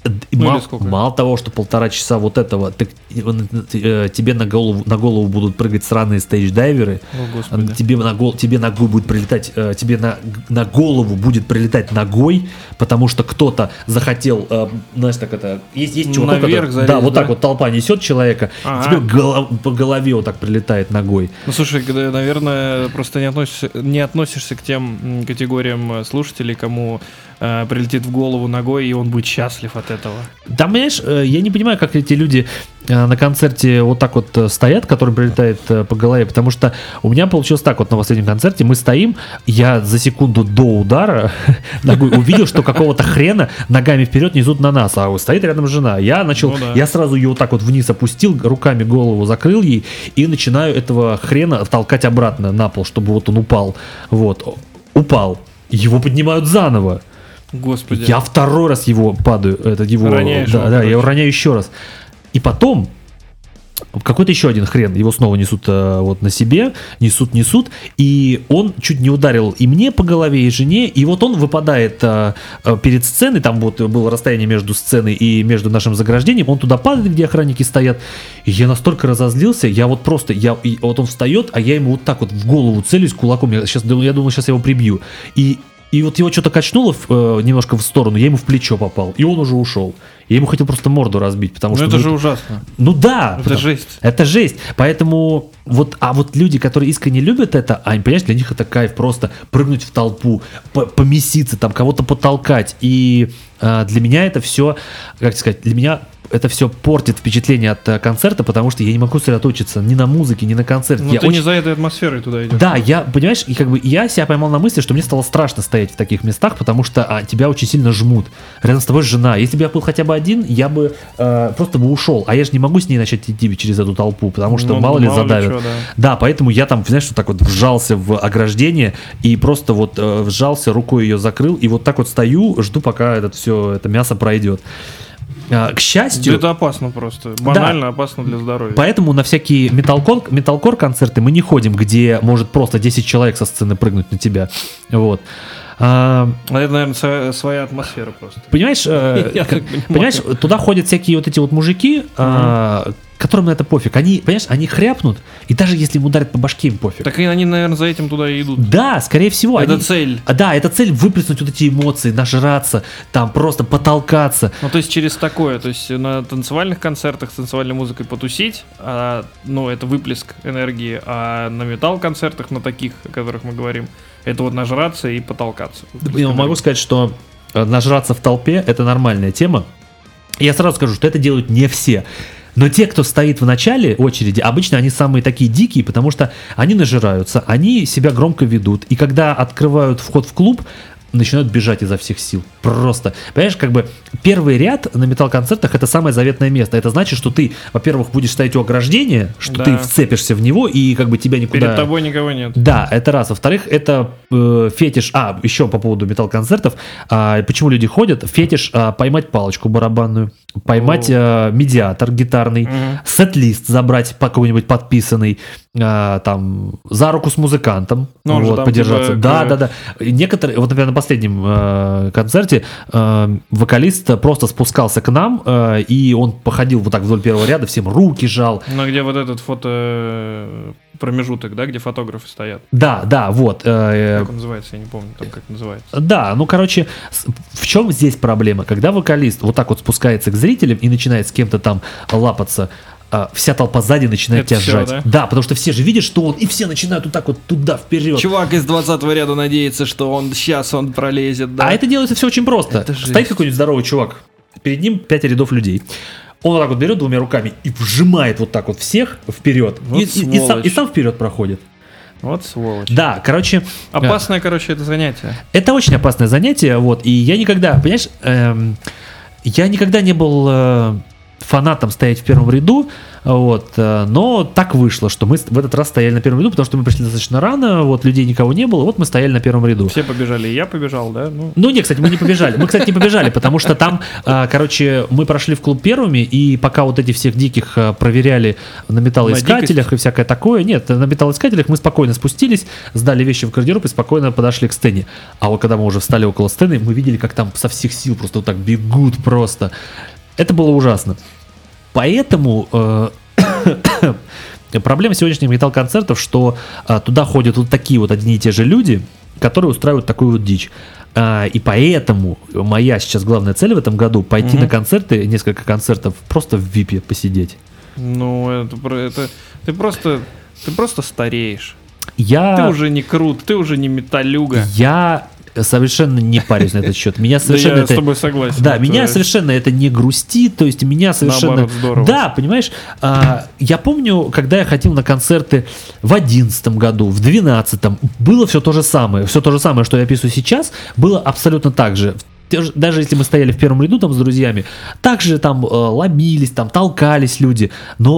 Мало того, что 1,5 часа вот этого, тебе на голову будут прыгать сраные стейдж-дайверы, тебе ногой будет прилетать, тебе на голову будет прилетать ногой, потому что кто-то захотел, знаешь, так это, есть чувак, наверх залезть, да, вот так вот толпа несет человека, тебе по голове вот так прилетает ногой. Ну, слушай, наверное, просто не относишься к тем категориям слушателей, кому прилетит в голову ногой, и он будет счастлив от этого. Да, понимаешь, я не понимаю, как эти люди на концерте вот так вот стоят, которым прилетает по голове, потому что у меня получилось так вот на последнем концерте, мы стоим, я за секунду до удара ногой увидел, что какого-то хрена ногами вперед несут на нас, а стоит рядом жена. Я сразу ее вот так вот вниз опустил, руками голову закрыл ей и начинаю этого хрена толкать обратно на пол, чтобы вот он упал. Вот, упал. Его поднимают заново. Господи. Я второй раз его падаю, роняешь я его роняю еще раз. И потом какой-то еще один хрен, его снова несут вот на себе, несут, и он чуть не ударил и мне по голове, и жене, и вот он выпадает перед сценой, там вот было расстояние между сценой и между нашим заграждением, он туда падает, где охранники стоят, и я настолько разозлился, вот он встает, а я ему вот так вот в голову целюсь кулаком, я думал, сейчас я его прибью, и вот его что-то качнуло немножко в сторону, я ему в плечо попал, и он уже ушел. Я ему хотел просто морду разбить, потому что... это же ужасно. Ну да. Это жесть. Это жесть. Поэтому вот люди, которые искренне любят это, понимаешь, для них это кайф просто прыгнуть в толпу, помеситься там, кого-то потолкать. И для меня это все, как сказать, для меня это все портит впечатление от концерта, потому что я не могу сосредоточиться ни на музыке, ни на концерте. Ну, ты не за этой атмосферой туда идешь. Да, понимаешь, и я себя поймал на мысли, что мне стало страшно стоять в таких местах, потому что тебя очень сильно жмут. Рядом с тобой жена. Если бы я был хотя бы один, я бы просто бы ушел. А я же не могу с ней начать идти через эту толпу, потому что мало ли задавят. Чего, да, поэтому я там, знаешь, вот так вот вжался в ограждение и просто вот вжался, рукой ее закрыл, и вот так вот стою, жду, пока это мясо пройдет. К счастью... Это опасно просто. Банально опасно для здоровья. Поэтому на всякие металкор концерты мы не ходим, где может просто 10 человек со сцены прыгнуть на тебя. Вот. Это, наверное, своя атмосфера просто. Понимаешь, туда ходят всякие вот эти вот мужики, которым на это пофиг. Они хряпнут, и даже если им ударят по башке, им пофиг. Так и они, наверное, за этим туда и идут. Да, скорее всего. Это цель. Да, это цель выплеснуть вот эти эмоции, нажраться, там просто потолкаться. Ну, то есть через такое, то есть на танцевальных концертах с танцевальной музыкой потусить, это выплеск энергии, а на металл-концертах, на таких, о которых мы говорим, это вот нажраться и потолкаться. Я могу сказать, что нажраться в толпе — это нормальная тема. Я сразу скажу, что это делают не все. Но те, кто стоит в начале очереди, обычно они самые такие дикие, потому что они нажираются, они себя громко ведут. И когда открывают вход в клуб, начинают бежать изо всех сил. Просто. Понимаешь, первый ряд на металл-концертах — это самое заветное место. Это значит, что ты, во-первых, будешь стоять у ограждения, что ты вцепишься в него, и тебя никуда... Перед тобой никого нет. Да, это раз. Во-вторых, это фетиш... еще по поводу металл-концертов. Почему люди ходят? Фетиш поймать палочку барабанную, поймать медиатор гитарный, сет-лист забрать какой-нибудь подписанный, там, за руку с музыкантом, подержаться. Да. Некоторые, вот, например, на последнем концерте вокалист просто спускался к нам, и он походил вот так вдоль первого ряда, всем руки жал. Ну, где вот этот промежуток, да, где фотографы стоят. Да, вот. Как он называется, я не помню, там как называется. Да, в чем здесь проблема? Когда вокалист вот так вот спускается к зрителям и начинает с кем-то там лапаться, вся толпа сзади начинает тебя сжать. Да? Да, потому что все же видят, что он, и все начинают вот так вот туда, вперед. Чувак из 20-го ряда надеется, что он пролезет, да. А это делается все очень просто. Стоит какой-нибудь здоровый чувак, перед ним 5 рядов людей. Он вот так вот берет двумя руками и вжимает вот так вот всех вперед. Вот и сам вперед проходит. Вот сволочь. Да, опасное, это занятие. Это очень опасное занятие, вот. И я никогда, понимаешь, я никогда не был фанатом стоять в первом ряду, вот, но так вышло, что мы в этот раз стояли на первом ряду, потому что мы пришли достаточно рано, вот, людей никого не было, вот мы стояли на первом ряду. Все побежали, и я побежал, да? Нет, кстати, мы не побежали. Мы, кстати, не побежали, потому что там, мы прошли в клуб первыми, и пока вот эти всех диких проверяли на металлоискателях и всякое такое, нет, на металлоискателях мы спокойно спустились, сдали вещи в гардероб и спокойно подошли к сцене. А вот когда мы уже встали около сцены, мы видели, как там со всех сил просто вот так бегут просто. Это было ужасно. Поэтому проблема сегодняшних металл-концертов, что туда ходят вот такие вот одни и те же люди, которые устраивают такую вот дичь. И поэтому моя сейчас главная цель в этом году — пойти на концерты, несколько концертов, просто в VIP посидеть. Ты просто стареешь. Ты уже не крут, ты уже не металюга. Я совершенно не парюсь на этот счет. Меня совершенно я с тобой согласен. Да, меня совершенно это не грустит, то есть меня совершенно... Наоборот, здорово. Да, понимаешь, я помню, когда я ходил на концерты в 2011 году, в 2012, было все то же самое, что я описываю сейчас, было абсолютно так же. Даже если мы стояли в первом ряду там с друзьями, также там ломились, там толкались люди, но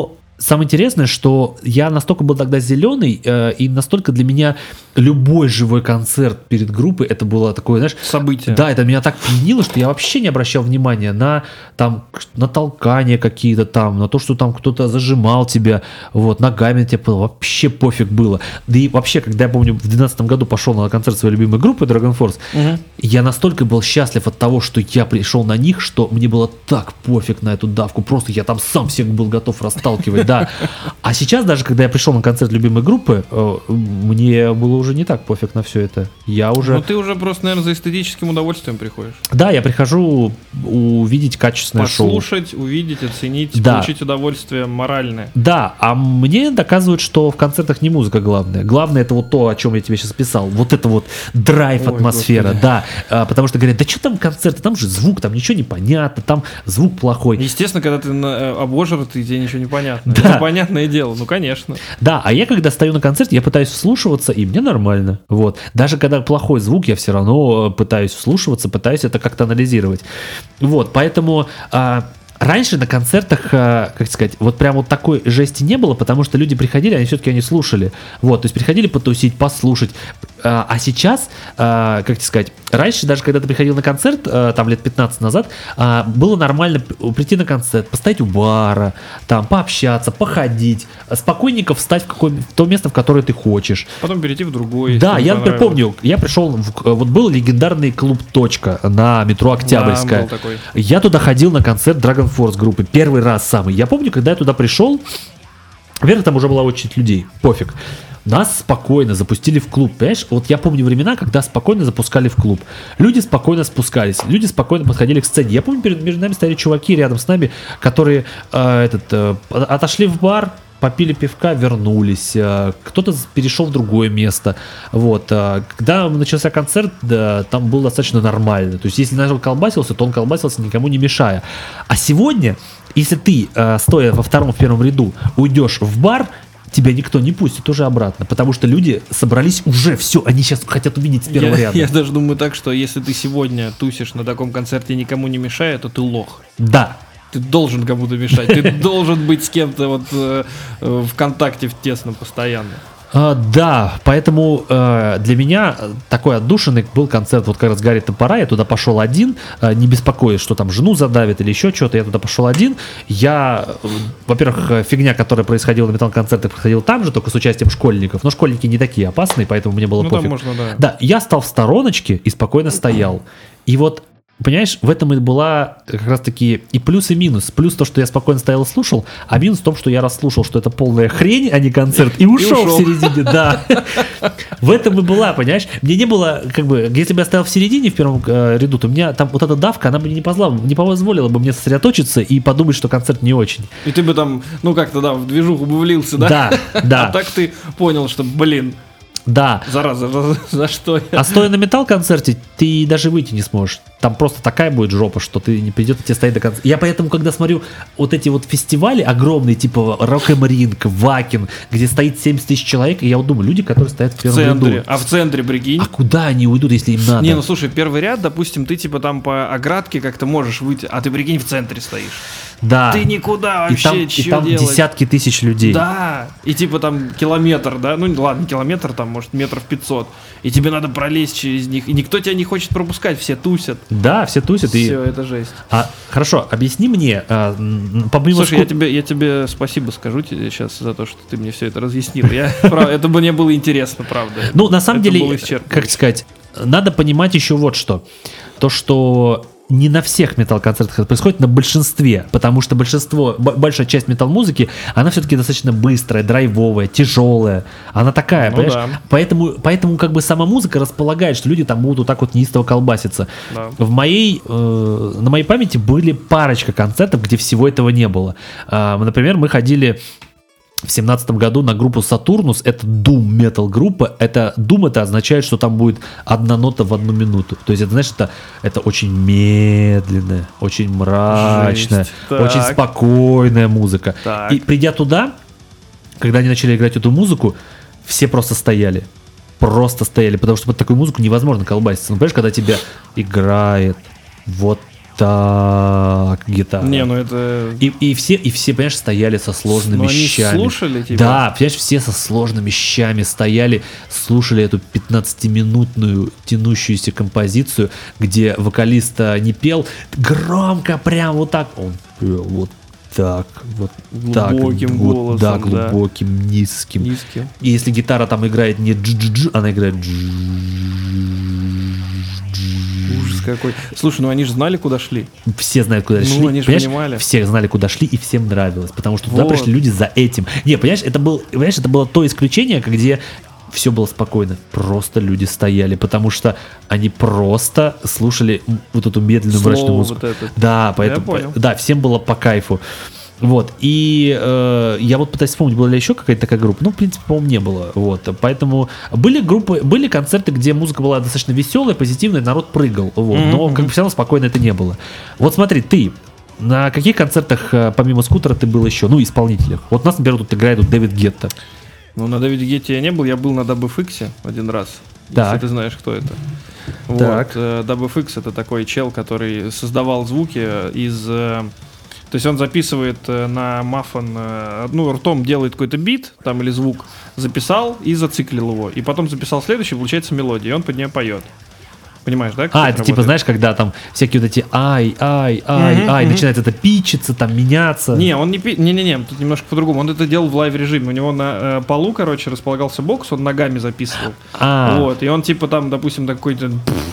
самое интересное, что я настолько был тогда зеленый, и настолько для меня любой живой концерт перед группой, это было такое, знаешь... Событие. Да, это меня так пьянило, что я вообще не обращал внимания на толкания какие-то там, на то, что там кто-то зажимал тебя, вот, ногами тебе было, вообще пофиг было. Да и вообще, когда я помню, в 2012 году пошел на концерт своей любимой группы Dragon Force, я настолько был счастлив от того, что я пришел на них, что мне было так пофиг на эту давку, просто я там сам всех был готов расталкивать, да. А сейчас даже, когда я пришел на концерт любимой группы, мне было уже не так пофиг на все это. Я уже... Ну ты уже просто, наверное, за эстетическим удовольствием приходишь. Да, я прихожу увидеть качественное шоу. Послушать, увидеть, оценить, да. получить удовольствие моральное. Да, а мне доказывают, что в концертах не музыка главное. Главное это вот то, о чем я тебе сейчас писал. Вот это вот драйв, атмосфера, господи. Да. Потому что говорят, да что там концерты, там же звук, там ничего не понятно, там звук плохой. Естественно, когда ты обожратый, тебе ничего не понятно. Да. Это понятное дело, ну конечно. Да, а я когда стою на концерте, я пытаюсь вслушиваться, и мне нормально. Вот. Даже когда плохой звук, я все равно пытаюсь вслушиваться, пытаюсь это как-то анализировать. Вот, поэтому... Раньше на концертах, как сказать, вот прям вот такой жести не было, потому что люди приходили, они все-таки слушали. Вот, то есть приходили потусить, послушать. А сейчас, как сказать, раньше даже когда ты приходил на концерт, там лет 15 назад, было нормально прийти на концерт, постоять у бара, там пообщаться, походить, спокойненько встать в то место, в которое ты хочешь. Потом перейти в другой. Да, я, например, помню, я пришел, вот был легендарный клуб «Точка» на метро Октябрьская. Да, был такой. Я туда ходил на концерт Dragon Force группы, первый раз самый. Я помню, когда я туда пришел, наверное, там уже была очередь людей, пофиг. Нас спокойно запустили в клуб, понимаешь? Вот я помню времена, когда спокойно запускали в клуб. Люди спокойно спускались, люди спокойно подходили к сцене. Я помню, между нами стояли чуваки рядом с нами, которые отошли в бар, попили пивка, вернулись, кто-то перешел в другое место. Вот. Когда начался концерт, да, там было достаточно нормально. То есть, если начал колбасился, то он колбасился, никому не мешая. А сегодня, если ты, стоя в первом ряду, уйдешь в бар, тебя никто не пустит уже обратно, потому что люди собрались уже, все, они сейчас хотят увидеть с первого ряда. Я даже думаю так, что если ты сегодня тусишь на таком концерте, никому не мешая, то ты лох. Да. Ты должен кому-то мешать, ты должен быть с кем-то вот в контакте в тесном постоянно. Да, поэтому для меня такой отдушенный был концерт вот как раз Гарри Топора. Я туда пошел один, не беспокоясь, что там жену задавит или еще что-то. Я туда пошел один. Во-первых, фигня, которая происходила на метал-концертах, происходила там же, только с участием школьников. Но школьники не такие опасные, поэтому мне было пофиг. Там можно, да. Да, я стал в стороночке и спокойно стоял. И вот, понимаешь, в этом и была как раз таки и плюс, и минус. Плюс то, что я спокойно стоял и слушал, а минус в том, что я расслушал, что это полная хрень, а не концерт, и ушел в середине, да. В этом и была, понимаешь? Мне не было, как бы, если бы я стоял в середине, в первом ряду, то у меня там вот эта давка, она бы не позволила бы мне сосредоточиться и подумать, что концерт не очень. И ты бы там, ну как-то, да, в движуху бы влился, да? Да, да. А так ты понял, что, блин, да. Зараза, за что я? А стоя на метал-концерте, ты даже выйти не сможешь. Там просто такая будет жопа, что ты не придется тебе стоять до конца. Я поэтому, когда смотрю вот эти вот фестивали огромные, типа Rock am Ring, Wacken, где стоит 70 тысяч человек, и я вот думаю, люди, которые стоят в первом ряду. А в центре, прикинь? А куда они уйдут, если им надо? Не, ну слушай, первый ряд, допустим, ты типа там по оградке как-то можешь выйти, а ты, прикинь, в центре стоишь. Да. Ты никуда вообще, и там делать? Десятки тысяч людей. Да, и типа там километр, да, ну ладно, километр, там может метров 500, и тебе надо пролезть через них, и никто тебя не хочет пропускать, все тусят. Да, все тусят. Все, это жесть. Хорошо, объясни мне, помимо... Слушай, я тебе спасибо скажу тебе сейчас за то, что ты мне все это разъяснил. Это мне было интересно, правда. Ну, на самом деле, как сказать, надо понимать еще вот что. То, что не на всех метал-концертах это происходит, на большинстве, потому что большая часть метал-музыки, она все-таки достаточно быстрая, драйвовая, тяжелая, она такая, ну, понимаешь? Да. Поэтому как бы сама музыка располагает, что люди там будут вот так вот неистово колбаситься. Да. На моей памяти были парочка концертов, где всего этого не было. Например, мы ходили в 2017 году на группу Saturnus, это Doom Metal группа, Doom это означает, что там будет одна нота в 1 минуту, то есть это, знаешь, это очень медленная, очень мрачная, очень спокойная музыка. Так. И придя туда, когда они начали играть эту музыку, все просто стояли, потому что под такую музыку невозможно колбаситься. Ну, понимаешь, когда тебя играет вот так гитара. Не, ну это... И все, понимаешь, стояли со сложными Ну, они щами. слушали тебя? Да, понимаешь, все со сложными щами стояли, слушали эту 15-минутную тянущуюся композицию, где вокалист не пел громко, прям вот так. Он пел вот так, вот так. Глубоким Вот, голосом, да, да. глубоким, низким. Низким. И если гитара там играет не дж-дж-дж, она играет Ужас какой. Слушай, ну они же знали, куда шли. все знают, куда Ну, шли. они же Понимаешь, понимали. все знали, куда шли, и всем нравилось. Потому что туда Вот. пришли люди за этим. Не, понимаешь, это было то исключение, где все было спокойно. Просто люди стояли, потому что они просто слушали вот эту медленную Слово мрачную музыку. вот это. Да, поэтому, понял. да, всем было по кайфу. Вот, и я вот пытаюсь вспомнить, была ли еще какая-то такая группа. Ну, в принципе, по-моему, не было. Вот, поэтому были концерты, где музыка была достаточно веселая, позитивная, народ прыгал. Вот, но как бы все равно спокойно это не было. Вот смотри, ты на каких концертах, помимо Скутера, ты был еще? Ну, исполнителях. Вот у нас, например, тут играет Дэвид Гетта. Ну, на Дэвиде Гетте я не был, я был на DubFX один раз. Так. Если ты знаешь, кто это. Так. Вот, DubFX это такой чел, который создавал звуки из... То есть он записывает на мафон, ну, ртом делает какой-то бит, там, или звук, записал и зациклил его. И потом записал следующий, получается мелодия, и он под нее поет. Понимаешь, да? как это Это типа, работает? знаешь, когда там всякие вот эти начинает это пичиться, там меняться. Не, он не, тут немножко по-другому. Он это делал в лайв-режиме. У него на полу, короче, располагался бокс, он ногами записывал. Вот, и он типа там, допустим, какой-то...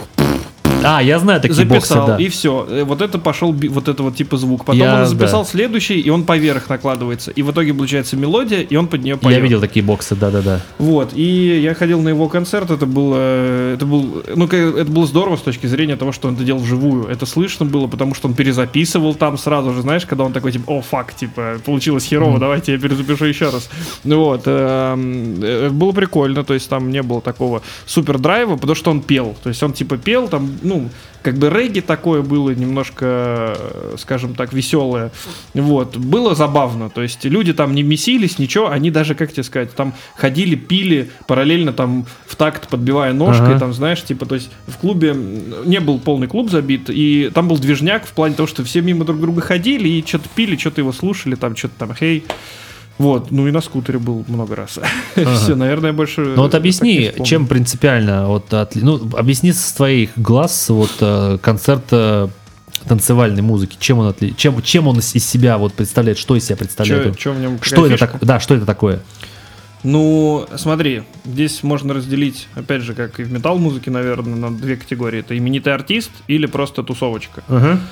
Я знаю такие записал, боксы, да. и все. Вот это пошел вот это вот типа звук. Потом Я- он записал да. следующий, и он поверх накладывается. И в итоге получается мелодия, и он под нее поет. Я видел такие боксы, да-да-да. Вот, и я ходил на его концерт, это было здорово с точки зрения того, что он это делал вживую. Это слышно было, потому что он перезаписывал там сразу же, знаешь, когда он такой, типа, о, фак, типа, получилось херово, давайте я перезапишу еще раз. Вот, было прикольно, то есть там не было такого супер драйва, потому что он пел, то есть он типа пел, там, ну, как бы регги такое было немножко, скажем так, веселое. Вот. Было забавно. То есть люди там не месились, ничего. Они даже, как тебе сказать, там ходили, пили, параллельно там в такт подбивая ножкой, там, знаешь, типа, то есть в клубе не был полный клуб забит, и там был движняк в плане того, что все мимо друг друга ходили и что-то пили, что-то его слушали, там, что-то там, хей. Вот, ну и на скутере был много раз. Все, наверное, больше... Ну вот объясни, чем принципиально, объясни с твоих глаз концерт танцевальной музыки, чем он из себя вот представляет, что из себя представляет? Чё в нем, что какая это фишка? да, что это такое? Ну, смотри, здесь можно разделить, опять же, как и в метал-музыке, наверное, на две категории. Это именитый артист или просто тусовочка.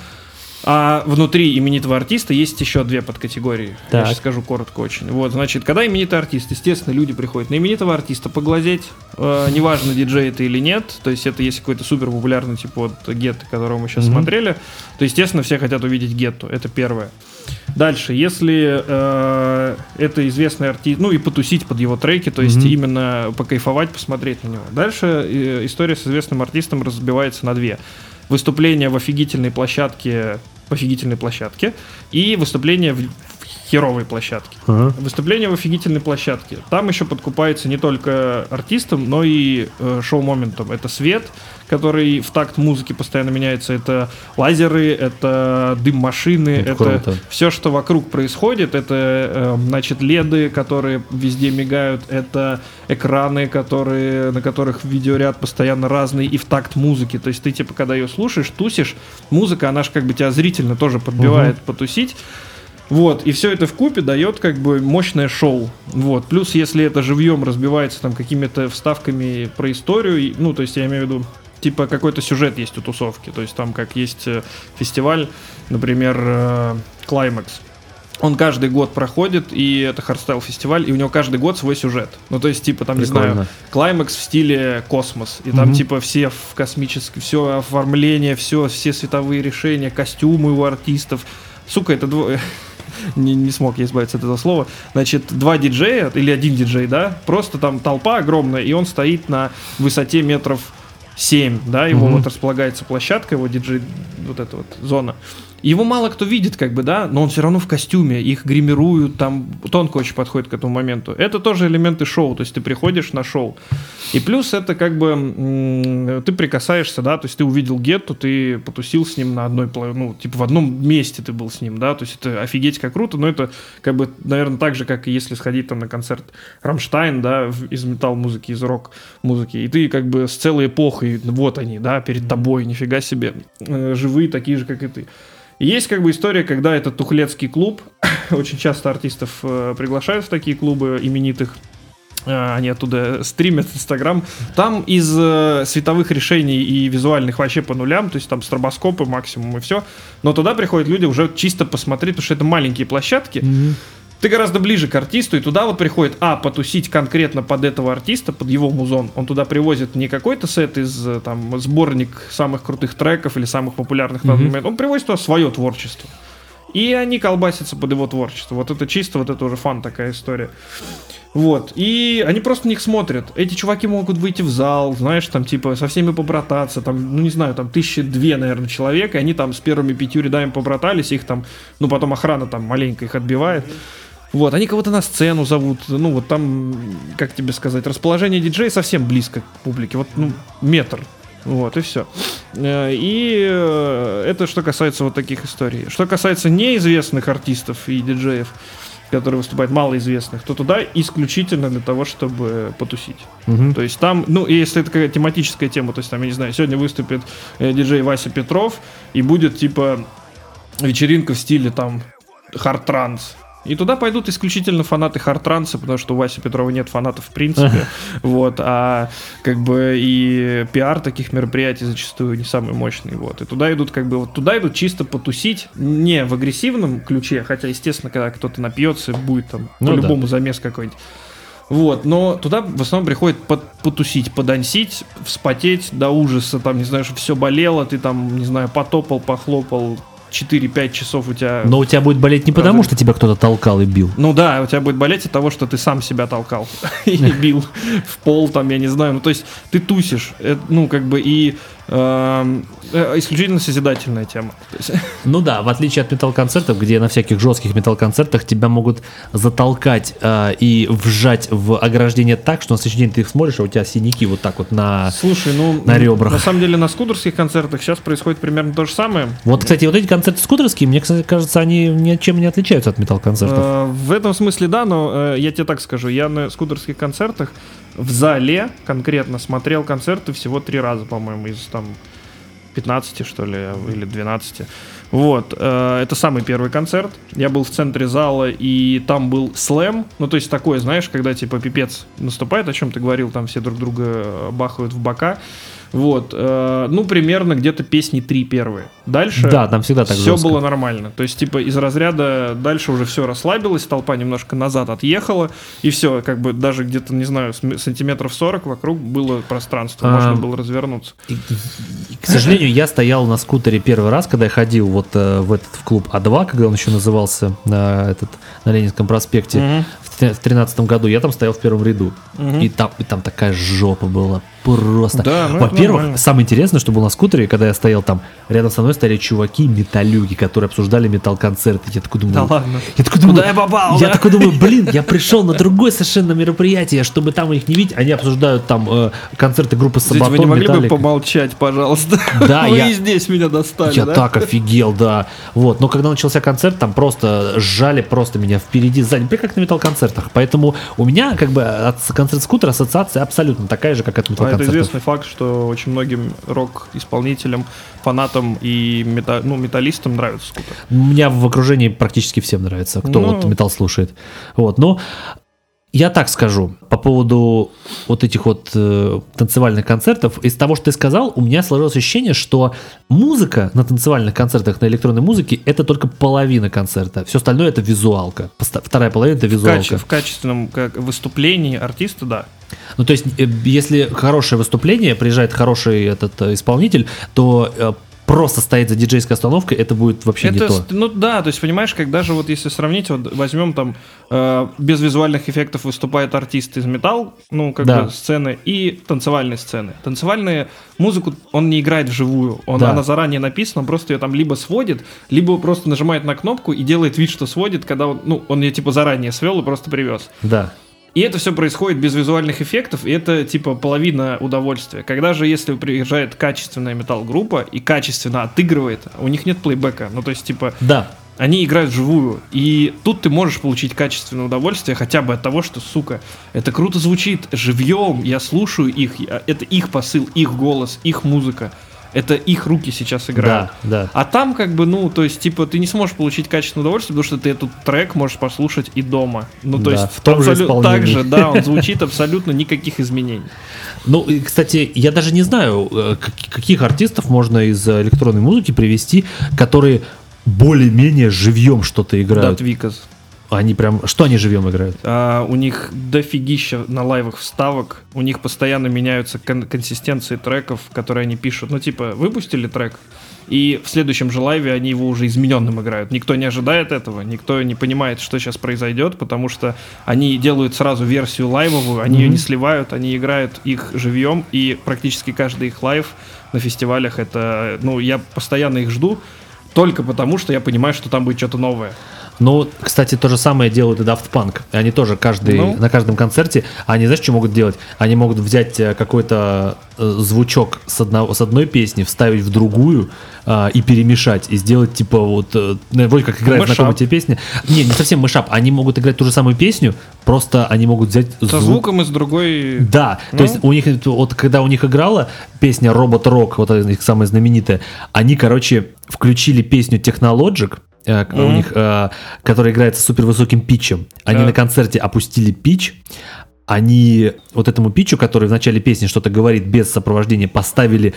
А внутри именитого артиста есть еще две подкатегории. Так. Я сейчас скажу коротко очень. Вот, значит, когда именитый артист, естественно, люди приходят на именитого артиста поглазеть, неважно, диджей это или нет, то есть это есть какой-то супер популярный, типа вот Гетто, которого мы сейчас смотрели, то, естественно, все хотят увидеть Гетту, это первое. Дальше, если это известный артист, ну и потусить под его треки, то есть именно покайфовать, посмотреть на него. Дальше история с известным артистом разбивается на две. Выступление в офигительной площадке и выступление в херовой площадке. Выступление в офигительной площадке. Там еще подкупается не только артистом, но и шоу-моментом. Это свет, который в такт музыки постоянно меняется. Это лазеры, это дым машины, это все, что вокруг происходит. Это, значит, леды, которые везде мигают. Это экраны, на которых видеоряд постоянно разный и в такт музыки. То есть ты, типа, когда ее слушаешь, тусишь, музыка, она же как бы тебя зрительно тоже подбивает потусить. Вот, и все это вкупе дает как бы мощное шоу. Вот, плюс если это живьем разбивается там какими-то вставками про историю, ну, то есть я имею в виду, типа какой-то сюжет есть у тусовки, то есть там как есть фестиваль, например, Climax. Он каждый год проходит, и это хардстайл-фестиваль, и у него каждый год свой сюжет. Ну, то есть, типа, там, Прикольно. не знаю, Клаймакс в стиле космос. И там, типа, все в космическом, все оформление, все световые решения, костюмы у артистов. Сука, это не смог я избавиться от этого слова. Значит, два диджея, или один диджей, да, просто там толпа огромная, и он стоит на высоте метров 7, да, его вот располагается площадка, его диджей, вот эта вот зона. Его мало кто видит, как бы, да, но он все равно в костюме, их гримируют, там тонко очень подходит к этому моменту. Это тоже элементы шоу, то есть ты приходишь на шоу. И плюс это как бы ты прикасаешься, да, то есть ты увидел Гетту, ты потусил с ним на одной, ну, типа в одном месте ты был с ним, да, то есть это офигеть как круто, но это как бы, наверное, так же, как и если сходить там на концерт Рамштайн, да, из метал-музыки, из рок-музыки, и ты как бы с целой эпохой, вот они, да, перед тобой, нифига себе, живые такие же, как и ты. И есть как бы история, когда это тухлецкий клуб, очень часто артистов приглашают в такие клубы именитых, они оттуда стримят в Инстаграм, там из световых решений и визуальных вообще по нулям, то есть там стробоскопы максимум и все, но туда приходят люди уже чисто посмотреть, потому что это маленькие площадки, ты гораздо ближе к артисту, и туда вот приходит, потусить конкретно под этого артиста, под его музон. Он туда привозит не какой-то сет из, там, сборник самых крутых треков или самых популярных на данный момент, он привозит туда свое творчество. И они колбасятся под его творчество. Вот это чисто, вот это уже фан такая история. Вот, и они просто на них смотрят. Эти чуваки могут выйти в зал, знаешь, там, типа, со всеми побрататься, там, ну, не знаю, там, 1002, наверное, человек, и они там с первыми 5 рядами побратались, их там, ну, потом охрана там маленько их отбивает. Вот, они кого-то на сцену зовут, ну, вот там, как тебе сказать, расположение диджея совсем близко к публике, вот, ну, метр, вот, и все. И это что касается вот таких историй. Что касается неизвестных артистов и диджеев, которые выступают малоизвестных, то туда исключительно для того, чтобы потусить. То есть там, ну, если это какая-то тематическая тема, то есть там, я не знаю, сегодня выступит диджей Вася Петров, и будет, типа, вечеринка в стиле, там, хард-транс. И туда пойдут исключительно фанаты хард-транса, потому что у Васи Петрова нет фанатов в принципе. Вот, а как бы и пиар таких мероприятий зачастую не самый мощный. Вот. И туда идут, как бы, вот туда идут чисто потусить, не в агрессивном ключе, хотя, естественно, когда кто-то напьется, будет там по-любому замес какой-нибудь. Вот, но туда в основном приходит потусить, подансить, вспотеть до ужаса, там, не знаю, что все болело, ты там, не знаю, потопал, похлопал, 4-5 часов у тебя... Но у тебя будет болеть не потому, что тебя кто-то толкал и бил. Ну да, у тебя будет болеть от того, что ты сам себя толкал и бил в пол, там, я не знаю. Ну, то есть ты тусишь, ну, как бы, и исключительно созидательная тема. Ну да, в отличие от метал-концертов, где на всяких жестких метал-концертах тебя могут затолкать и вжать в ограждение так, что на следующий день ты их смотришь, а у тебя синяки вот так вот на, на ребрах. На самом деле на скутерских концертах сейчас происходит примерно то же самое. Вот, кстати, вот эти концерты скутерские, мне, кстати, кажется, они ничем не отличаются от метал-концертов. В этом смысле да, но я тебе так скажу, я на скутерских концертах в зале конкретно смотрел концерты всего 3 раза, по-моему, из там 15, что ли, или 12. Вот, это самый первый концерт. Я был в центре зала, и там был слэм. Ну, то есть такое, знаешь, когда типа пипец наступает, о чем ты говорил, там все друг друга бахают в бока. Вот, ну, примерно где-то песни 3 первые. Дальше да, там всегда так все жестко было нормально. То есть, типа, из разряда дальше уже все расслабилось, толпа немножко назад отъехала, и все, как бы даже где-то, не знаю, сантиметров 40 вокруг было пространство, можно было развернуться. К сожалению, я стоял на скутере первый раз, когда я ходил вот в клуб А2, когда он еще назывался на Ленинском проспекте. В 2013 году я там стоял в первом ряду. И там такая жопа была. Просто. Да, ну, во-первых, самое интересное, что было на скутере, когда я стоял там, рядом со мной стояли чуваки-металюги, которые обсуждали метал-концерты. Я такой думаю... Да ладно. Я такой думаю, куда я попал? Я такой думаю, блин, я пришел на другое совершенно мероприятие, чтобы там их не видеть. Они обсуждают там концерты группы Сабатон, Вы не могли бы помолчать, пожалуйста? Да, Вы и здесь меня достали, я так офигел, да. Вот, но когда начался концерт, там просто сжали просто меня впереди, сзади, прям как на метал-концертах. Поэтому у меня как бы от концерт-скутера ассоциация абсолютно такая же, как от метал-концертов. Это известный факт, что очень многим рок-исполнителям, фанатам и металлистам нравится скутер. У меня в окружении практически всем нравится, кто вот металл слушает. Вот, но я так скажу, по поводу вот этих вот танцевальных концертов, из того, что ты сказал, у меня сложилось ощущение, что музыка на танцевальных концертах, на электронной музыке, это только половина концерта. Все остальное это визуалка. Вторая половина это визуалка. В качественном выступлении артиста, да. Ну, то есть, если хорошее выступление, приезжает хороший исполнитель, то просто стоять за диджейской остановкой, это будет вообще не то. Ну да, то есть понимаешь, как даже вот если сравнить, вот возьмем там без визуальных эффектов выступает артист из металл, ну как бы сцены, и танцевальные сцены. Танцевальные музыку он не играет вживую, она заранее написана, он просто ее там либо сводит, либо просто нажимает на кнопку и делает вид, что сводит, когда он ее типа заранее свел и просто привез. Да. И это все происходит без визуальных эффектов, и это типа половина удовольствия. Когда же, если приезжает качественная метал-группа и качественно отыгрывает, у них нет плейбека, ну то есть типа они играют вживую, и тут ты можешь получить качественное удовольствие хотя бы от того, что, сука, это круто звучит живьем, я слушаю их, это их посыл, их голос, их музыка. Это их руки сейчас играют. Да. А там как бы, ну, то есть, типа, ты не сможешь получить качественное удовольствие, потому что ты этот трек можешь послушать и дома. Ну, то есть, в том же исполнении. Так же, да, он звучит абсолютно никаких изменений. Ну, и, кстати, я даже не знаю, каких артистов можно из электронной музыки привести, которые более-менее живьем что-то играют. Датвикас. Они прям... Что они живьем играют? У них дофигища на лайвах вставок. У них постоянно меняются консистенции треков, которые они пишут. Ну, типа, выпустили трек, и в следующем же лайве они его уже измененным играют. Никто не ожидает этого, никто не понимает, что сейчас произойдет, потому что они делают сразу версию лайвовую, они ее не сливают, они играют их живьем, и практически каждый их лайв на фестивалях это... Ну, я постоянно их жду, только потому что я понимаю, что там будет что-то новое. Ну, кстати, то же самое делают и Daft Punk. Они тоже на каждом концерте, они, знаешь, что могут делать? Они могут взять какой-то звучок с одной песни, вставить в другую и перемешать, и сделать типа вот, вроде как играет знакомая тебе песня. Не совсем мышап, они могут играть ту же самую песню, просто они могут взять со звуком из другой... Да, то есть у них, вот когда у них играла песня Robot Rock, вот из них самая знаменитая, они, короче, включили песню Technologic, у них, который играется с супервысоким питчем. Они на концерте опустили питч, они вот этому питчу, который в начале песни что-то говорит без сопровождения, поставили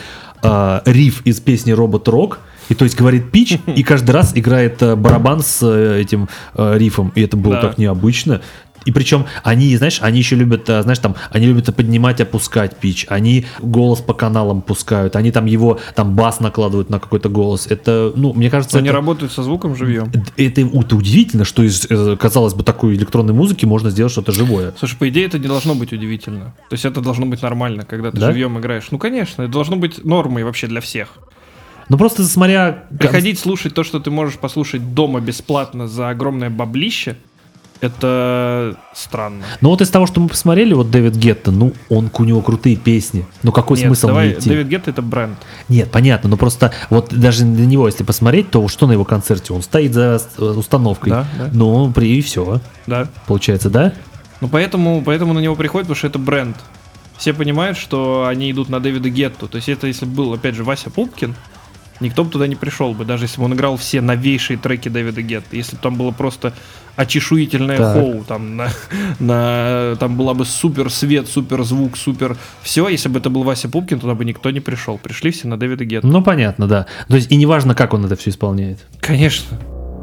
риф из песни Robot Rock, и то есть говорит питч, и каждый раз играет барабан с этим рифом, и это было так необычно. И причем они, знаешь, они еще любят, знаешь, там, они любят поднимать, опускать питч, они голос по каналам пускают, они там его, там бас накладывают на какой-то голос. Это, ну, мне кажется... Они работают со звуком живьем. Это удивительно, что из, казалось бы, такой электронной музыки можно сделать что-то живое. Слушай, по идее это не должно быть удивительно. То есть это должно быть нормально, когда ты живьем играешь. Ну, конечно, это должно быть нормой вообще для всех. Ну просто смотря... Приходить слушать то, что ты можешь послушать дома бесплатно за огромное баблище, это странно. Ну вот из того, что мы посмотрели, вот Дэвид Гетта, ну у него крутые песни. Ну какой смысл мне идти? Дэвид Гетта это бренд. Нет, понятно, но просто вот даже на него, если посмотреть, то что на его концерте? Он стоит за установкой. Да. Ну, и все. Да. Получается, да? Ну поэтому на него приходят, потому что это бренд. Все понимают, что они идут на Дэвида Гетту. То есть это если бы был, опять же, Вася Пупкин, никто бы туда не пришел бы, даже если бы он играл все новейшие треки Дэвида Гетта. Если бы там было просто очешуительное хоу, там, там была бы супер свет, супер звук, супер все. Если бы это был Вася Пупкин, туда бы никто не пришел. Пришли все на Дэвида Гетта. Ну, понятно, да. То есть и неважно, как он это все исполняет. Конечно.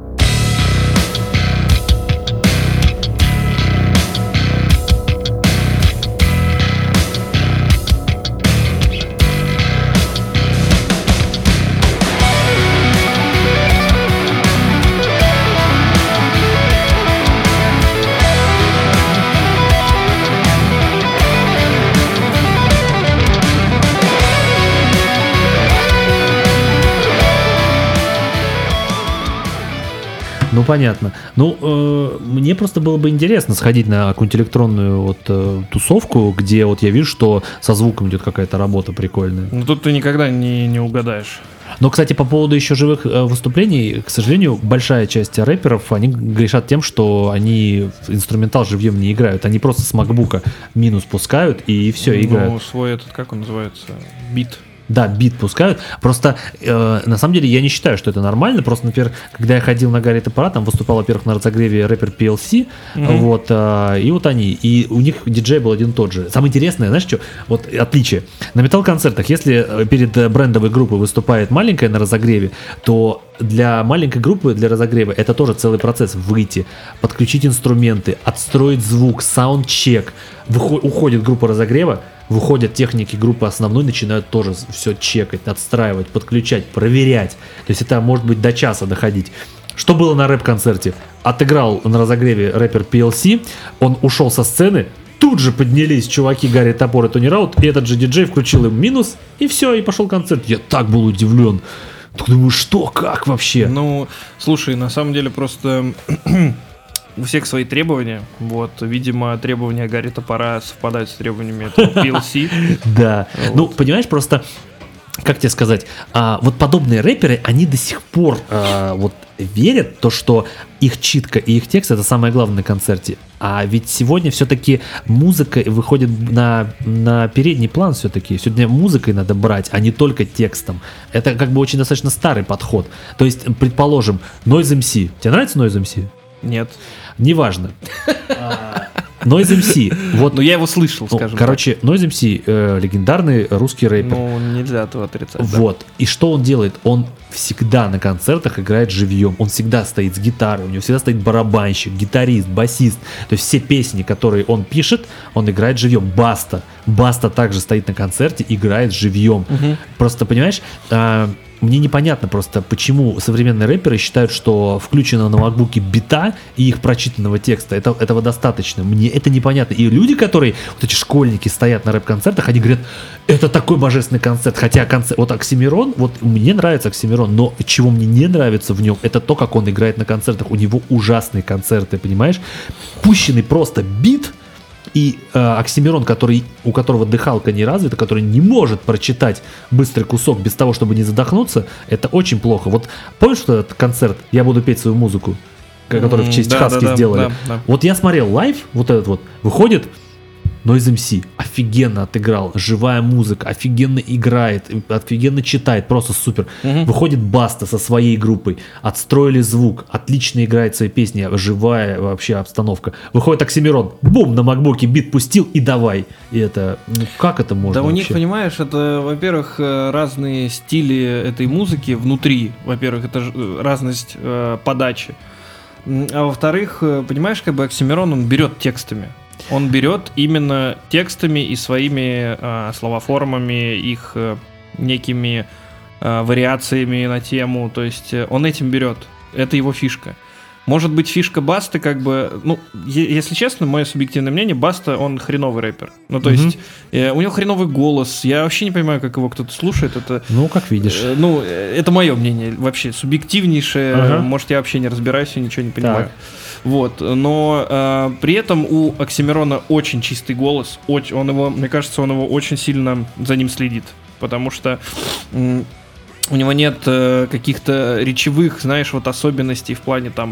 Ну, понятно. Ну, мне просто было бы интересно сходить на какую-нибудь электронную вот тусовку, где вот я вижу, что со звуком идет какая-то работа прикольная. Ну, тут ты никогда не угадаешь. Но, кстати, по поводу еще живых выступлений, к сожалению, большая часть рэперов, они грешат тем, что они инструментал живьем не играют. Они просто с макбука минус пускают и все, играют. Ну, свой этот, как он называется, бит. Да, бит пускают. Просто, на самом деле, я не считаю, что это нормально. Просто, например, когда я ходил на Гарри Топора, там выступал, во-первых, на разогреве рэпер PLC, вот, и вот они. И у них диджей был один и тот же. Самое интересное, знаешь, что? Вот отличие. На метал-концертах, если перед брендовой группой выступает маленькая на разогреве, то для маленькой группы, для разогрева, это тоже целый процесс. Выйти, подключить инструменты, отстроить звук, саундчек. Уходит группа разогрева, выходят техники группы основной, начинают тоже все чекать, отстраивать, подключать, проверять. То есть это может быть до часа доходить. Что было на рэп-концерте? Отыграл на разогреве рэпер PLC, он ушел со сцены, тут же поднялись чуваки Гарри Топор и Тони Раут, и этот же диджей включил им минус, и все, и пошел концерт. Я так был удивлен. Думаю, что, как вообще? Ну, слушай, на самом деле просто у всех свои требования. Вот, видимо, требования Гарри Топора совпадают с требованиями этого PLC. Да. Ну, понимаешь, просто, как тебе сказать, вот подобные рэперы, они до сих пор вот верят в то, что их читка и их текст — это самое главное на концерте. А ведь сегодня все-таки музыка выходит на передний план все-таки. Сегодня музыкой надо брать, а не только текстом. Это как бы очень достаточно старый подход. То есть, предположим, Noise MC. Тебе нравится Noise MC? Нет. Неважно. Noise MC. Вот, ну, я его слышал, скажем короче, так. Noise MC легендарный русский рэпер. Ну, нельзя этого отрицать. Вот. Да. И что он делает? Он всегда на концертах играет живьем. Он всегда стоит с гитарой, у него всегда стоит барабанщик, гитарист, басист. То есть все песни, которые он пишет, он играет живьем. Баста также стоит на концерте, играет живьем. Угу. Просто, понимаешь, мне непонятно просто, почему современные рэперы считают, что включено на макбуке бита и их прочитанного текста, этого достаточно. Мне это непонятно. И люди, которые, вот эти школьники, стоят на рэп-концертах, они говорят, это такой божественный концерт. Хотя вот Оксимирон, вот мне нравится Оксимирон, но чего мне не нравится в нем, это то, как он играет на концертах. У него ужасные концерты, понимаешь? Пущенный просто бит. И Оксимирон, у которого дыхалка не развита, который не может прочитать быстрый кусок без того, чтобы не задохнуться, это очень плохо. Вот помнишь, что этот концерт «Я буду петь свою музыку», который в честь Хаски сделали? Да. Вот я смотрел лайв, вот этот вот, выходит Noise MC, офигенно отыграл, живая музыка, офигенно играет, офигенно читает, просто супер. Выходит Баста со своей группой, отстроили звук, отлично играет свои песни, живая вообще обстановка. Выходит Оксимирон, бум, на макбуке бит пустил и давай. И это, ну как это можно? Да вообще? У них, понимаешь, это, во-первых, разные стили этой музыки внутри, во-первых, это разность подачи. А во-вторых, понимаешь, как бы Оксимирон, он берет текстами. Он берет именно текстами и своими словоформами, их некими вариациями на тему. То есть он этим берет. Это его фишка. Может быть, фишка Басты, как бы, ну, если честно, мое субъективное мнение, Баста, он хреновый рэпер. Ну, то есть, у него хреновый голос. Я вообще не понимаю, как его кто-то слушает. Это, ну, как видишь. Ну, это мое мнение, вообще субъективнейшее. Может, я вообще не разбираюсь и ничего не понимаю. Так. Вот, но при этом у Оксимирона очень чистый голос. Он его, мне кажется, он его очень сильно за ним следит. Потому что у него нет каких-то речевых, знаешь, вот особенностей в плане там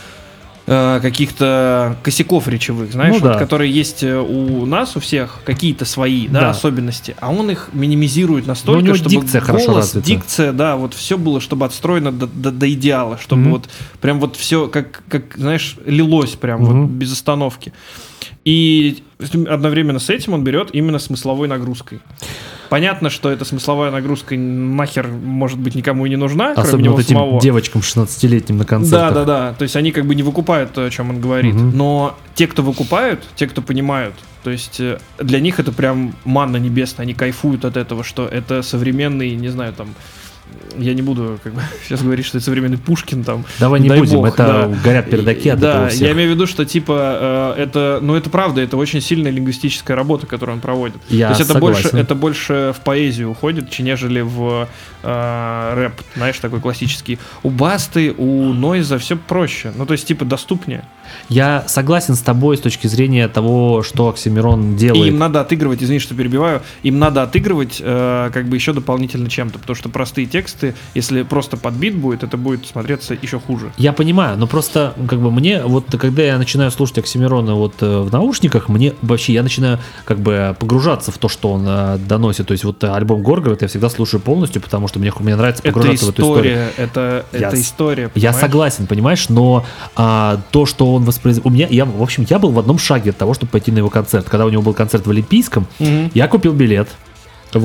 каких-то косяков речевых, знаешь, ну, вот, да. которые есть у нас, у всех, какие-то свои, да, особенности, а он их минимизирует настолько, чтобы дикция голос, дикция, да, вот все было, чтобы отстроено до идеала, чтобы вот прям вот все, как знаешь, лилось прям вот без остановки. И одновременно с этим он берет именно смысловой нагрузкой. Понятно, что эта смысловая нагрузка нахер, может быть, никому и не нужна, особенно кроме него вот этим самого. Девочкам 16-летним на концертах. Да. То есть они как бы не выкупают то, о чем он говорит. Но те, кто выкупают, те, кто понимают, то есть для них это прям манна небесная. Они кайфуют от этого, что это современный, не знаю, там... Я не буду как бы сейчас говорить, что это современный Пушкин там. Давай не будем, бог, это горят пердаки от этого всех. Я имею в виду, что типа это правда, это очень сильная лингвистическая работа, которую он проводит. То есть это больше в поэзию уходит, нежели в рэп, знаешь, такой классический. У Басты, у Нойза все проще, ну то есть типа доступнее. Я согласен с тобой с точки зрения того, что Оксимирон делает. И им надо отыгрывать, извини, что перебиваю, им надо отыгрывать как бы еще дополнительно чем-то, потому что простые тексты, если просто под бит будет, это будет смотреться еще хуже. Я понимаю, но просто как бы мне, вот когда я начинаю слушать Оксимирона вот в наушниках, мне вообще, я начинаю как бы погружаться в то, что он доносит. То есть вот альбом Горгород я всегда слушаю полностью, потому что мне нравится погружаться в эту историю. Это история, понимаешь? Я согласен, понимаешь, но то, что он воспроизвел... Я был в одном шаге от того, чтобы пойти на его концерт. Когда у него был концерт в Олимпийском, я купил билет. Вот.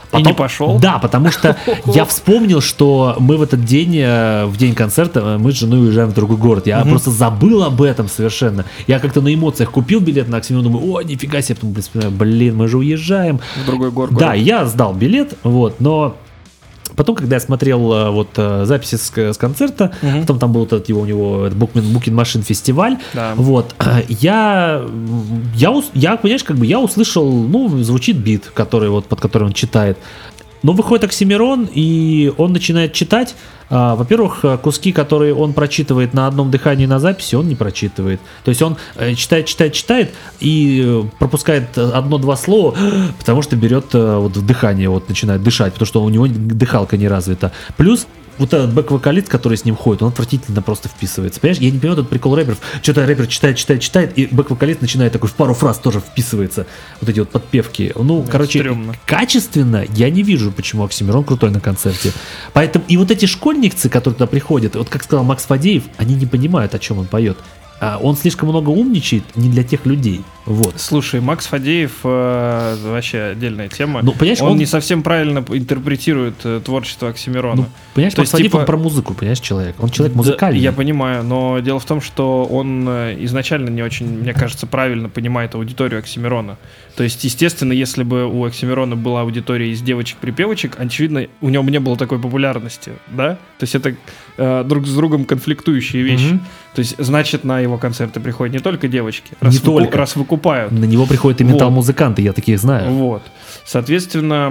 И не пошел? Да, потому что я вспомнил, что мы в этот день, в день концерта, мы с женой уезжаем в другой город. Я просто забыл об этом совершенно. Я как-то на эмоциях купил билет на Оксимирон, думаю, о, нифига себе, потом вспоминаю, блин, мы же уезжаем. В другой город. Да, я сдал билет, вот, но... Потом, когда я смотрел вот записи с концерта, потом там был вот этот у него Букин Машин фестиваль, вот, я, понимаешь, как бы я услышал, ну, звучит бит, который вот, под который он читает. Но выходит Оксимирон, и он начинает читать. Во-первых, куски, которые он прочитывает на одном дыхании на записи, он не прочитывает. То есть он читает и пропускает одно-два слова, потому что берет вот в дыхание, вот начинает дышать, потому что у него дыхалка не развита. Плюс вот этот бэк-вокалист, который с ним ходит, он отвратительно просто вписывается. Понимаешь, я не понимаю этот прикол рэперов. Что-то рэпер читает, и бэк-вокалист начинает такой в пару фраз тоже вписывается. Вот эти вот подпевки. Ну, это короче, стрёмно. Качественно я не вижу, почему Оксимирон крутой на концерте. Поэтому и вот эти школьницы, которые туда приходят, вот как сказал Макс Фадеев, они не понимают, о чем он поет. Он слишком много умничает не для тех людей. Вот. Слушай, Макс Фадеев вообще отдельная тема. Ну, понимаешь, он не совсем правильно интерпретирует творчество Оксимирона. Ну, понимаешь, Макс Фадеев, он про музыку, понимаешь, человек. Он человек музыкальный. Я понимаю, но дело в том, что он изначально не очень, мне кажется, правильно понимает аудиторию Оксимирона. То есть, естественно, если бы у Оксимирона была аудитория из девочек-припевочек, очевидно, у него не было такой популярности, да? То есть это друг с другом конфликтующие вещи. То есть, значит, на его концерты приходят не только девочки, раз выкупают. На него приходят и метал-музыканты, я таких знаю. Вот. Соответственно,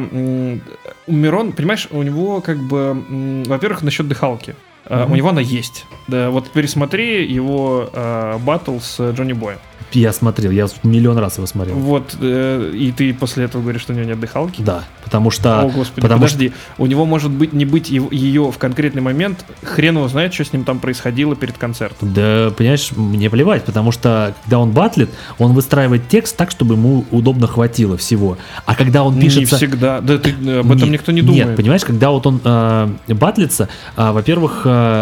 у Мирон, понимаешь, у него как бы, во-первых, насчет дыхалки. У него она есть. Да, вот пересмотри его баттл с Джонни Боем. Я смотрел, я миллион раз его смотрел. Вот, и ты после этого говоришь, что у него нет дыхалки? Да, потому что... О, господи, подожди, у него может быть не быть ее в конкретный момент, хрен его знает, что с ним там происходило перед концертом. Да, понимаешь, мне плевать, потому что, когда он батлит, он выстраивает текст так, чтобы ему удобно хватило всего. А когда он пишется... Не всегда, да, об этом никто не думает. Нет, понимаешь, когда вот он батлится, во-первых,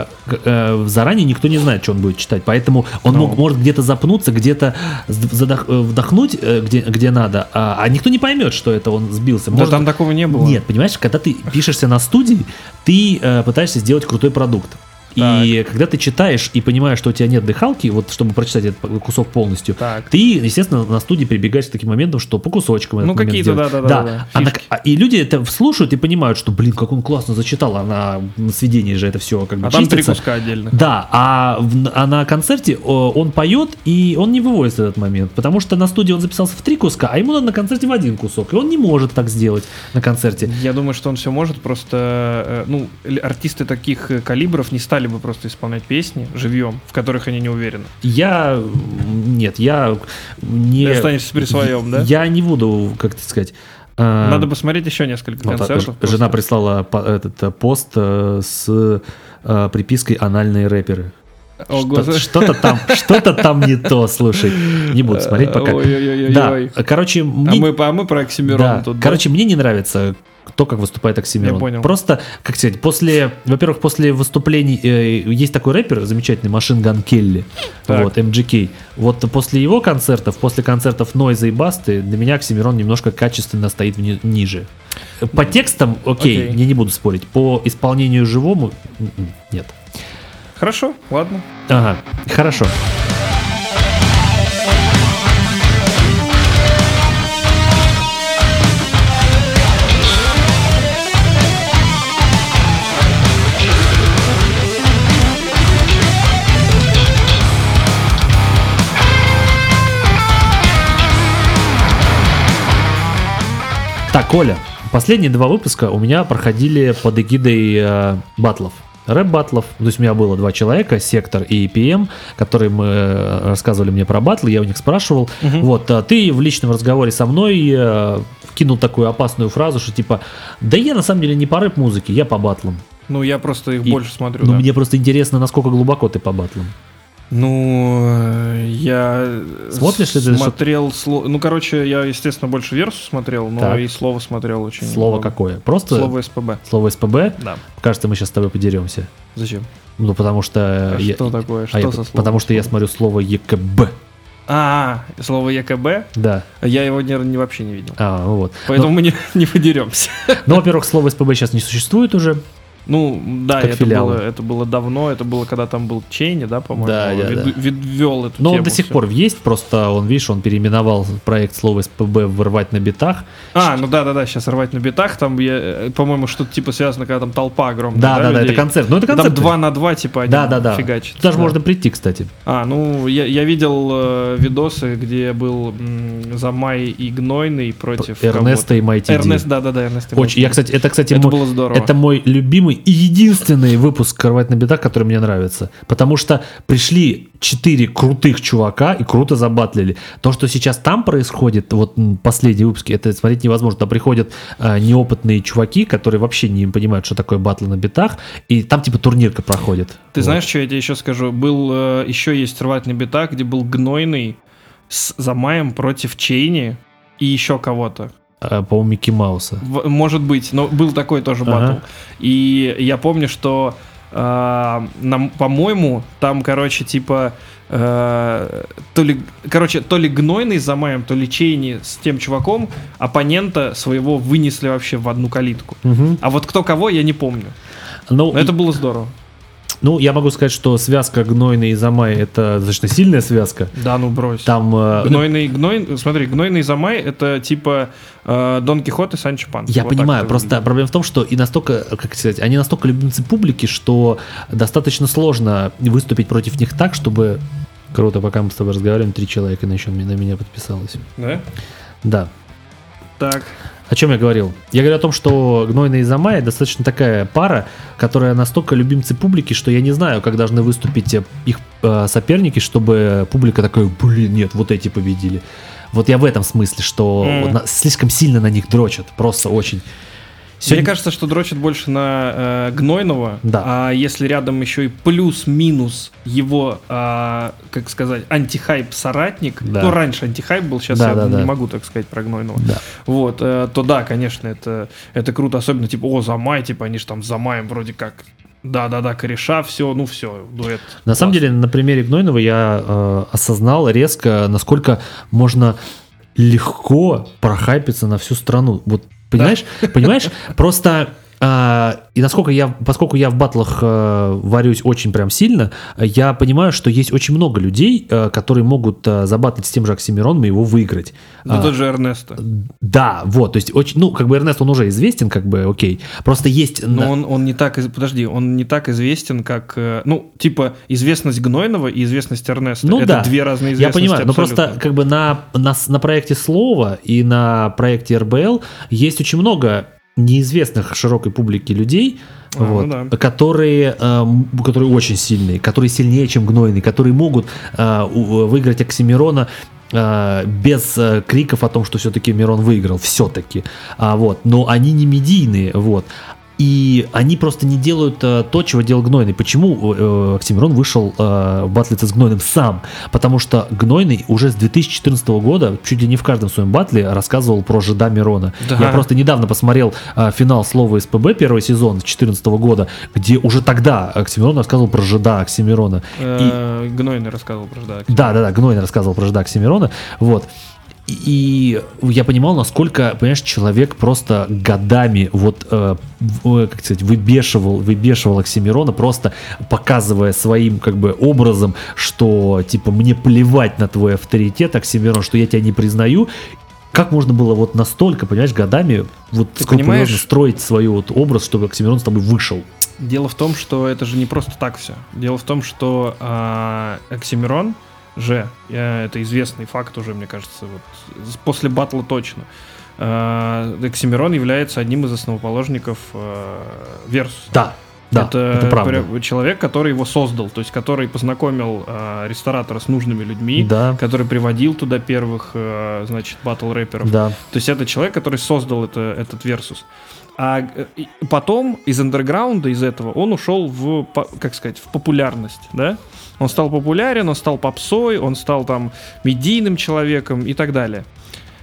заранее никто не знает, что он будет читать, поэтому он может где-то запнуться, где-то вдохнуть, где надо, а никто не поймет, что это он сбился. Да, там такого не было. Нет, понимаешь, когда ты пишешься на студии, ты пытаешься сделать крутой продукт. И когда ты читаешь и понимаешь, что у тебя нет дыхалки, вот чтобы прочитать этот кусок полностью, ты, естественно, на студии прибегаешь к таким моментам, что по кусочкам этот момент сделать. Да. И люди это слушают и понимают, что, блин, как он классно зачитал, а на сведении же это все как бы чистится. Там 3 куска отдельных. Да, а на концерте он поет, и он не выводит этот момент, потому что на студии он записался в 3 куска, а ему надо на концерте в 1 кусок, и он не может так сделать на концерте. Я думаю, что он все может, просто, артисты таких калибров не стали бы просто исполнять песни живьем, в которых они не уверены. Я не... Ты останешься при своем, да? Я не буду, как это сказать... Надо посмотреть еще несколько концертов. Жена прислала этот пост с припиской «Анальные рэперы». Что-то там не то, слушай. Не буду смотреть пока. Да, короче... А мы про Оксимирона тут. Короче, мне не нравится то, как выступает Оксимирон. Я понял. Просто, как сказать, во-первых, после выступлений есть такой рэпер замечательный, Machine Gun Kelly, вот, MGK. Вот после его концертов, после концертов Нойза и Басты, для меня Оксимирон немножко качественно стоит ниже. По текстам, окей, я не буду спорить. По исполнению живому, нет. Хорошо, ладно. Ага, хорошо. Так, Оля, последние 2 выпуска у меня проходили под эгидой батлов. Рэп-батлов. То есть у меня было 2 человека, Сектор и PM, которые рассказывали мне про батлы, я у них спрашивал. Вот, ты в личном разговоре со мной кинул такую опасную фразу, что типа, да я на самом деле не по рэп-музыке, я по батлам. Ну, я просто их больше смотрю. Ну, мне просто интересно, насколько глубоко ты по батлам. Ну, я смотришь ли ты смотрел слово. Ну, короче, я, естественно, больше версу смотрел, но так. И слово смотрел очень. Слово много. Какое? Просто слово СПБ. Слово СПБ? Да. Кажется, мы сейчас с тобой подеремся. Зачем? Ну, потому что. Что такое? Что со словом? Потому что я смотрю слово ЕКБ. Слово ЕКБ? Да. Я его вообще не видел. Вот. Поэтому мы не подеремся. Ну, во-первых, слово СПБ сейчас не существует уже. Ну, да, как это было давно, это было, когда там был Чейни, да, по-моему, да. ввел эту Но тему. он до сих пор есть, просто он, видишь, он переименовал проект слова СПБ в «Рвать на битах». Ну да, сейчас «Рвать на битах», там, по-моему, что-то типа связано, когда там толпа огромная, Да, это концерт. Ну, это концерт. Там 2 на 2, типа, один фигачит. Туда же можно прийти, кстати. Я видел видосы, где был Замай и Гнойный против Эрнеста и Майти. Эрнест, да, Эрнест и Очень. Это было здорово. Это мой любимый и единственный выпуск «Рвать на битах», который мне нравится. Потому что пришли 4 крутых чувака и круто забатлили. То, что сейчас там происходит, вот последние выпуски, это смотреть невозможно. Там приходят неопытные чуваки, которые вообще не понимают, что такое батл на битах, и там типа турнирка проходит. Ты знаешь, что я тебе еще скажу? Еще есть «Рвать на битах», где был Гнойный с Замаем против Чейни и еще кого-то. По-моему, Микки Мауса. Может быть, но был такой тоже батл. И я помню, что, по-моему, там, короче, типа... то ли Гнойный с Замаем, то ли Чейни с тем чуваком оппонента своего вынесли вообще в одну калитку. А вот кто кого, я не помню. Но это было здорово. Ну, я могу сказать, что связка Гнойный и Замай — это достаточно сильная связка. Да, ну брось. Там, смотри, Гнойный и Замай — это типа Дон Кихот и Санчо Панса. Я понимаю, просто проблема в том, что и настолько, как сказать, они настолько любимцы публики, что достаточно сложно выступить против них так, чтобы... Круто, пока мы с тобой разговариваем, 3 человека на меня подписалось. Да? Да. Так. О чем я говорил? Я говорю о том, что Гнойный и Замай достаточно такая пара, которая настолько любимцы публики, что я не знаю, как должны выступить их соперники, чтобы публика такая, нет, вот эти победили. Вот я в этом смысле, что слишком сильно на них дрочат, просто очень. Мне кажется, что дрочат больше на Гнойного, а если рядом еще и плюс-минус его, как сказать, антихайп-соратник, ну, раньше антихайп был, сейчас я не могу так сказать про Гнойного, вот, то да, конечно, это круто, особенно типа, Замай, типа, они же там с Замаем вроде как... Да, кореша, все, дуэт. На самом деле, на примере Гнойного я осознал резко, насколько можно легко прохайпиться на всю страну. Вот, понимаешь? Просто... И поскольку я в батлах варюсь очень прям сильно, я понимаю, что есть очень много людей, которые могут забатлить с тем же Оксимироном и его выиграть. Да тот же Эрнесто. Да, вот, то есть очень, Эрнест, он уже известен, окей. Просто есть... Но он не так, он не так известен, как, типа, известность Гнойного и известность Эрнеста. Это две разные известности. Я понимаю, абсолютно. Но просто на проекте Слово и на проекте РБЛ есть очень много неизвестных широкой публике людей, которые очень сильные, которые сильнее, чем Гнойный, которые могут выиграть Оксимирона без криков о том, что все-таки Мирон выиграл, все-таки. Но они не медийные, И они просто не делают то, чего делал Гнойный. Почему Оксимирон вышел батлиться с Гнойным сам? Потому что Гнойный уже с 2014 года чуть ли не в каждом своем батле рассказывал про жида Мирона. Да. Я просто недавно посмотрел финал слова СПБ первый сезон 2014 года, где уже тогда Оксимирон рассказывал про жида Оксимирона. Гнойный рассказывал про жида Оксимирона. Да, Гнойный рассказывал про жида Оксимирона. И я понимал, насколько, понимаешь, человек просто годами выбешивал Оксимирона, просто показывая своим образом, что типа мне плевать на твой авторитет, Оксимирон, что я тебя не признаю. Как можно было настолько, понимаешь, годами скрупулезно строить свой образ, чтобы Оксимирон с тобой вышел? Дело в том, что это же не просто так все. Дело в том, что Оксимирон это известный факт уже, мне кажется, после батла точно. Оксимирон является одним из основоположников Versus. Да, это правда. Человек, который его создал, то есть который познакомил ресторатора с нужными людьми, который приводил туда первых, батл-рэперов. Да. То есть это человек, который создал этот Versus. А потом из андерграунда, из этого, он ушел в популярность, да? Он стал популярен, он стал попсой, он стал там медийным человеком и так далее.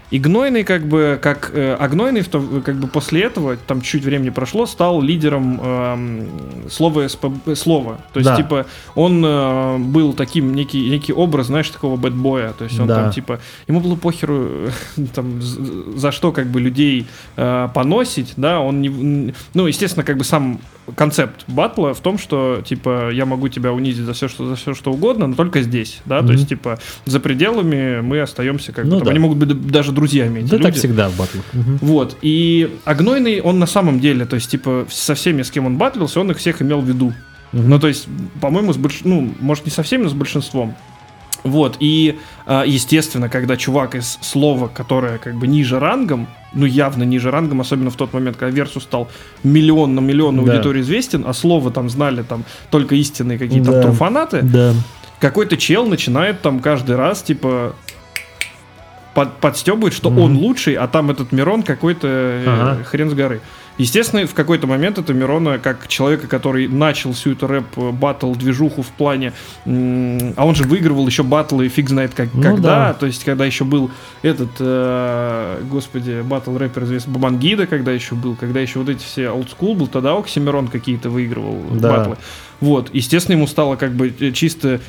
И Гнойный а Гнойный после этого, там чуть времени прошло, стал лидером слова. То есть, типа, он был таким, некий образ, знаешь, такого бэтбоя. То есть он там, типа, ему было похеру там, за что как бы людей поносить, да, он не... Ну, естественно, как бы сам концепт батла в том, что, типа, я могу тебя унизить за все, что угодно, но только здесь, да, то есть, типа, за пределами мы остаемся, как бы, там, они могут быть даже друзьями, эти люди. Так всегда в батлах. Вот, и Гнойный, он на самом деле, то есть, типа, со всеми, с кем он батлился, он их всех имел в виду. Ну, то есть, по-моему, может, не со всеми, но с большинством. Вот, и, естественно, когда чувак из слова, которое как бы ниже рангом, ну, явно ниже рангом, особенно в тот момент, когда Версус стал миллион аудитории известен, а слово там знали там только истинные какие-то там труфанаты, какой-то чел начинает там каждый раз, типа, подстебывать, что он лучший, а там этот Мирон какой-то хрен с горы. Естественно, в какой-то момент это Мирона, как человека, который начал всю эту рэп-баттл-движуху в плане... А он же выигрывал еще баттлы, фиг знает когда. То есть, когда еще был этот... господи, баттл-рэпер известный Бабангида, когда еще вот эти все олдскул был, тогда Оксимирон какие-то выигрывал баттлы. Вот, естественно, ему стало как бы чисто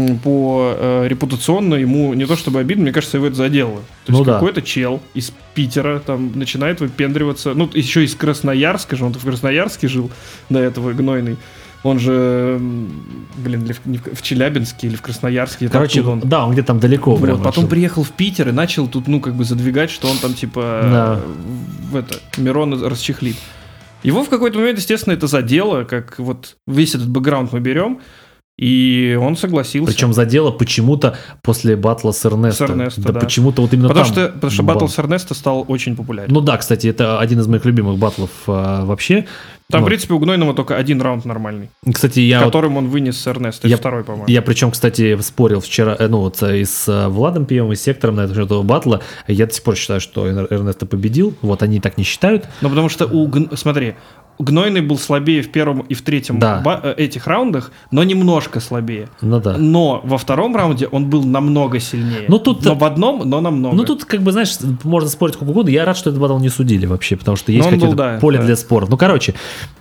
по репутационно, ему не то чтобы обидно, мне кажется, его это задело. То есть какой-то чел из Питера там начинает выпендриваться, ну, еще из Красноярска же, он-то в Красноярске жил до этого, Гнойный. Он же, в Челябинске или в Красноярске. Короче, он где-то там далеко. Вот, потом приехал в Питер и начал тут, как бы задвигать, что он там, типа, Мирона расчехлит. Его в какой-то момент, естественно, это задело, как вот весь этот бэкграунд мы берем, и он согласился. Причем задело почему-то после батла с Эрнесто. Да, почему-то вот именно потому что батл с Эрнесто стал очень популярен. Ну да, кстати, это один из моих любимых батлов вообще. Там, в принципе, у Гнойного только один раунд нормальный. Кстати, которым он вынес с Эрнесто, второй, по-моему. Я причем, кстати, спорил вчера, и с Владом Пиевым, и с Сектором на этого батла. Я до сих пор считаю, что Эрнесто победил. Вот они так не считают. Ну, потому что смотри, Гнойный был слабее в первом и в третьем этих раундах, но немножко слабее. Ну да. Но во втором раунде он был намного сильнее. Но в одном, но намного. Ну тут, как бы, знаешь, можно спорить сколько угодно. Я рад, что этот батл не судили вообще, потому что есть какое-то поле для споров. Ну, короче,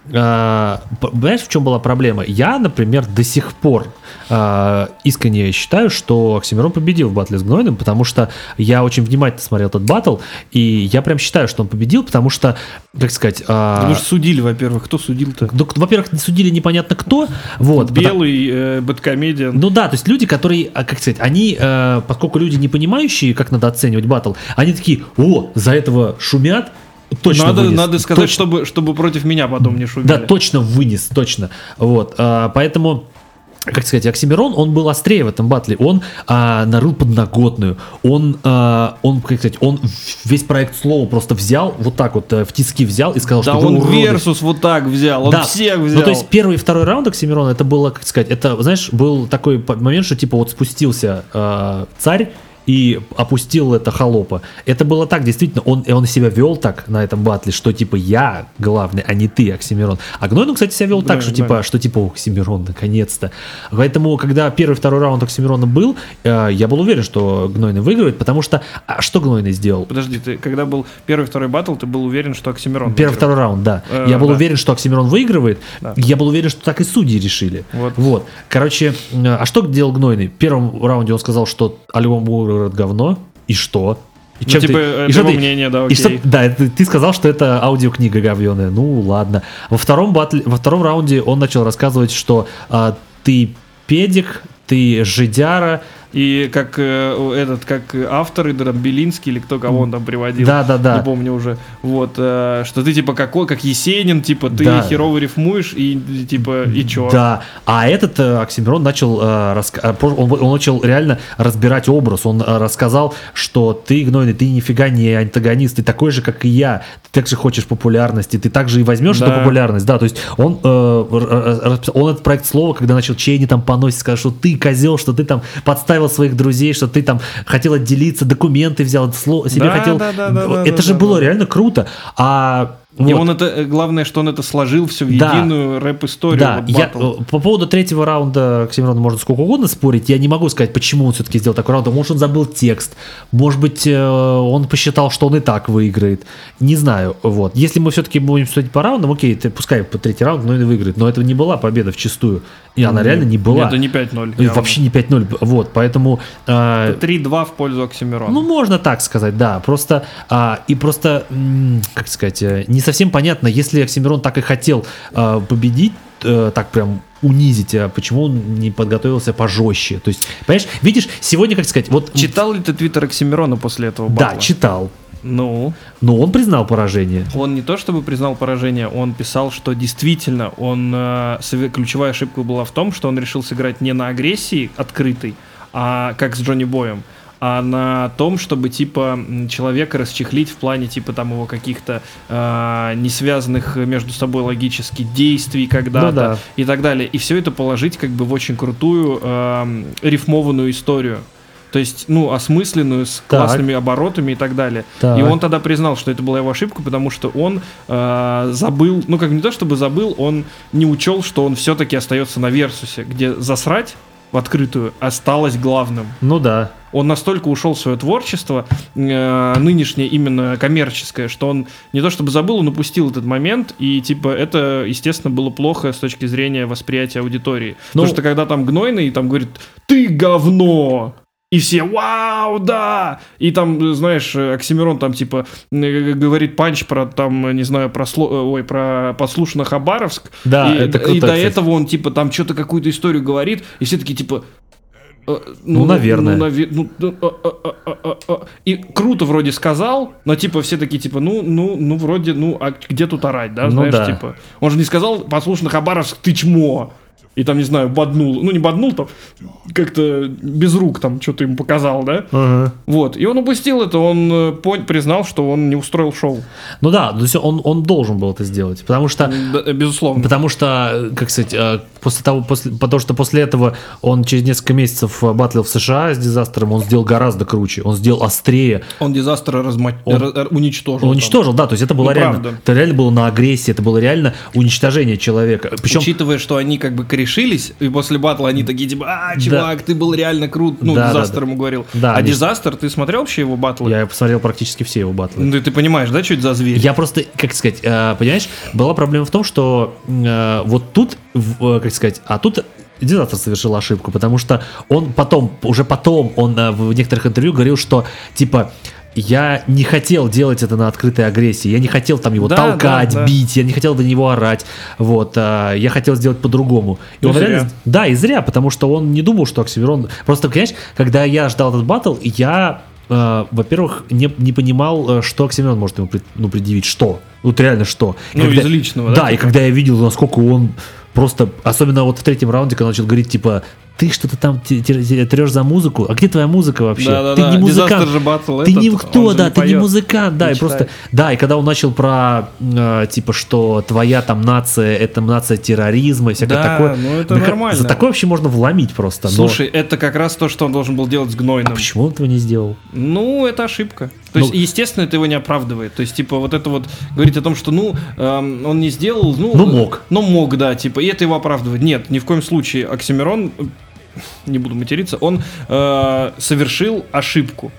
знаешь, в чем была проблема? Я, например, до сих пор искренне считаю, что Оксимирон победил в батле с Гнойным, потому что я очень внимательно смотрел этот батл, и я прям считаю, что он победил, потому что, как сказать... Потому что судили, во-первых. Кто судил-то? Ну, во-первых, судили непонятно кто. Вот, Белый, бэдкомедиан. Ну да, то есть люди, которые, как сказать, они, поскольку люди не понимающие, как надо оценивать батл, они такие: о, за этого шумят, точно вынес. Надо сказать, чтобы против меня потом не шумели. Да, точно вынес, точно. Вот, поэтому... Как сказать, Оксимирон, он был острее в этом батле, он нарыл подноготную, он, как сказать, он весь проект слова просто взял, вот так вот в тиски взял и сказал, да, что он Версус вот так взял, он всех взял. Ну, то есть первый и второй раунд Оксимирона, это было, как сказать, это, знаешь, был такой момент, что типа вот спустился царь и опустил это холопа. Это было так, действительно, он себя вел так на этом батле, что типа я главный, а не ты, Оксимирон. А Гнойный, кстати, себя вел так, что типа Оксимирон, наконец-то. Поэтому, когда первый и второй раунд Оксимирона был, я был уверен, что Гнойный выигрывает, потому что... А что Гнойный сделал? Подожди, ты когда был первый и второй батл, ты был уверен, что Оксимирон Первый и второй раунд, да. Я был уверен, что Оксимирон выигрывает. Да. Я был уверен, что так и судьи решили. Вот. Короче, а что делал Гнойный? В первом раунде он сказал, что альбом говно, и что? И чем это его мнение, да, окей. Ты сказал, что это аудиокнига говёная. Ну, ладно. Во втором раунде он начал рассказывать, что ты педик, ты жидяра. И как авторы, Белинский или кто, кого он там приводил, не помню уже, вот, что ты типа как Есенин, типа ты херово рифмуешь и типа и чё? Да, а этот Оксимирон начал, он начал реально разбирать образ, он рассказал, что ты, Гнойный, ты нифига не антагонист, ты такой же, как и я, ты также хочешь популярности, ты также и возьмешь эту популярность, да, то есть он этот проект слова, когда начал Чейни там поносить, сказал, что ты козел, что ты там подставил своих друзей, что ты там хотел отделиться, документы взял, себе хотел. Это же было реально круто. А И он это, главное, что он это сложил все в единую рэп-историю. Да, по поводу третьего раунда Оксимирона можно сколько угодно спорить. Я не могу сказать, почему он все-таки сделал такой раунд. Может, он забыл текст. Может быть, он посчитал, что он и так выиграет. Не знаю. Вот. Если мы все-таки будем судить по раундам, окей, пускай по третий раунд, но и выиграет. Но это не была победа вчистую. И она реально не была. Это не 5-0. Вообще не 5-0. Вот, поэтому... 3-2 в пользу Оксимирона. Ну, можно так сказать, да. Просто, как сказать, не совсем понятно, если Оксимирон так и хотел победить, так прям унизить, почему он не подготовился пожестче. То есть, понимаешь, видишь, сегодня, как сказать... вот читал ли ты твиттер Оксимирона после этого батла? Да, читал. Ну? Но он признал поражение. Он не то чтобы признал поражение, он писал, что действительно ключевая ошибка была в том, что он решил сыграть не на агрессии открытой, а как с Джонни Боем, а на том, чтобы, типа, человека расчехлить в плане, типа, там, его каких-то не связанных между собой логически действий когда-то и так далее. И все это положить, как бы, в очень крутую рифмованную историю. То есть, ну, осмысленную, с классными оборотами и так далее. И он тогда признал, что это была его ошибка, потому что он забыл, ну, как не то чтобы забыл, он не учел, что он все-таки остается на Версусе, где засрать в открытую осталось главным. Ну да. Он настолько ушел в свое творчество, нынешнее именно коммерческое, что он не то чтобы забыл, он упустил этот момент, и типа это, естественно, было плохо с точки зрения восприятия аудитории. Потому что когда там Гнойный там говорит «ты говно!», и все «Вау, да!» И там, знаешь, Оксимирон там типа говорит панч про там, не знаю, про послушно Хабаровск. Да, это круто, и до этого он типа там что-то какую-то историю говорит, и все такие типа... наверное. И круто вроде сказал, но типа все такие типа, вроде, а где тут орать, да, знаешь, типа. Он же не сказал послушно Хабаровск, ты чмо. И там, не знаю, боднул. Ну, не боднул, там как-то без рук там что-то ему показал, да? Вот. И он упустил это, он признал, что он не устроил шоу. Ну да, то есть он должен был это сделать. Потому что... Да, безусловно. Потому что, как сказать, потому что после этого он через несколько месяцев батлил в США с Дизастером, он сделал гораздо круче, он сделал острее. Он Дизастера уничтожил. Уничтожил, да, то есть это было реально... Это реально было на агрессии, это было реально уничтожение человека. Причем... Учитывая, что они как бы решились, и после батла они такие типа, чувак, ты был реально крут, Дизастер ему говорил. А Дизастер, ты смотрел вообще его батлы? Я посмотрел практически все его батлы. Ну ты понимаешь, да, что это за зверь? Я просто, как сказать, понимаешь, была проблема в том, что вот тут, как сказать, тут Дизастер совершил ошибку, потому что он уже потом он в некоторых интервью говорил, что типа я не хотел делать это на открытой агрессии, я не хотел там его толкать, бить, я не хотел до него орать, вот, я хотел сделать по-другому. И он реально, и зря, потому что он не думал, что Оксимирон... Просто, понимаешь, когда я ждал этот баттл, я, во-первых, не понимал, что Оксимирон может ему предъявить, что, вот реально что. Из личного, да? Да, и когда я видел, насколько он просто, особенно вот в третьем раунде, когда он начал говорить, типа, ты что-то там трешь за музыку, а где твоя музыка вообще? Ты не музыкант, ты никто, ты не музыкант, да, и просто, и когда он начал про, типа, что твоя там нация, это нация терроризма и всякое такое. Ну это нормально. За такое вообще можно вломить просто. Слушай, это как раз то, что он должен был делать с Гнойным. А почему он этого не сделал? Ну, это ошибка. То есть, естественно, это его не оправдывает. То есть, типа, вот это вот говорить о том, что, он не сделал, мог. Но мог, да, типа, и это его оправдывает. Нет, ни в коем случае. Оксимирон, не буду материться, он совершил ошибку.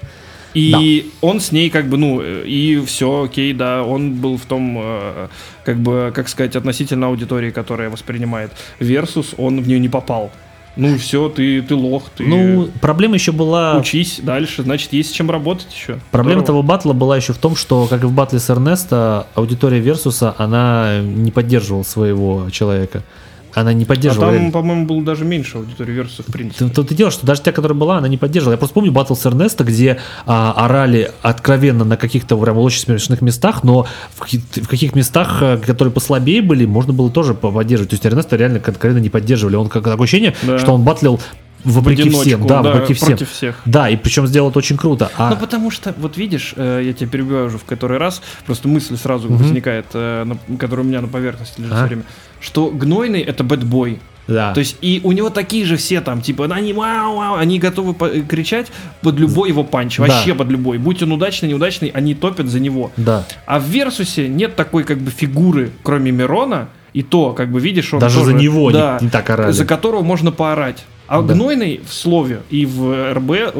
И он с ней как бы, и все, окей, да, он был в том, как бы, как сказать, относительно аудитории, которая воспринимает Версус, он в нее не попал. Ну все, ты лох, ты... проблема еще была... Учись дальше, значит, есть с чем работать еще. Проблема того батла была еще в том, что, как и в батле с Эрнесто, аудитория Версуса, она не поддерживала своего человека. Она не поддерживала. А там, по-моему, было даже меньше аудитории Версуса, в принципе. Ты дело, что даже та, которая была, она не поддерживала. Я просто помню батл с Эрнесто, где орали откровенно на каких-то прям очень смешных местах, но в каких местах, которые послабее были, можно было тоже поддерживать. То есть Эрнесто реально откровенно не поддерживали. Он такое ощущение, что он батлил вопреки всем, вопреки всем. Против всех. Да, и причем сделал это очень круто. Ну, потому что, вот видишь, я тебя перебиваю уже в который раз, просто мысль сразу возникает, которая у меня на поверхности лежит все время, что Гнойный — это бэтбой. Да. То есть, и у него такие же все там, типа, они вау, они готовы кричать под любой его панч, вообще под любой. Будь он удачный, неудачный, они топят за него. Да. А в Версусе нет такой, как бы, фигуры, кроме Мирона, и то, как бы, видишь, он даже тоже, за него да, не так орали. за которого можно поорать. А Да. Гнойный в слове и в РБ,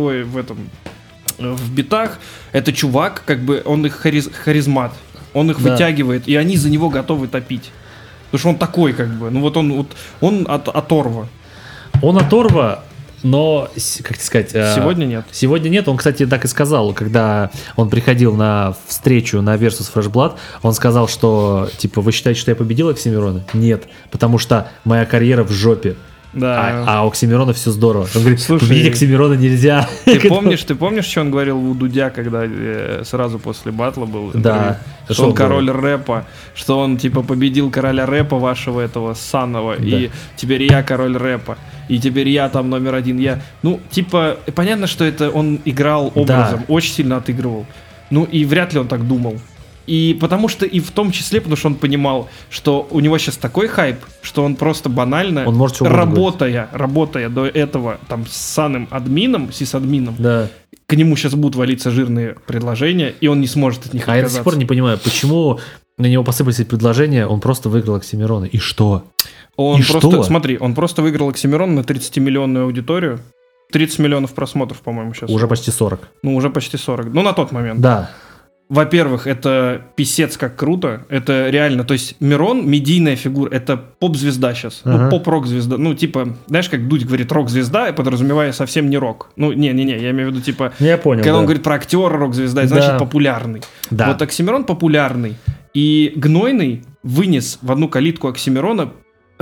в битах, это чувак, как бы, он их харизмат, он их Да. вытягивает, и они за него готовы топить. Потому что он такой, как бы, ну вот он оторва. Он оторва, но, как тебе сказать... Сегодня нет. Сегодня нет, он, кстати, так и сказал, когда он приходил на встречу на Versus Fresh Blood, он сказал, что, типа, вы считаете, что я победил Оксимирона? Нет, потому что моя карьера в жопе. Да. А у Оксимирона все здорово. Он говорит, Слушай, победить Оксимирона нельзя. Ты помнишь, что он говорил у Дудя, когда сразу после батла был? Да. Что он король рэпа, что он типа победил короля рэпа вашего этого Санова, Да. и теперь я король рэпа, и теперь я там номер один. Я, ну, типа, понятно, что это он играл образом, очень сильно отыгрывал. Ну и вряд ли он так думал. И потому что, и в том числе, потому что он понимал, что у него сейчас такой хайп, что он просто банально, Он может чего угодно работая до этого там с саным админом, сисадмином, Да. к нему сейчас будут валиться жирные предложения, и он не сможет от них А я до отказаться. сих пор не понимаю, почему на него посыпались эти предложения, он просто выиграл Оксимирона. И что? Он И просто, что? смотри, он просто выиграл Оксимирона на 30-миллионную аудиторию. 30 миллионов просмотров, по-моему, сейчас. Уже почти 40. Ну, уже почти 40. Ну, на тот момент. Да. Во-первых, это писец как круто. Это реально, то есть Мирон медийная фигура, это поп-звезда сейчас. Ага. Ну, поп-рок-звезда. Ну, типа, знаешь, как Дудь говорит рок-звезда, подразумевая совсем не рок. Ну, не-не-не, я имею в виду, типа, Я понял. когда да. он говорит про актера рок-звезда, это значит Да. популярный. Да. Вот Оксимирон популярный. И Гнойный вынес в одну калитку Оксимирона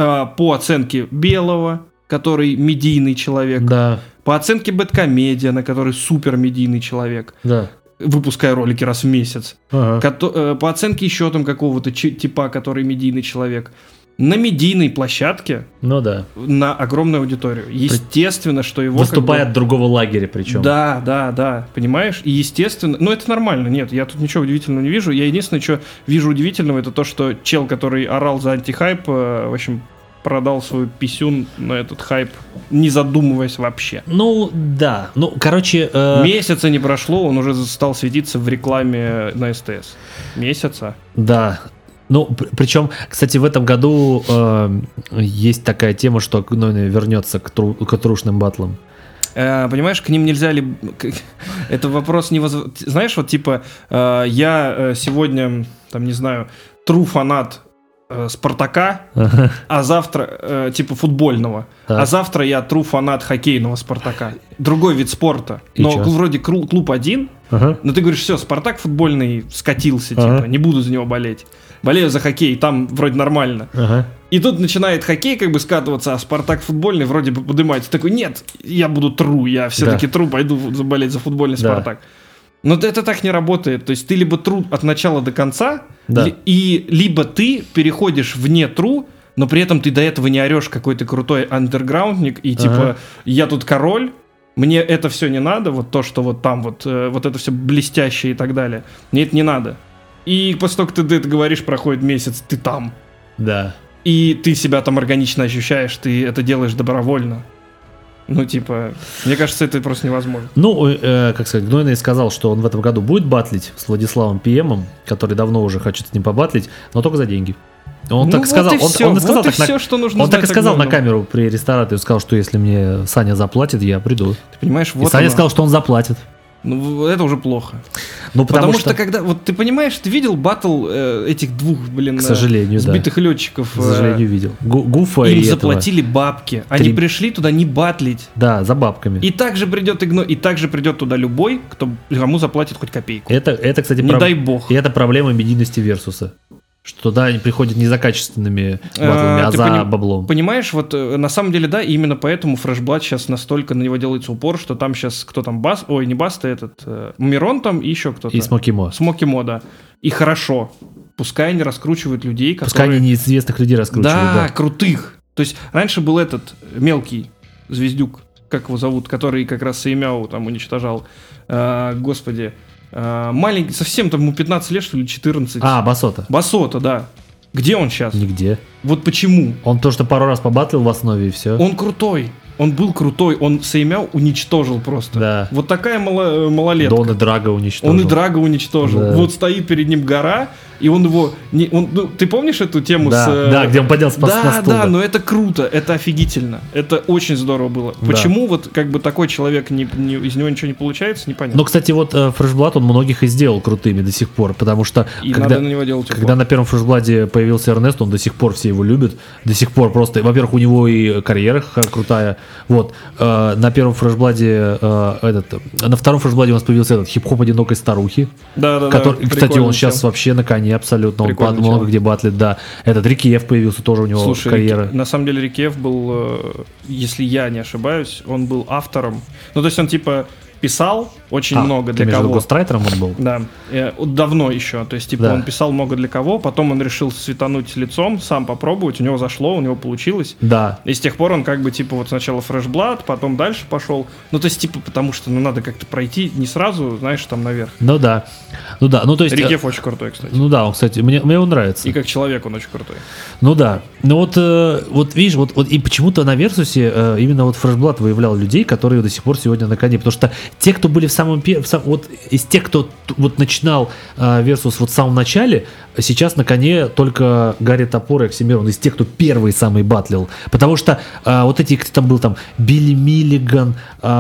по оценке Белого, который медийный человек, Да. по оценке Бэдкомедиана, который супер медийный человек, Да. выпуская ролики раз в месяц, Ага. по оценке еще там какого-то типа, который медийный человек, на медийной площадке, Ну да. на огромную аудиторию. Естественно, что его... Выступая как от другого лагеря бы, причем. да, понимаешь? И естественно... Ну, это нормально, нет, я тут ничего удивительного не вижу. Я единственное, что вижу удивительного, это то, что чел, который орал за антихайп, в общем, продал свою писюн на этот хайп, не задумываясь вообще. Ну, да. Ну, короче... Месяца не прошло, он уже стал светиться в рекламе на СТС. Месяца. Да. Ну, причем, кстати, в этом году есть такая тема, что Гнойный вернется к трушным батлам. Понимаешь, к ним нельзя ли... Это вопрос не... Знаешь, вот типа, я сегодня, там, не знаю, true фанат Спартака, а завтра, типа, футбольного. Так. А завтра я true фанат хоккейного Спартака. Другой вид спорта. И Но чё? вроде клуб один, Ага. но ты говоришь, все, Спартак футбольный скатился, Ага. типа, не буду за него болеть. Болею за хоккей, там вроде нормально. Ага. И тут начинает хоккей как бы скатываться, а Спартак футбольный вроде бы поднимается. Такой, нет, я буду тру, я все-таки тру, пойду болеть за футбольный Да. Спартак. Но это так не работает. То есть ты либо тру от начала до конца, Да. и либо ты переходишь вне тру, но при этом ты до этого не орешь какой-то крутой андерграундник, и типа, Ага. я тут король, мне это все не надо, вот то, что вот там вот это все блестящее и так далее. Мне это не надо. И после того, как ты это говоришь, проходит месяц, ты там. Да. И ты себя там органично ощущаешь, ты это делаешь добровольно. Ну, типа, мне кажется, это просто невозможно. Ну, как сказать, Гнойный сказал, что он в этом году будет батлить с Владиславом Пиемом, который давно уже хочет с ним побатлить, но только за деньги. Он Ну так вот сказал. и всё, Он сказал вот и так на- всё, что нужно он так и знать о сказал на Гнойном. камеру при ресторате. Он сказал, что если мне Саня заплатит, я приду. Ты понимаешь, И вот Саня оно. сказал, что он заплатит. Ну, это уже плохо. Ну, Потому что когда... Вот ты понимаешь, ты видел баттл этих двух, блин, К сожалению, да. сбитых летчиков? К сожалению, видел. Гуфа Им и этого. заплатили бабки. Они Три- пришли туда не батлить. Да, за бабками. И также придет и также придет туда любой, кому заплатит хоть копейку. Это, кстати, Не дай бог. И это проблема медийности Версуса. Что туда они приходят не за качественными батлами, а Ты за баблом. Понимаешь, вот на самом деле, да, именно поэтому Фрешблад сейчас настолько на него делается упор, что там сейчас кто там Бас, ой, не Баста, Мирон там и еще кто-то. И Смоки Мо. Смоки Мо, да. И хорошо. Пускай они раскручивают людей, которые... Пускай они неизвестных людей раскручивают. Да, Да. крутых. То есть раньше был этот мелкий звездюк, как его зовут, который как раз Сеймяу там уничтожал. Господи. Маленький, совсем там ему 15 лет, что ли, 14. А, Басота. Басота, да. Где он сейчас? Нигде. Вот почему? Он то, что пару раз побатлил в основе, и все. Он крутой. Он был крутой, он Сеймяо уничтожил просто. Да. Вот такая малолетка. Да он и Драга уничтожил. Он и Драга уничтожил. Да. Вот стоит перед ним гора, и он его... ты помнишь эту тему Да, с... да, где он поднялся на стул. Да, но это круто, это офигительно. Это очень здорово было. Да. Почему вот как бы такой человек, из него ничего не получается, непонятно. Но, кстати, вот Фрешблад, он многих и сделал крутыми до сих пор, потому что... И надо на него делать упор. Когда на первом Фрешбладе появился Эрнест, он до сих пор все его любят. До сих пор просто... Во-первых, у него и карьера крутая. Вот. На первом Фрешбладе на втором Фрешбладе у нас появился этот хип-хоп одинокой старухи. Да. Кстати, он сейчас вообще на коне абсолютно. Он много где батлит, да. Этот Рикиев появился, тоже у него. Слушай, карьера. На самом деле Рикиев был, если я не ошибаюсь, он был автором. Ну, то есть он типа писал очень много для кого. Гострайтером он был? Да, давно еще. То есть, типа, он писал много для кого, потом он решил светануть лицом, сам попробовать, у него зашло, у него получилось. Да. И с тех пор он как бы, типа, вот сначала Фрешблад, потом дальше пошел. Ну, то есть, типа, потому что, надо как-то пройти не сразу, знаешь, там наверх. Ну да. Ну, то есть... Рикиев очень крутой, кстати. Ну да, он, кстати, мне он нравится. И как человек он очень крутой. Ну да. Ну вот видишь, вот и почему-то на Версусе именно вот Фрешблад выявлял людей, которые до сих пор сегодня на коне, потому что те, кто были вот из тех, кто вот начинал Версус вот в самом начале, сейчас на коне только Гарри Топор и Оксимирон, из тех, кто первый самый батлил. Потому что вот эти, кто там был, там, Билли Миллиган,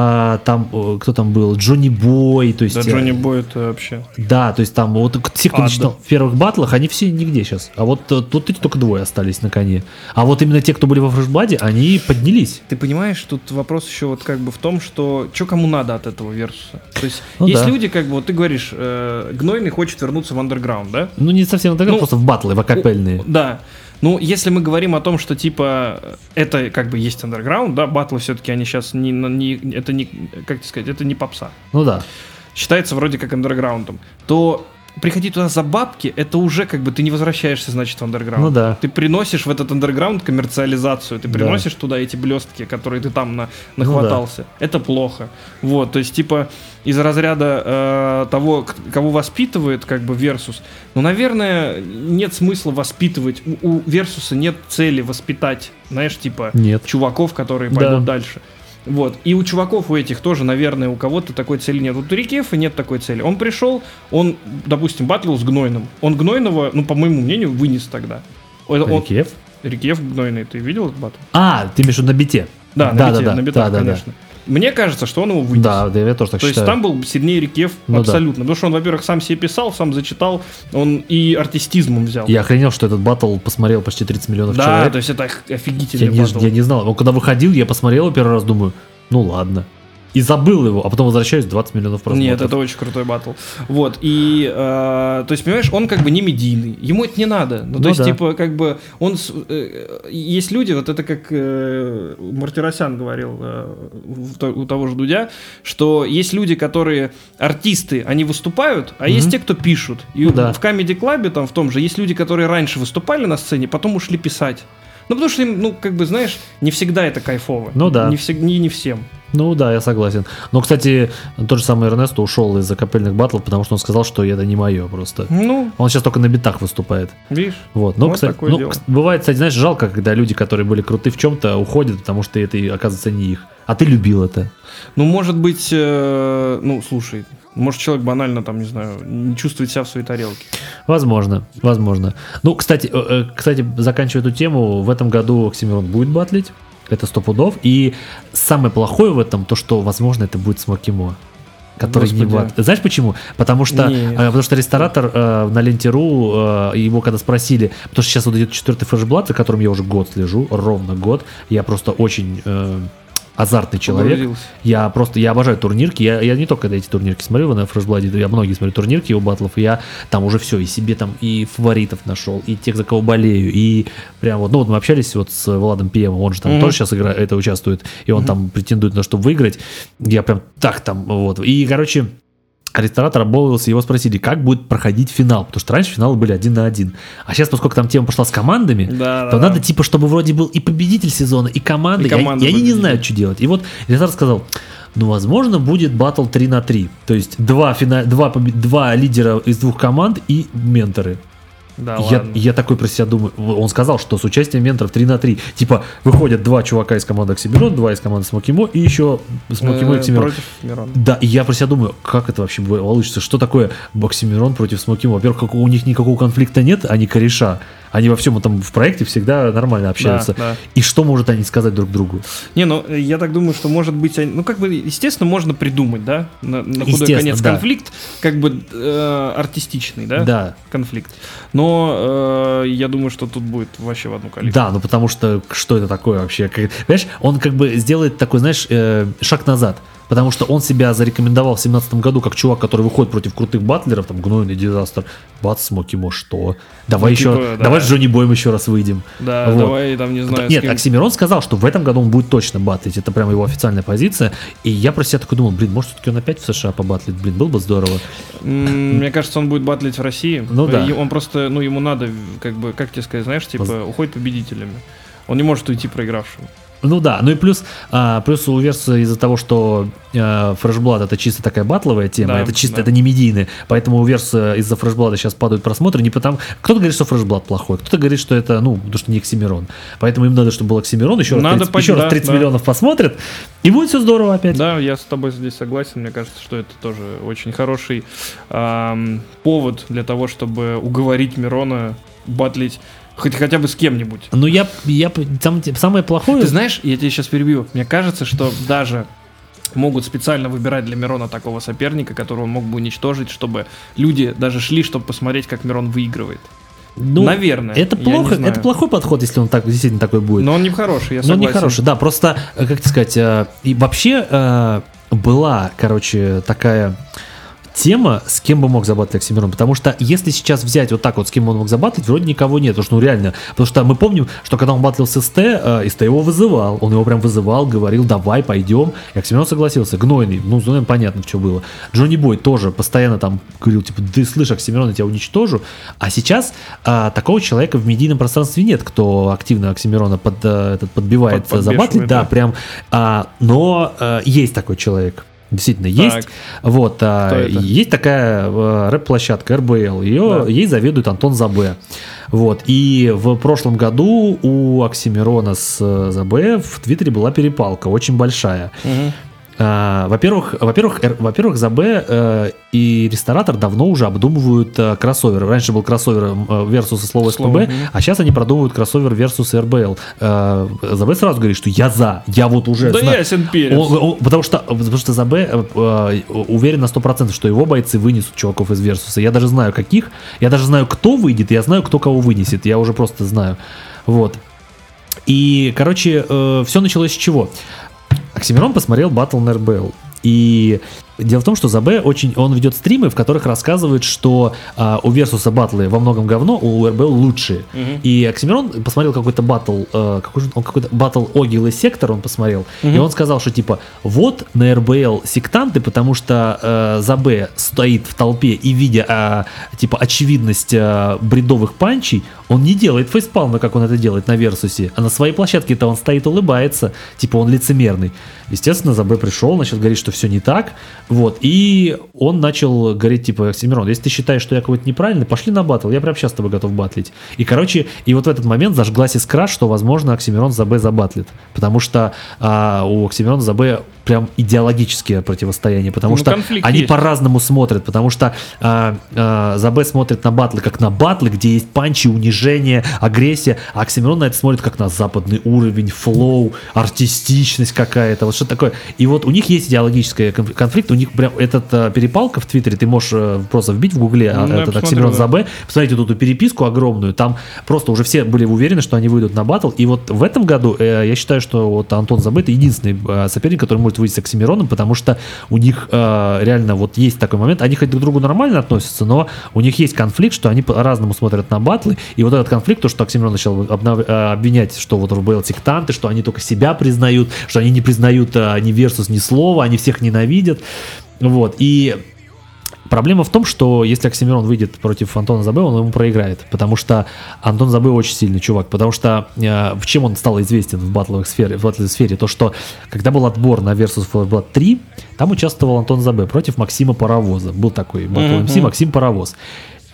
там, кто там был, Джонни Бой, то есть... Да, Джонни Бой это вообще... Да, то есть там вот те, кто начинал в первых батлах, они все нигде сейчас. А вот тут эти только двое остались на коне. А вот именно те, кто были во Фрешбладе, они поднялись. Ты понимаешь, тут вопрос еще вот как бы в том, что кому надо от этого Версуса. То есть есть люди, как бы, вот ты говоришь, Гнойный хочет вернуться в андерграунд, да? Ну, не совсем андерграунд, просто в батлы, в акапельные. Да. Ну, если мы говорим о том, что, типа, это как бы есть андерграунд, да, батлы все-таки они сейчас это не, как тебе сказать, это не попса. Ну да. Считается вроде как андерграундом, то приходить туда за бабки, это уже как бы ты не возвращаешься, значит, в андерграунд. Ну да. Ты приносишь в этот андерграунд коммерциализацию, ты приносишь туда эти блестки, которые ты там нахватался. Ну да. Это плохо. Вот, то есть, типа, из разряда того, кого воспитывает, как бы, Версус, ну, наверное, нет смысла воспитывать. У Версуса нет цели воспитать, знаешь, типа, чуваков, которые пойдут дальше. Вот. И у чуваков, у этих тоже, наверное, у кого-то такой цели нет. Вот у Рикиефа нет такой цели. Он пришел, он, допустим, батлил с Гнойным. Он Гнойного, ну, по моему мнению, вынес тогда. Рикиеф? Рикиеф Гнойный. Ты видел этот батл? Ты имеешь в виду на бите? Да, на битах, конечно. Мне кажется, что он его вынес. Да, я тоже так считаю. То есть там был сильнее Рикиеф абсолютно. Потому что он, во-первых, сам себе писал, сам зачитал, он и артистизмом взял. Я охренел, что этот батл посмотрел почти 30 миллионов человек. Да, то есть это офигительный батл. Я не знал. Он когда выходил, я посмотрел его первый раз, думаю, ну ладно. И забыл его, а потом возвращаюсь, 20 миллионов просмотров. Нет, это очень крутой батл. Вот, и, то есть, понимаешь, он как бы не медийный, ему это не надо. Ну, то есть, типа, как бы, есть люди, вот это как Мартиросян говорил у того же Дудя, что есть люди, которые артисты, они выступают, а есть те, кто пишут. И в Comedy Club, там, в том же, есть люди, которые раньше выступали на сцене, потом ушли писать. Ну, потому что им, ну, как бы, знаешь, не всегда это кайфово. Ну, да. Не всем. Ну, да, я согласен. Но, кстати, тот же самый Эрнесто ушел из акапельных батлов, потому что он сказал, что это не мое просто. Ну. Он сейчас только на битах выступает. Видишь? Вот. Но, вот кстати, такое дело. Бывает, кстати, знаешь, жалко, когда люди, которые были круты в чем-то, уходят, потому что это, оказывается, не их. А ты любил это. Ну, может быть, ну, слушай, может, человек банально, там, не знаю, не чувствует себя в своей тарелке. Возможно. Ну, кстати, заканчивая эту тему, в этом году Оксимирон будет батлить. Это 100 пудов. И самое плохое в этом, то, что, возможно, это будет Смоки-Мо, который не батлит. Знаешь почему? Потому что ресторатор на Ленте.ру, его когда спросили, потому что сейчас вот идет 4-й Фрешблад, за которым я уже год слежу, ровно год. Я просто очень... азартный человек. Я обожаю турнирки. Я не только эти турнирки смотрю на Фрешбладе, я многие смотрю турнирки у батлов, и я там уже все, и себе там и фаворитов нашел, и тех, за кого болею, и прям вот, ну вот мы общались вот с Владом Пиемом, он же там тоже сейчас участвует, и он там претендует на что выиграть. Я прям так там, вот. И, короче, ресторатор обмолвился, его спросили, как будет проходить финал, потому что раньше финалы были 1 на 1, а сейчас, поскольку там тема пошла с командами, то надо типа, чтобы вроде был и победитель сезона, и команды, и они не знают, что делать. И вот ресторатор сказал, ну, возможно, будет баттл 3 на 3, то есть два лидера из двух команд и менторы. Да, Я такой про себя думаю, он сказал, что с участием менторов 3-3, типа, выходят 2 чувака из команды Оксимирон, 2 из команды Смоки Мо, и еще Смоки Мо и Оксимирон. Против Мирона. Да, и я про себя думаю, как это вообще получится, что такое Оксимирон против Смоки Мо? Во-первых, у них никакого конфликта нет, они кореша. Они во всем этом в проекте всегда нормально общаются. Да. И что может они сказать друг другу? Не, ну, я так думаю, что может быть... Ну, как бы, естественно, можно придумать, да? На худой конец да. конфликт, как бы артистичный, да? Да. Конфликт. Но я думаю, что тут будет вообще в одну калитку. Да, ну потому что это такое вообще? Понимаешь, он как бы сделает такой, знаешь, шаг назад. Потому что он себя зарекомендовал в 2017 году как чувак, который выходит против крутых батлеров, там, Гнойный Дизастер, бац, Смоки Мо, что? Давай ну, еще, типа, да. давай с Джонни Боем еще раз выйдем. Да, вот. Давай, там, не знаю, Нет, Оксимирон сказал, что в этом году он будет точно батлить, это прям его официальная позиция, и я про себя такой думал, может, все-таки он опять в США побатлит, было бы здорово. Мне кажется, он будет батлить в России. Ну да. Он просто, ему надо, как бы, как тебе сказать, знаешь, типа, уходит победителями. Он не может уйти проигравшим. Ну да, ну и плюс у Верса из-за того, что Фрешблад это чисто такая батловая тема, да, это чисто, это не медийная, поэтому у Верса из-за Фрешблада сейчас падают просмотры, не потому... Кто-то говорит, что Фрешблад плохой, кто-то говорит, что это, потому что не Оксимирон. Поэтому им надо, чтобы был Оксимирон, еще раз 30 миллионов посмотрят, и будет все здорово опять. Да, я с тобой здесь согласен, мне кажется, что это тоже очень хороший повод для того, чтобы уговорить Мирона батлить хотя бы с кем-нибудь. Ну, самое плохое... Ты знаешь, я тебя сейчас перебью. Мне кажется, что даже могут специально выбирать для Мирона такого соперника, которого он мог бы уничтожить, чтобы люди даже шли, чтобы посмотреть, как Мирон выигрывает. Наверное. Это плохо, это плохой подход, если он действительно такой будет. Но он не хороший, я согласен. Но он не хороший, да, просто, как сказать, и вообще была, такая... тема, с кем бы мог забатлить Оксимирон, потому что если сейчас взять вот так вот, с кем он мог забатлить, вроде никого нет, потому что реально, потому что мы помним, что когда он батлил с СТ его вызывал, он его прям вызывал, говорил, давай, пойдем, и Оксимирон согласился. Гнойный, понятно, что было. Джонни Бой тоже постоянно там говорил, типа, ты слышь, Оксимирон, я тебя уничтожу, а сейчас такого человека в медийном пространстве нет, кто активно Оксимирона подбивает забатлить, да, прям, но есть такой человек. Действительно, есть. Вот, есть такая рэп-площадка РБЛ, ей заведует Антон Забе. Вот, и в прошлом году у Оксимирона с Забе в Твиттере была перепалка, очень большая. Во-первых, Забе и Ресторатор давно уже обдумывают кроссовер. Раньше был кроссовер Versus слово СПБ, а сейчас они продумывают кроссовер Versus РБЛ. Забе сразу говорит, что я вот уже да знаю. Ясен перец. Потому что Забе уверен на 100%, что его бойцы вынесут чуваков из Versus. Я даже знаю каких, я даже знаю, кто выйдет, я знаю, кто кого вынесет. Я уже просто знаю. Вот. И, все началось с чего? Оксимирон посмотрел батл на РБЛ. И дело в том, что Забе он ведет стримы, в которых рассказывает, что у Версуса батлы во многом говно, у РБЛ лучшие. И Оксимирон посмотрел какой-то батл, какой-то батл Огил и Сектор он посмотрел, и он сказал, что типа вот на РБЛ сектанты, потому что Забе стоит в толпе и видя типа очевидность бредовых панчей, он не делает фейспалма, как он это делает на Версусе, а на своей площадке-то он стоит, улыбается, типа он лицемерный. Естественно, Забе пришел, начал говорить, что все не так. Вот, и он начал говорить, типа, Оксимирон, если ты считаешь, что я какой-то неправильный, пошли на батл, я прямо сейчас с тобой готов батлить. И, и вот в этот момент зажглась искра, что, возможно, Оксимирон Забе забатлит, потому что у Оксимирона Забе прям идеологические противостояния, потому что они по-разному смотрят, потому что Забе смотрит на батлы как на батлы, где есть панчи, унижение, агрессия, а Оксимирон на это смотрит как на западный уровень, флоу, артистичность какая-то, вот что такое. И вот у них есть идеологический конфликт, у них прям перепалка в Твиттере, ты можешь просто вбить в Гугле этот Оксимирон Забе, посмотрите тут эту переписку огромную, там просто уже все были уверены, что они выйдут на батл, и вот в этом году я считаю, что вот Антон Забе это единственный соперник, который может выйти с Оксимироном, потому что у них реально вот есть такой момент, они хоть друг к другу нормально относятся, но у них есть конфликт, что они по-разному смотрят на батлы, и вот этот конфликт, то, что Оксимирон начал обвинять, что вот РБЛ сектанты, что они только себя признают, что они не признают ни Версус, ни слова, они всех ненавидят, вот, и проблема в том, что если Оксимирон выйдет против Антона Забе, он ему проиграет, потому что Антон Забе очень сильный чувак, потому что в чем он стал известен в батловой сфере, то что когда был отбор на Versus Blood 3, там участвовал Антон Забе против Максима Паровоза, был такой батл МС Максим Паровоз.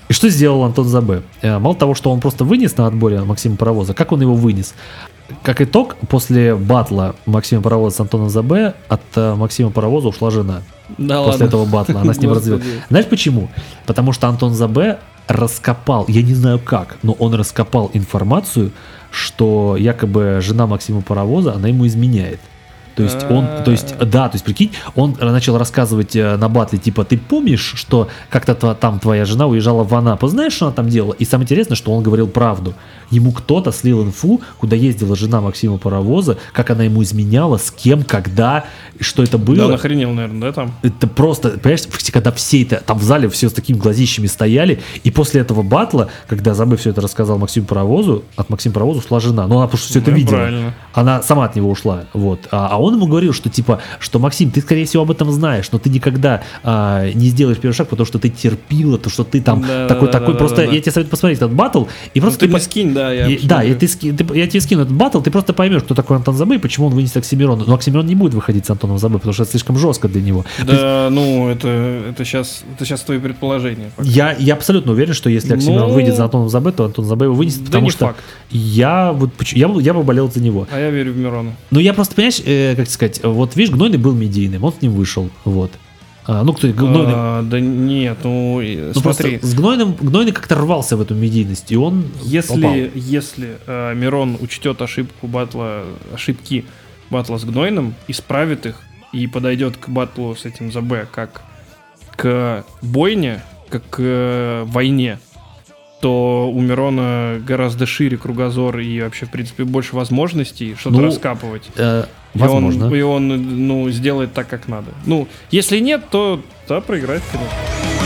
И что сделал Антон Забе? Мало того, что он просто вынес на отборе Максима Паровоза, как он его вынес? Как итог, после батла Максима Паровоза с Антоном Забе от Максима Паровоза ушла жена. Да После ладно. этого батла она с ним развелась. Знаешь почему? Потому что Антон Забе раскопал, я не знаю как, но он раскопал информацию, что якобы жена Максима Паровоза, она ему изменяет. То есть, прикинь, он начал рассказывать на батле, типа, ты помнишь, что как-то там твоя жена уезжала в Анапу, знаешь, что она там делала? И самое интересное, что он говорил правду. Ему кто-то слил инфу, куда ездила жена Максима Паровоза, как она ему изменяла, с кем, когда, что это было. Да, он охренел, наверное, да, там? Это просто, понимаешь, когда все это, там в зале все с такими глазищами стояли, и после этого батла, когда Забе все это рассказал Максиму Паровозу, от Максима Паровоза ушла жена, но она просто все это видела. Правильно. Она сама от него ушла, вот. А он ему говорил, что типа, что Максим, ты скорее всего об этом знаешь, но ты никогда не сделаешь первый шаг, потому что ты терпила, то что ты там такой. Просто я тебе советую посмотреть этот батл и просто ты мне скинь, да, я тебе скину этот батл, ты просто поймешь, кто такой Антон Забе и почему он вынес Оксимирона. Но Оксимирон не будет выходить с Антоном Забе, потому что это слишком жестко для него. Да, это сейчас твои предположения. Я абсолютно уверен, что если Оксимирон выйдет за Антоном Забе, то Антон Забе его вынесет, потому что факт. я бы болел за него. А я верю в Мирона. Ну я просто, понимаешь, как сказать, вот видишь, Гнойный был медийным, он с ним вышел, вот. Гнойный... да нет, смотри. С Гнойный как-то рвался в эту медийность, и он Если Мирон учтет ошибки батла с Гнойным, исправит их и подойдет к батлу с этим Забе как к бойне, как к войне, то у Мирона гораздо шире кругозор и вообще, в принципе, больше возможностей что-то раскапывать. Возможно. И он сделает так, как надо. Если нет, то проиграет, конечно.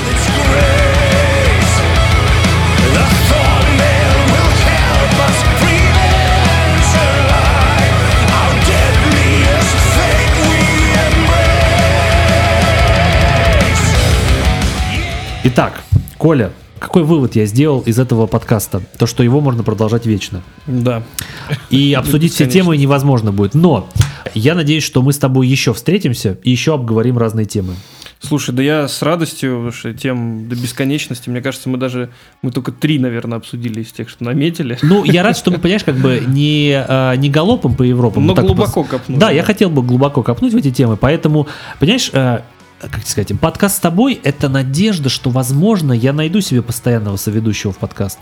Итак, Коля, какой вывод я сделал из этого подкаста? То, что его можно продолжать вечно. Да. И обсудить все темы невозможно будет. Но я надеюсь, что мы с тобой еще встретимся и еще обговорим разные темы. Слушай, да я с радостью, потому что тем до бесконечности, мне кажется, мы только 3, наверное, обсудили из тех, что наметили. Я рад, что мы, понимаешь, как бы не галопом по Европам. Но глубоко копнуть. Да, я хотел бы глубоко копнуть в эти темы, поэтому, понимаешь, как сказать, подкаст с тобой — это надежда, что, возможно, я найду себе постоянного соведущего в подкаст.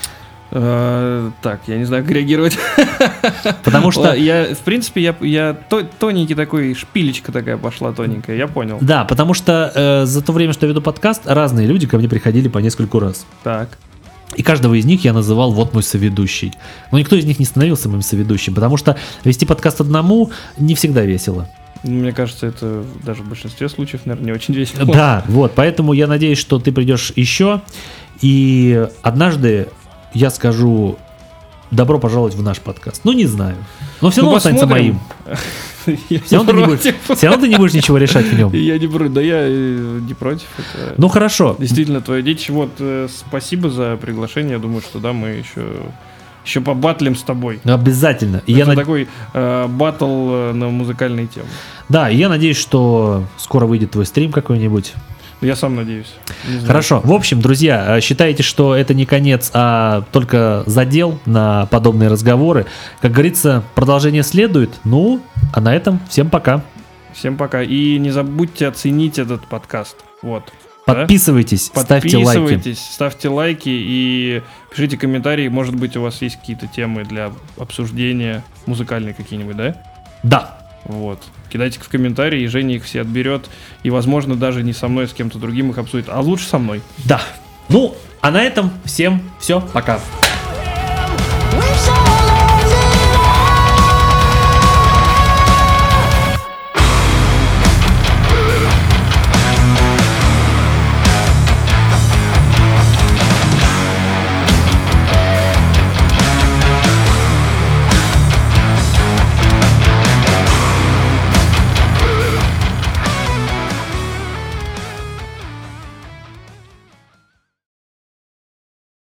Так, я не знаю, как реагировать. Потому что... В принципе, я тоненький такой, шпилечка такая пошла тоненькая, я понял. Да, потому что за то время, что я веду подкаст, разные люди ко мне приходили по нескольку раз. Так. И каждого из них я называл «вот мой соведущий». Но никто из них не становился моим соведущим, потому что вести подкаст одному не всегда весело. Мне кажется, это даже в большинстве случаев, наверное, не очень весело. Да, вот, поэтому я надеюсь, что ты придешь еще, и однажды я скажу «добро пожаловать в наш подкаст». Не знаю. Но все равно останется моим. Все равно ты не будешь ничего решать в нем. Я не против, да я не против. Хорошо. Действительно, твоя дичь. Спасибо за приглашение. Я думаю, что да, мы еще побатлим с тобой. Обязательно. Это такой батл на музыкальные темы. Да, и я надеюсь, что скоро выйдет твой стрим какой-нибудь. Я сам надеюсь. Хорошо. В общем, друзья, считайте, что это не конец, а только задел на подобные разговоры. Как говорится, продолжение следует. А на этом всем пока. Всем пока. И не забудьте оценить этот подкаст. Вот. Подписывайтесь, ставьте лайки и пишите комментарии. Может быть, у вас есть какие-то темы для обсуждения, музыкальные какие-нибудь, да? Да. Вот. Кидайте в комментарии, и Женя их все отберет. И, возможно, даже не со мной, а с кем-то другим их обсудит. А лучше со мной. Да. А на этом всем все, пока.